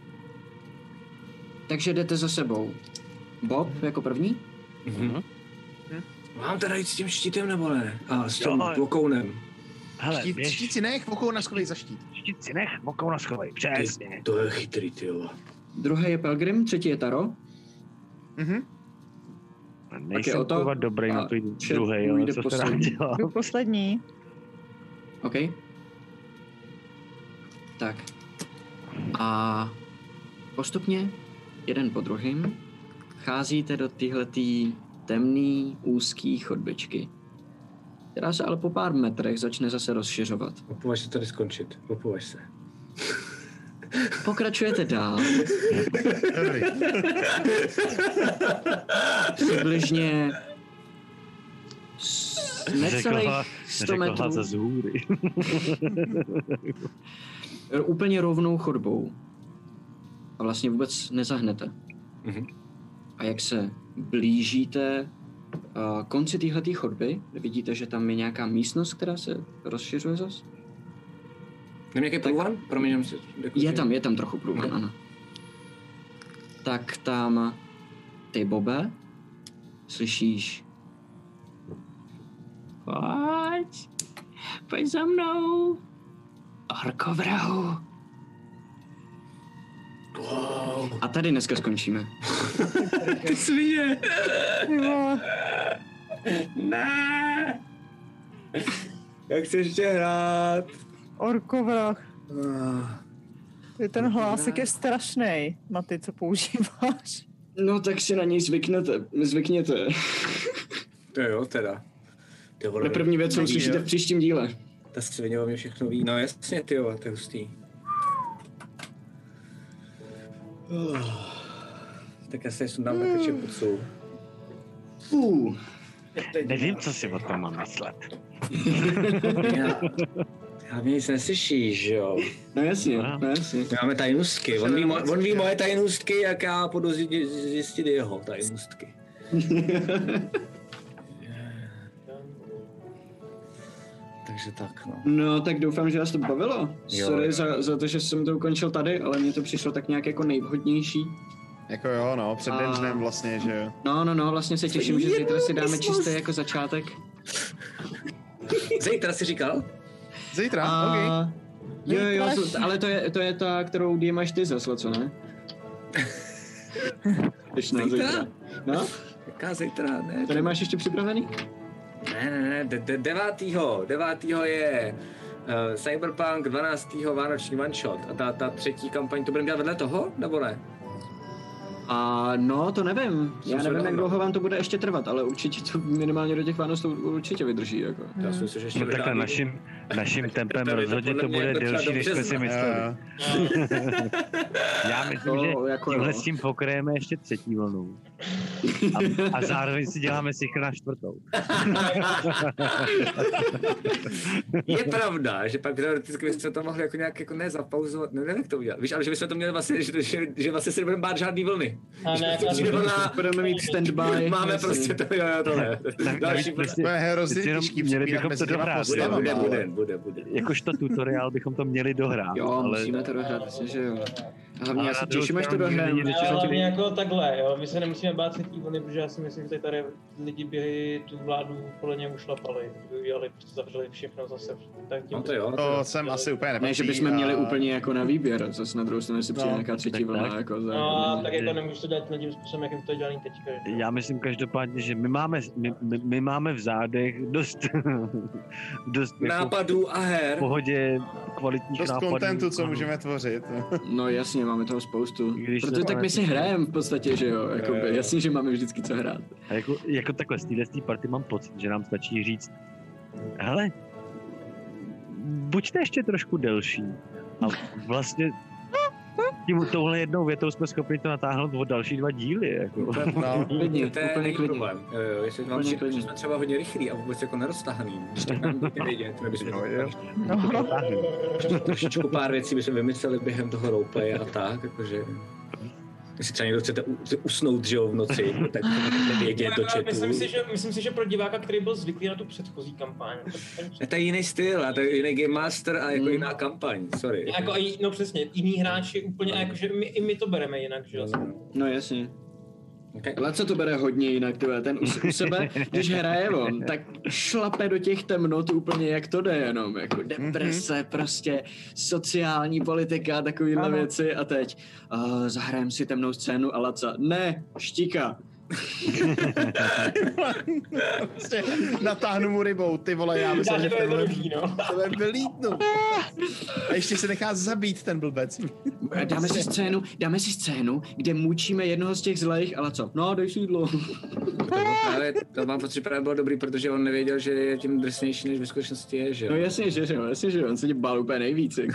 Takže jdete za sebou. Bob jako první? Mhm. Mám teda jít s tím štítem nebo ne? A s tím Jo. vokounem. Hele, Štít, běž, štít si nech, vokou na schovej za štít. štít si nech, vokou na schovej, přesně. To je chytrý, ty jo. Druhý je Pelgrim, třetí je Taro. Mhm. Nejsem o to kurva dobrý a na tvůj Chet druhý, jo, půjde co se rád poslední. dělá. Jdu poslední. OK. Tak. A postupně, jeden po druhém, cházíte do téhletý temný, úzký chodbičky, která se ale po pár metrech začne zase rozšiřovat. Opovaž se tady skončit. Opovaž se. Pokračujete dál. Dobrý. Přibližně s- necelých Řekla, sto řekla metrů. za zůry. Úplně rovnou chodbou. A vlastně vůbec nezahnete. Mhm. A jak se blížíte uh, konci téhletý chodby, vidíte, že tam je nějaká místnost, která se rozšiřuje zas? Mám nějaký průvan? Promiň, jenom si... Jako Je si- tam, je tam trochu průvan, ano. Tak tam ty, Bobe, slyšíš pojď, pojď za mnou, orkovrahu. Wow. A tady dneska skončíme. Ty svině. Ty vole. Ne. Jak chci ještě hrát? Orkovrah. Ah. Ty ten hlásek je strašný na ty, co používáš. No tak si na něj zvyknete, zvykněte. To jo, teda. Ty vole, To je první věc, co nevím, uslyšíte jo. v příštím díle. Ta svině o mě všechno ví. No jasně, ty jo, to je hustý. Uh. Tak já se sundám na čepucu. Uh. Nevím, co si o tom mám myslet. Já, já mě nic neslyšíš, že jo? No jasně, no jasně. My máme tajnostky. On ví, mo- on ví moje tajnostky, jak já půjdu zjistit, zjistit jeho tajnostky. Takže tak, no. No, tak doufám, že vás to bavilo. Jo, Sorry jo. za, za to, že jsem to ukončil tady, ale mně to přišlo tak nějak jako nejvhodnější. Jako jo, no, před A- dnem vlastně, že jo. No, no, no, vlastně se těším, že zítra si dáme čistý jako začátek. Zítra jsi říkal? Zítra, A... ok. Jo, jo, to, ale to je, to je ta, kterou D máš ty zasle, co ne? Když ne, Zítra? zítra. No, Jaká zítra? Ne, to nemáš ještě připravený? ne, ne, ne, de- de- devátýho, devátýho je uh, Cyberpunk, dvanáctýho vánoční one shot a ta, ta třetí kampaň, to budeme dělat vedle toho, nebo ne? A no, to nevím. Jsem Já se nevím, dal, jak no. dlouho vám to bude ještě trvat, ale určitě to minimálně do těch Vánoc to určitě vydrží. Jako. Já si myslím, že ještě No takhle vydání- naším, naším tempem To by to rozhodně podle to mě bude jako třeba delší, než dobře jsme si znám. mysleli. Já myslím, že To jako tímhle jo. s tím pokrajeme ještě třetí vlnu. A, a zároveň si děláme sichra na čtvrtou. Je pravda, že pak teoreticky bychom to mohli jako nějak jako nezapauzovat, nevím, jak to udělat. Víš, ale že bychom to měli vlastně, že, že, že vlastně si nebudeme bát žádný vlny. A Že ne, to přijde vlna, Budeme mít standby. máme jasně. prostě to, jo, jo, tohle. Navíc Další prostě, To je hrozně přeci jenom těžký měli přepínat bychom mezi to těma dohrát, bude, postavama, bude, ale- bude, bude, bude. jakožto tutoriál bychom to měli dohrát. Jo, ale musíme to dohrát, myslím, že jo. Hlavně Ale já se na druhou těším, až to stranu dohrajeme. lidi Ale řeší, hlavně jako takhle, jo, my se nemusíme bát třetí vlny, protože já si myslím, že tady lidi by tu vládu podle něj ušlapali, udělali, prostě zavřeli všechno zase. Tak tím No to jo. To jsem asi úplně nepatří. Ne, že bychom a- měli úplně jako na výběr, zase na druhou stranu si přijde No, nějaká třetí tak vlna, tak. jako za... No, tak jako nemůžeš to dělat tím způsobem, jakým to je dělaný teďka. že? já myslím každopádně, že my máme, my, my, my máme v zádech dost, dost jako Nápadů a v her. pohodě kvalitních Dost nápadů. kontentu, co Ano. můžeme tvořit. No jasně, máme toho spoustu. Když Protože to tak my si máme- hrajeme v podstatě, že jo, jako, Jo, jo. jasně, že máme vždycky co hrát. A jako, jako takhle, z téhle party mám pocit, že nám stačí říct, hele, buďte ještě trošku delší. A vlastně tím, touhle jednou větou jsme schopni to natáhnout o další dva díly. Jako. No. Klidně, To je úplně není klidně. problém. Jo, jo, jestli vám Úplně přijde, klidně. že jsme třeba hodně rychlí a vůbec jako neroztahaný, tak nám dejte vědět, my bychom No, jo. trošičku pár věcí bychom vymysleli během toho roleplaye a tak, jakože... Jestli třeba někdo chcete u- usnout, že jo, v noci, tak vědět do chatu. Myslím si, že, myslím si, že pro diváka, který byl zvyklý na tu předchozí kampaň, tak To je jiný styl, a to je jiný Game Master a jako Mm. jiná kampaň, sorry. jako, i- no přesně, jiný hráči úplně, a jakože my, i my to bereme jinak, že jo. No jasně. Okay. Laco to bere hodně jinak, tyhle. Ten u, u sebe, když hraje on, tak šlape do těch temnot úplně jak to jde jenom, jako deprese, prostě sociální politika, takovýhle Ano. věci a teď uh, zahrajem si temnou scénu a Laca, ne, štika. Prostě natáhnu mu rybou, ty vole, já myslím, Dáš že to v tenhle jednoduchý, no. tebe vylítnu. A ještě se nechá zabít ten blbec. Dáme si scénu, dáme si scénu, kde mučíme jednoho z těch zlejch a Laco, no dej si jídlo. Ale to mám pocit, že právě bylo dobrý, protože on nevěděl, že je tím drsnější, než ve skutečnosti je, že jo. No jasně, že jo, jasně, že jo, on se tě bál úplně nejvíc, jako.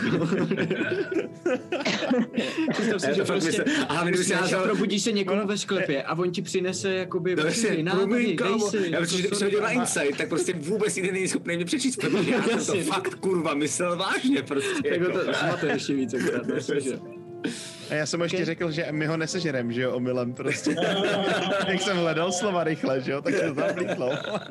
Představ si, Já že to fakt prostě, myslím. A hlavně, kdyby si prostě házel- probudíš se někomu ve sklepě a on ti přinese jakoby No večeři, jasně, nápady, promiň, dej kámo. si. Já myslím, že kdyby jsem viděl na Insight, tak prostě vůbec nikdy není schopný mě přečíst, protože já jsem to Jasně. fakt kurva myslel vážně prostě. Tak ho to zmatuje ještě víc, akorát, jasně, že jo. A já jsem mu ještě řekl, že my ho nesežerem, že jo, omylem prostě. Jak jsem hledal slova rychle, že jo, tak se to tam blíklo.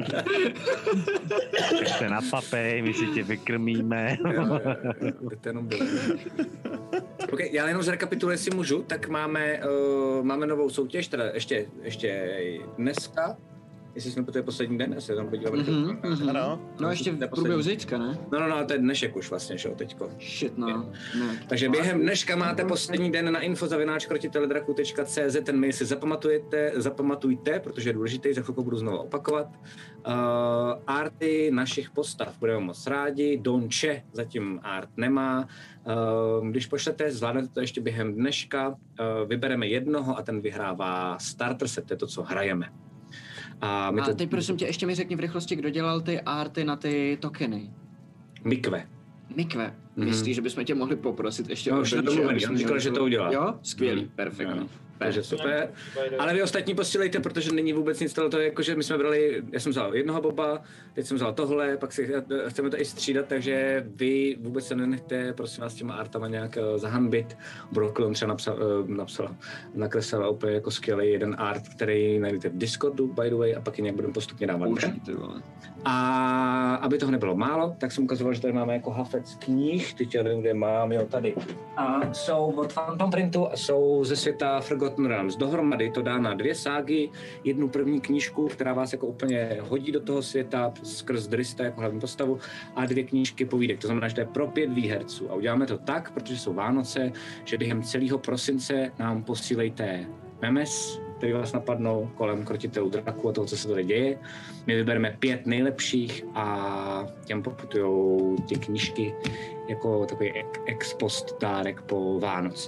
Tak se napapej, my si tě vykrmíme. To jenom bylo. OK, já jenom zrekapituluji, jestli můžu, tak máme, uh, máme novou soutěž, teda ještě, ještě dneska, jestli jsme to je poslední den, já se tam podívám. Mhm, mhm. Ano. No ještě v průběhu zítřka, ne? No, no, no, to je dnešek už vlastně, že jo, teďko. Shit, no. Ne. Takže během dneška máte poslední den na info zavináč krotiteledraku tečka cé zet, ten mail si zapamatujete, zapamatujte, protože je důležitý, za chvilku budu znovu opakovat. Uh, arty našich postav budeme moc rádi, Donče zatím art nemá. Uh, když pošlete, zvládnete to ještě během dneška, uh, vybereme jednoho a ten vyhrává starter set, to je to, co hrajeme. A my A to... teď prosím tě, ještě mi řekni v rychlosti, kdo dělal ty arty na ty tokeny. Mikve. Mikve. Mhm. Myslíš, že bychom tě mohli poprosit ještě No, o už jsme Donče, domluvený, aby on jsme říkal, měli že tu- to udělá. Jo? Skvělý, Mhm. perfektní. Jo. Takže super. Ale Ale vy ostatní posílejte, protože není vůbec nic toho, to je jako, že my jsme brali, já jsem vzal jednoho boba, teď jsem vzal tohle, pak si chceme to i střídat, takže vy vůbec se nenechte, prosím vás, těma artama nějak uh, zahanbit. Broklon třeba napsal, uh, napsala, nakreslila úplně jako skvělý jeden art, který najdete v Discordu, by the way, a pak ji nějak budeme postupně dávat. Už, ven. ty vole. A aby toho nebylo málo, tak jsem ukazoval, že tady máme jako hafec knih, teď já nevím, kde mám, jo, tady. A jsou od Phantom Printu a jsou ze světa Forgotten Realms. Dohromady to dá na dvě ságy, jednu první knížku, která vás jako úplně hodí do toho světa skrz Drista jako hlavní postavu a dvě knížky povídek. To znamená, že to je pro pět výherců. A uděláme to tak, protože jsou Vánoce, že během celého prosince nám posílejte memes, který vás napadnou kolem krotitelů draku a toho, co se tady děje. My vybereme pět nejlepších a těm poputujou ty knížky jako takový ex post dárek po Vánocích.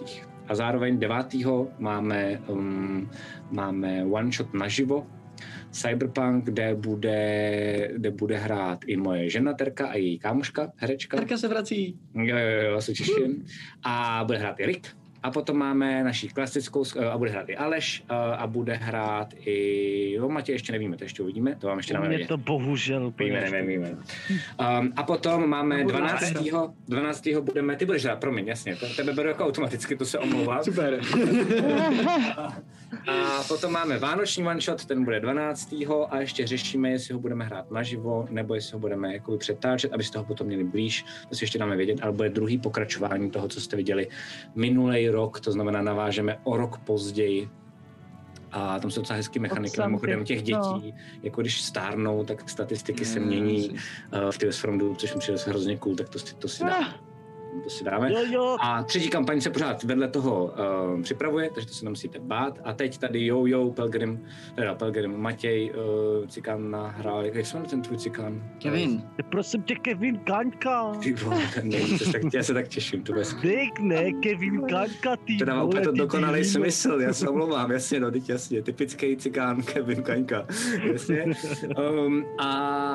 A zároveň devátého máme, um, máme one shot naživo, Cyberpunk, kde bude, kde bude hrát i moje žena Terka a její kámoška, herečka. Terka se vrací. Jo, jo, jo, se těším. A bude hrát i Rick. A potom máme naší klasickou, a bude hrát i Aleš, a bude hrát i, jo, Matěj, ještě nevíme, to ještě uvidíme, to vám ještě dáme Mě to bohužel. Víme, nevíme, víme. Um, a potom máme dvanáctého dvanáctého budeme, ty budeš hrát, promiň, jasně, to tebe beru jako automaticky, to se omlouvám. Super. A potom máme vánoční one shot, ten bude dvanáctého a ještě řešíme, jestli ho budeme hrát naživo, nebo jestli ho budeme jakoby přetáčet, abyste ho potom měli blíž, to si ještě dáme vědět, ale bude druhý pokračování toho, co jste viděli minulej rok, to znamená navážeme o rok později. A tam jsou docela hezký mechaniky, mimochodem těch dětí, no. Jako když stárnou, tak statistiky se mění uh, v Tales from Doom, což mi přijde hrozně cool, tak to si, to si dáme. To si dáme. Jo, jo. A třetí kampaň se pořád vedle toho uh, připravuje, takže to se nemusíte bát. A teď tady jo, jo, Pelgrim, teda Pelgrim, Matěj, uh, Cikán nahrál, jak se jmenuje ten tvůj Cikán? Kevin. Prosím tě, Kevin Kaňka. Ty vole, ten nevím, tak, já se tak těším, to bude Dejk ne, Kevin Kaňka, ty to dává vole, úplně to ty dokonalý ty smysl, já se omlouvám, jasně, no, teď jasně, typický Cikán, Kevin Kaňka, jasně. Um, a,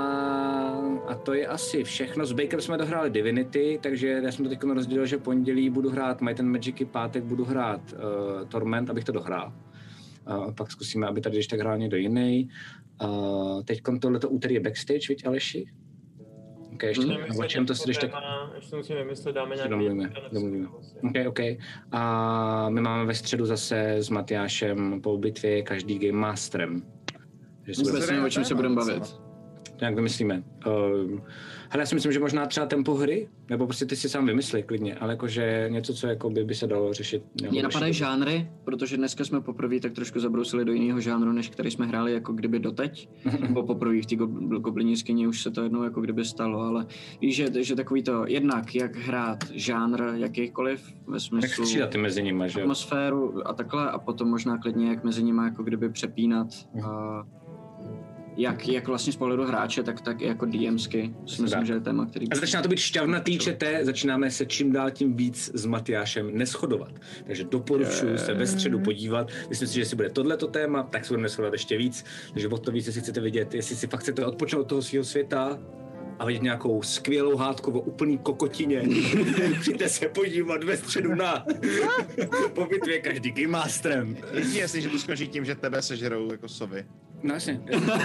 a to je asi všechno, s Bakem jsme dohráli Divinity, takže já jsem to teď rozdělil, že pondělí budu hrát Might and Magicy, pátek budu hrát uh, Torment, abych to dohrál. Uh, pak zkusíme, aby tady když tak hrál někdo jiný. Uh, teď tohleto úterý je backstage, viď Aleši? Ok, ještě Hmm. o čem to si když tak... Ještě musíme vymyslet, dáme nějaký... Domluvíme, domluvíme. Ok, ok. A my máme ve středu zase s Matyášem po bitvě každý Game Masterem. Vůbec nevím, o čem se budeme bavit. To jak vymyslíme. Uh, hele, já si myslím, že možná třeba tempo hry, nebo prostě ty si sám vymyslí klidně, ale jakože něco, co jako by, by se dalo řešit. Mně napadají žánry, protože dneska jsme poprvé tak trošku zabrousili do jiného žánru, než který jsme hráli jako kdyby doteď. Nebo poprvé v té go- gobliní skině už se to jednou jako kdyby stalo, ale víš, že, že takový to jednak, jak hrát žánr jakýkoliv ve smyslu ty mezi nimi, že? atmosféru a takhle, a potom možná klidně jak mezi nimi jako kdyby přepínat. A Jak, jak vlastně z pohledu hráče, tak, tak i jako DMsky. Si myslím, že je téma, který... A začíná to být šťavnatý čete, začínáme se čím dál tím víc s Matyášem neshodovat. Takže doporučuji se ve středu podívat. Myslím si, že jestli bude tohleto téma, tak se budeme neshodovat ještě víc. Takže o to víc, jestli chcete vidět, jestli si fakt chcete odpočnout od toho svého světa a vidět nějakou skvělou hádku o úplný kokotině. Přijďte se podívat ve středu na po bitvě každý Game Masterem. Je jasný, že to skončí tím, že tebe sežerou jako sovy. No jasně.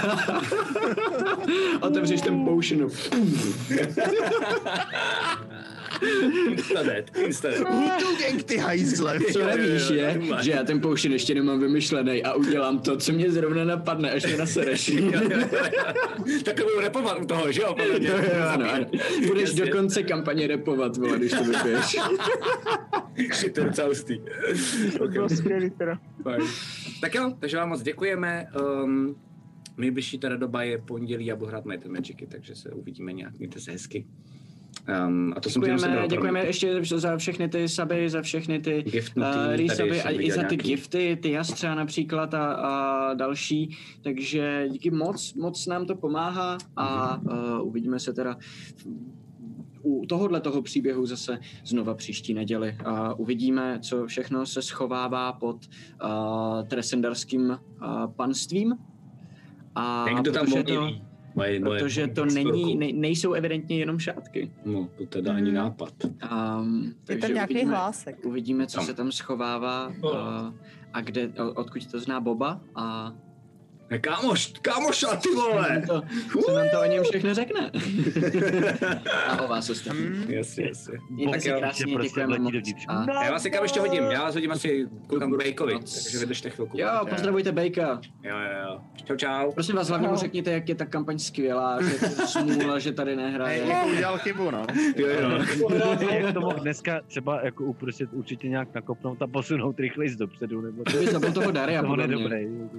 Otevřeš ten potionu. Instanet, instanet. Jak ty hajzle. Co nevíš je, že já ten potion ještě nemám vymyšlený a udělám to, co mě zrovna napadne, až mě nasereš. Tak to budu repovat u toho, že jo? Ano, ano. Budeš do konce kampaně repovat, vole, když to vypiješ. Shit, to je docela hustý. To bylo skvělý teda. Tak jo, takže vám moc děkujeme. Um, nejbližší teda doba je pondělí, já budu hrát Might and Magicy, takže se uvidíme nějak, mějte se hezky. Um, a to děkujeme, jsem děkujeme, děkujeme ještě za všechny ty suby, za všechny ty uh, resuby a i za ty nějaký. Gifty, ty jastřa například a, a další, takže díky moc, moc nám to pomáhá a uh, uvidíme se teda u tohohle toho příběhu zase znova příští neděli a uvidíme, co všechno se schovává pod uh, tresendarským uh, panstvím. A někdo tam to, moje, moje protože to není, ne, nejsou evidentně jenom šátky. No, to teda ani nápad. Um, je tam nějaký uvidíme, hlásek. Uvidíme, co tam se tam schovává a, a kde, odkud to zná Boba a... Kámoš, kámoša, ty vole! Co, co nám to o něm všechno řekne? A o vás ostatní. Jasně, jasně. Mějte se krásně, děkujeme moc. A... Já vás někam ještě hodím, já vás hodím asi koukám k Bejkovi, takže vydržte chvilku. Jo, pozdravujte Bejka. Jo, jo, jo. Čau, čau. Prosím vás, hlavně mu řekněte, jak je ta kampaň skvělá, že to smůla, že tady nehraje. Jako udělal chybu, no. Jo, jo. Jak to mohl dneska třeba jako uprostřed určitě nějak nakopnout a posunout rychleji dopředu, nebo... To by zabil toho Daria, podle mě.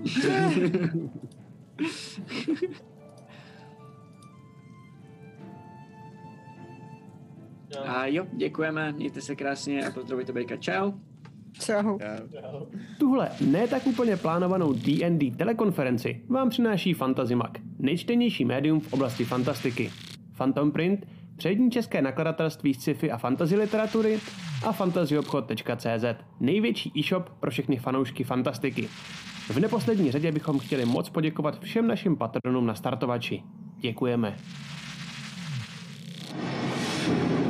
A jo, děkujeme, mějte se krásně a pozdravujte Bejka. Čau. Čau. Tuhle ne tak úplně plánovanou D and D telekonferenci vám přináší FantazyMag, nejčtenější médium v oblasti fantastiky. Phantom Print, přední české nakladatelství sci-fi a fantasy literatury, a fantazyobchod tečka cé zet, největší e-shop pro všechny fanoušky fantastiky. V neposlední řadě bychom chtěli moc poděkovat všem našim patronům na startovači. Děkujeme.